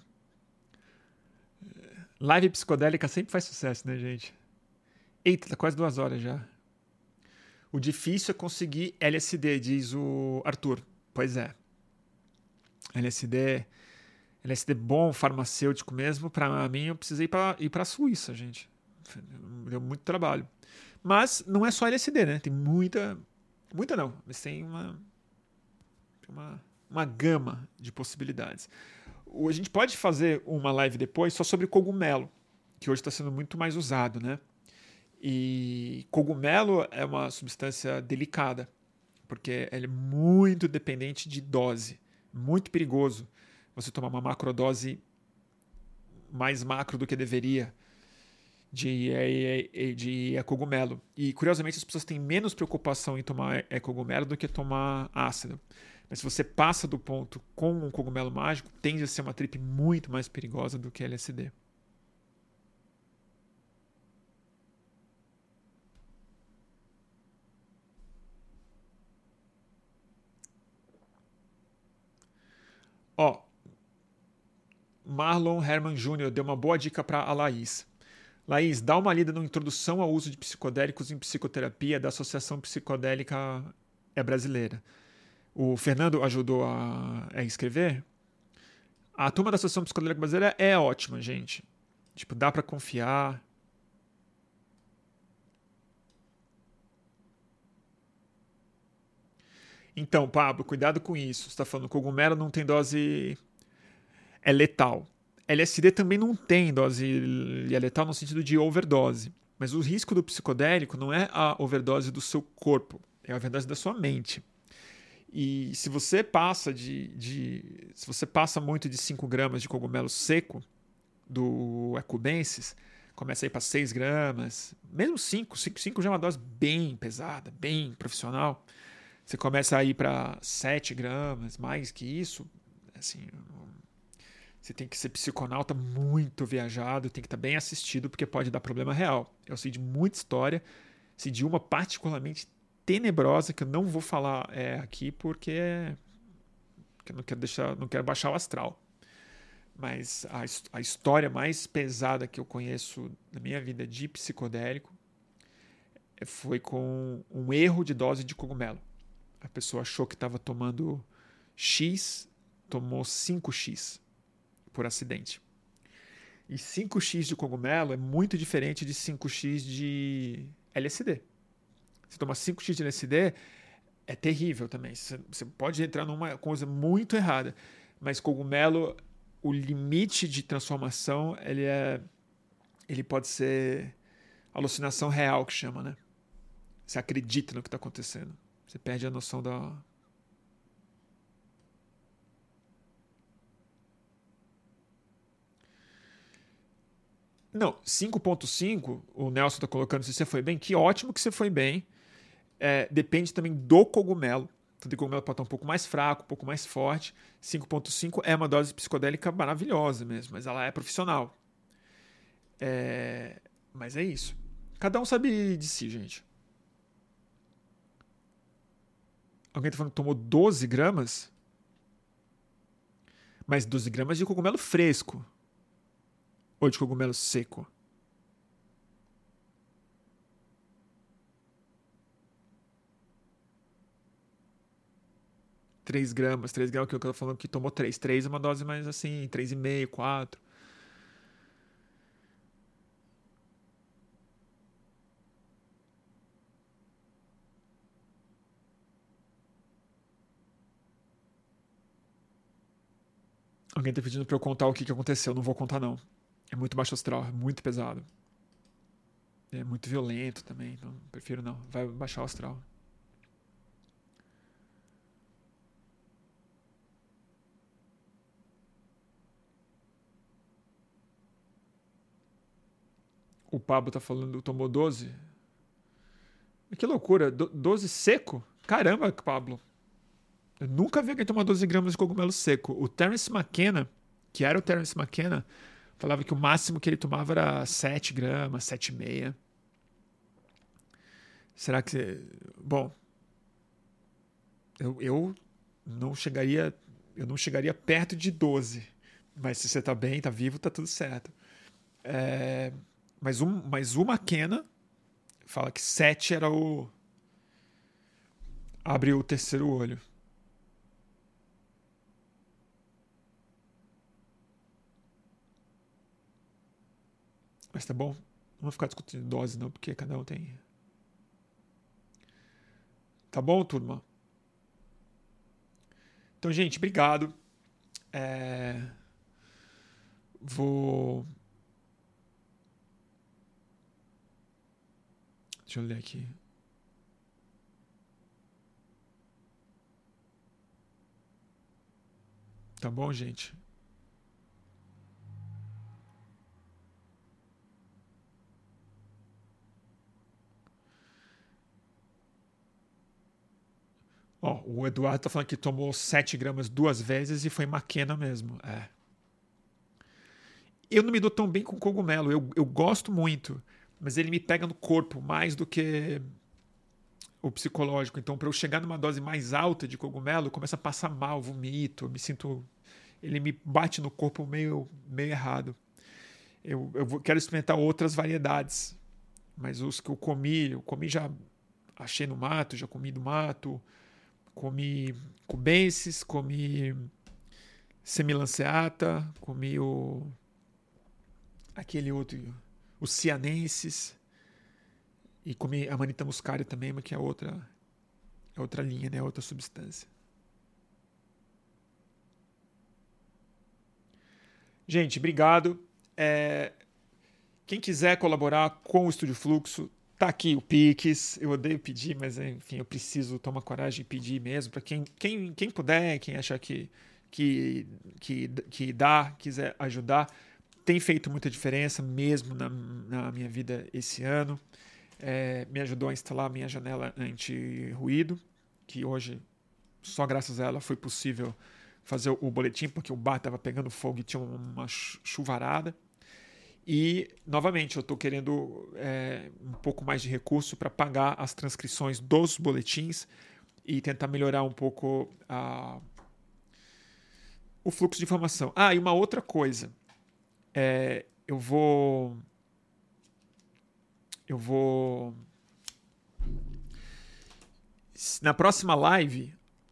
Live psicodélica sempre faz sucesso, né, gente? Eita, tá quase duas horas já. O difícil é conseguir L S D, diz o Arthur. Pois é. L S D, L S D bom, farmacêutico mesmo, pra mim eu precisei ir pra, ir pra Suíça, gente. Deu muito trabalho. Mas não é só L S D, né? Tem muita... Muita não, mas tem uma... Uma, uma gama de possibilidades. A gente pode fazer uma live depois só sobre cogumelo, que hoje está sendo muito mais usado, né? E cogumelo é uma substância delicada, porque ele é muito dependente de dose, muito perigoso você tomar uma macrodose mais macro do que deveria de, de, de cogumelo. E curiosamente as pessoas têm menos preocupação em tomar cogumelo do que tomar ácido. Mas se você passa do ponto com um cogumelo mágico, tende a ser uma trip muito mais perigosa do que L S D. Ó, Marlon Herman Júnior deu uma boa dica para a Laís. Laís, dá uma lida no Introdução ao Uso de Psicodélicos em Psicoterapia da Associação Psicodélica Brasileira. O Fernando ajudou a, a escrever. A turma da Associação Psicodélica Brasileira é ótima, gente. Tipo, dá para confiar. Então, Pablo, cuidado com isso. Você está falando, cogumelo não tem dose... É letal. L S D também não tem dose é letal no sentido de overdose. Mas o risco do psicodélico não é a overdose do seu corpo, é a overdose da sua mente. E se você passa de, de se você passa muito de cinco gramas de cogumelo seco do Ecubensis, começa a ir para seis gramas, mesmo cinco, cinco já é uma dose bem pesada, bem profissional. Você começa a ir para sete gramas, mais que isso, assim, você tem que ser psiconauta muito viajado, tem que estar bem assistido, porque pode dar problema real. Eu sei de muita história, sei de uma particularmente tenebrosa que eu não vou falar é, aqui porque, porque eu não quero deixar, não quero baixar o astral. Mas a, a história mais pesada que eu conheço na minha vida de psicodélico foi com um erro de dose de cogumelo. A pessoa achou que estava tomando X, tomou cinco x por acidente. E cinco x de cogumelo é muito diferente de cinco x de L S D. Você toma cinco x de L S D, é terrível também. Você pode entrar numa coisa muito errada. Mas cogumelo, o limite de transformação, ele é, ele pode ser alucinação real, que chama, né? Você acredita no que está acontecendo. Você perde a noção da... Não, cinco ponto cinco, o Nelson está colocando se você foi bem. Que ótimo que você foi bem. É, depende também do cogumelo. Então, o cogumelo pode estar um pouco mais fraco, um pouco mais forte. cinco ponto cinco é uma dose psicodélica maravilhosa mesmo, mas ela é profissional. É... Mas é isso. Cada um sabe de si, gente. Alguém está falando que tomou doze gramas? Mas doze gramas de cogumelo fresco. Ou de cogumelo seco? três gramas, três gramas, que eu tô falando que tomou três. três é uma dose mais assim, três vírgula cinco, quatro. Alguém tá pedindo pra eu contar o que, que aconteceu. Não vou contar, não. É muito baixo astral, é muito pesado. É muito violento também, então prefiro não. Vai baixar o astral. O Pablo tá falando, tomou doze. Que loucura, doze seco? Caramba, Pablo. Eu nunca vi alguém tomar doze gramas de cogumelo seco. O Terence McKenna, que era o Terence McKenna, falava que o máximo que ele tomava era sete gramas, sete vírgula cinco. Será que você... Bom, eu, eu não chegaria eu não chegaria perto de doze. Mas se você tá bem, tá vivo, tá tudo certo. É, mas, um, mas o McKenna fala que sete era o... Abre o terceiro olho. Mas tá bom. Não vou ficar discutindo dose não, porque cada um tem... Tá bom, turma? Então, gente, obrigado. É... Vou... Deixa eu ler aqui. Tá bom, gente? Ó, o Eduardo tá falando que tomou sete gramas duas vezes e foi McKenna mesmo. É. Eu não me dou tão bem com cogumelo. Eu, eu gosto muito, mas ele me pega no corpo mais do que o psicológico. Então, para eu chegar numa dose mais alta de cogumelo, eu começo a passar mal, vomito, eu me sinto... Ele me bate no corpo meio, meio errado. Eu, eu vou, quero experimentar outras variedades, mas os que eu comi, eu comi já... Achei no mato, já comi do mato... Comi cubensis, comi semilanceata, comi o aquele outro, os cianenses, e comi a manita muscaria também, mas que é outra, é outra linha, né? Outra substância. Gente, obrigado. É... Quem quiser colaborar com o Estúdio Fluxo, tá aqui o Pix. Eu odeio pedir, mas enfim, eu preciso tomar coragem e pedir mesmo. Para quem, quem, quem puder, quem achar que, que, que, que dá, quiser ajudar. Tem feito muita diferença mesmo na, na minha vida esse ano. É, me ajudou a instalar a minha janela anti-ruído, que hoje, só graças a ela, foi possível fazer o, o boletim, porque o bar estava pegando fogo e tinha uma chuvarada. E, novamente, eu estou querendo é, um pouco mais de recurso para pagar as transcrições dos boletins e tentar melhorar um pouco a, o fluxo de informação. Ah, e uma outra coisa. É, eu vou... Eu vou... Na próxima live,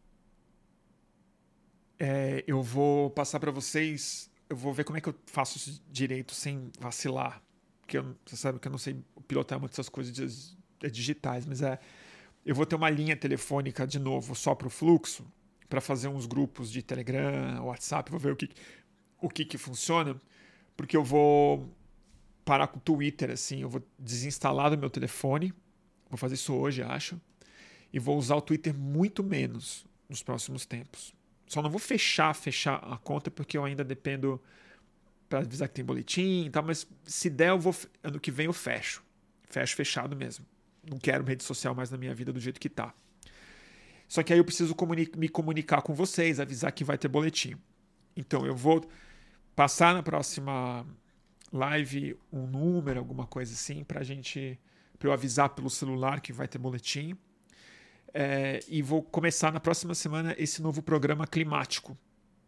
é, eu vou passar para vocês... Eu vou ver como é que eu faço isso direito sem vacilar. Porque eu, você sabe que eu não sei pilotar muitas essas coisas digitais, mas é... Eu vou ter uma linha telefônica de novo só para o fluxo, para fazer uns grupos de Telegram, WhatsApp, vou ver o que, o que, que funciona, porque eu vou parar com o Twitter, assim, eu vou desinstalar do meu telefone, vou fazer isso hoje, acho, e vou usar o Twitter muito menos nos próximos tempos. Só não vou fechar, fechar a conta, porque eu ainda dependo para avisar que tem boletim e tal, mas se der, eu vou, ano que vem eu fecho. Fecho fechado mesmo. Não quero rede social mais na minha vida do jeito que tá. Só que aí eu preciso comuni- me comunicar com vocês, avisar que vai ter boletim. Então eu vou passar na próxima live um número, alguma coisa assim, pra gente, pra eu avisar pelo celular que vai ter boletim. É, e vou começar na próxima semana esse novo programa climático.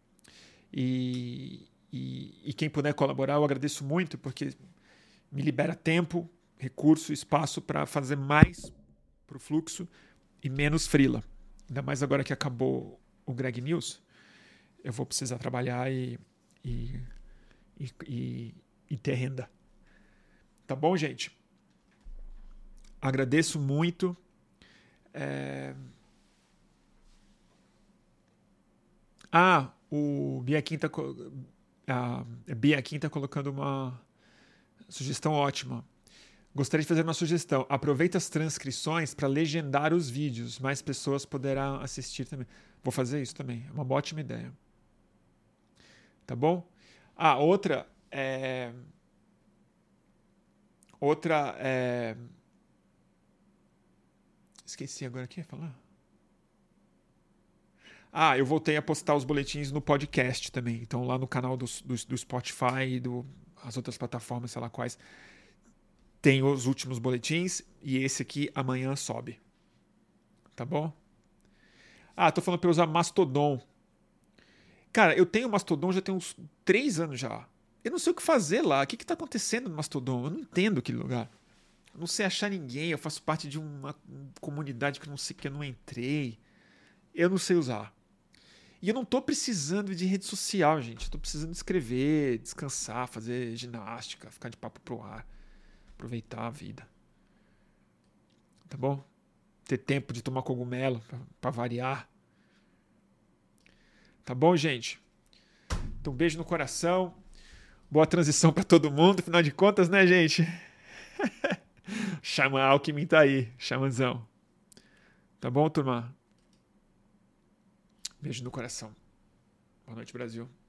E, e, e quem puder colaborar, eu agradeço muito, porque me libera tempo, recurso, espaço para fazer mais para o fluxo e menos freela. Ainda mais agora que acabou o Greg News, eu vou precisar trabalhar e, e, e, e, e ter renda. Tá bom, gente? Agradeço muito. É... Ah, O Biaquim tá, a Biaquim tá colocando uma sugestão ótima. Gostaria de fazer uma sugestão. Aproveita as transcrições para legendar os vídeos. Mais pessoas poderão assistir também. Vou fazer isso também. É uma ótima ideia. Tá bom? Ah, outra é... Outra é... Esqueci agora o que ia falar. Ah, eu voltei a postar os boletins no podcast também. Então lá no canal do, do, do Spotify e do, as outras plataformas, sei lá quais, tem os últimos boletins e esse aqui amanhã sobe. Tá bom? Ah, tô falando para usar Mastodon. Cara, eu tenho Mastodon já tem uns três anos já. Eu não sei o que fazer lá. O que que tá acontecendo no Mastodon? Eu não entendo aquele lugar. Eu não sei achar ninguém. Eu faço parte de uma comunidade que eu não sei que eu não entrei. Eu não sei usar. E eu não tô precisando de rede social, gente. Eu tô precisando escrever, descansar, fazer ginástica, ficar de papo pro ar. Aproveitar a vida. Tá bom? Ter tempo de tomar cogumelo pra, pra variar. Tá bom, gente? Então, um beijo no coração. Boa transição pra todo mundo. Afinal de contas, né, gente? Xamã Alckmin tá aí. Xamãzão. Tá bom, turma? Beijo no coração. Boa noite, Brasil.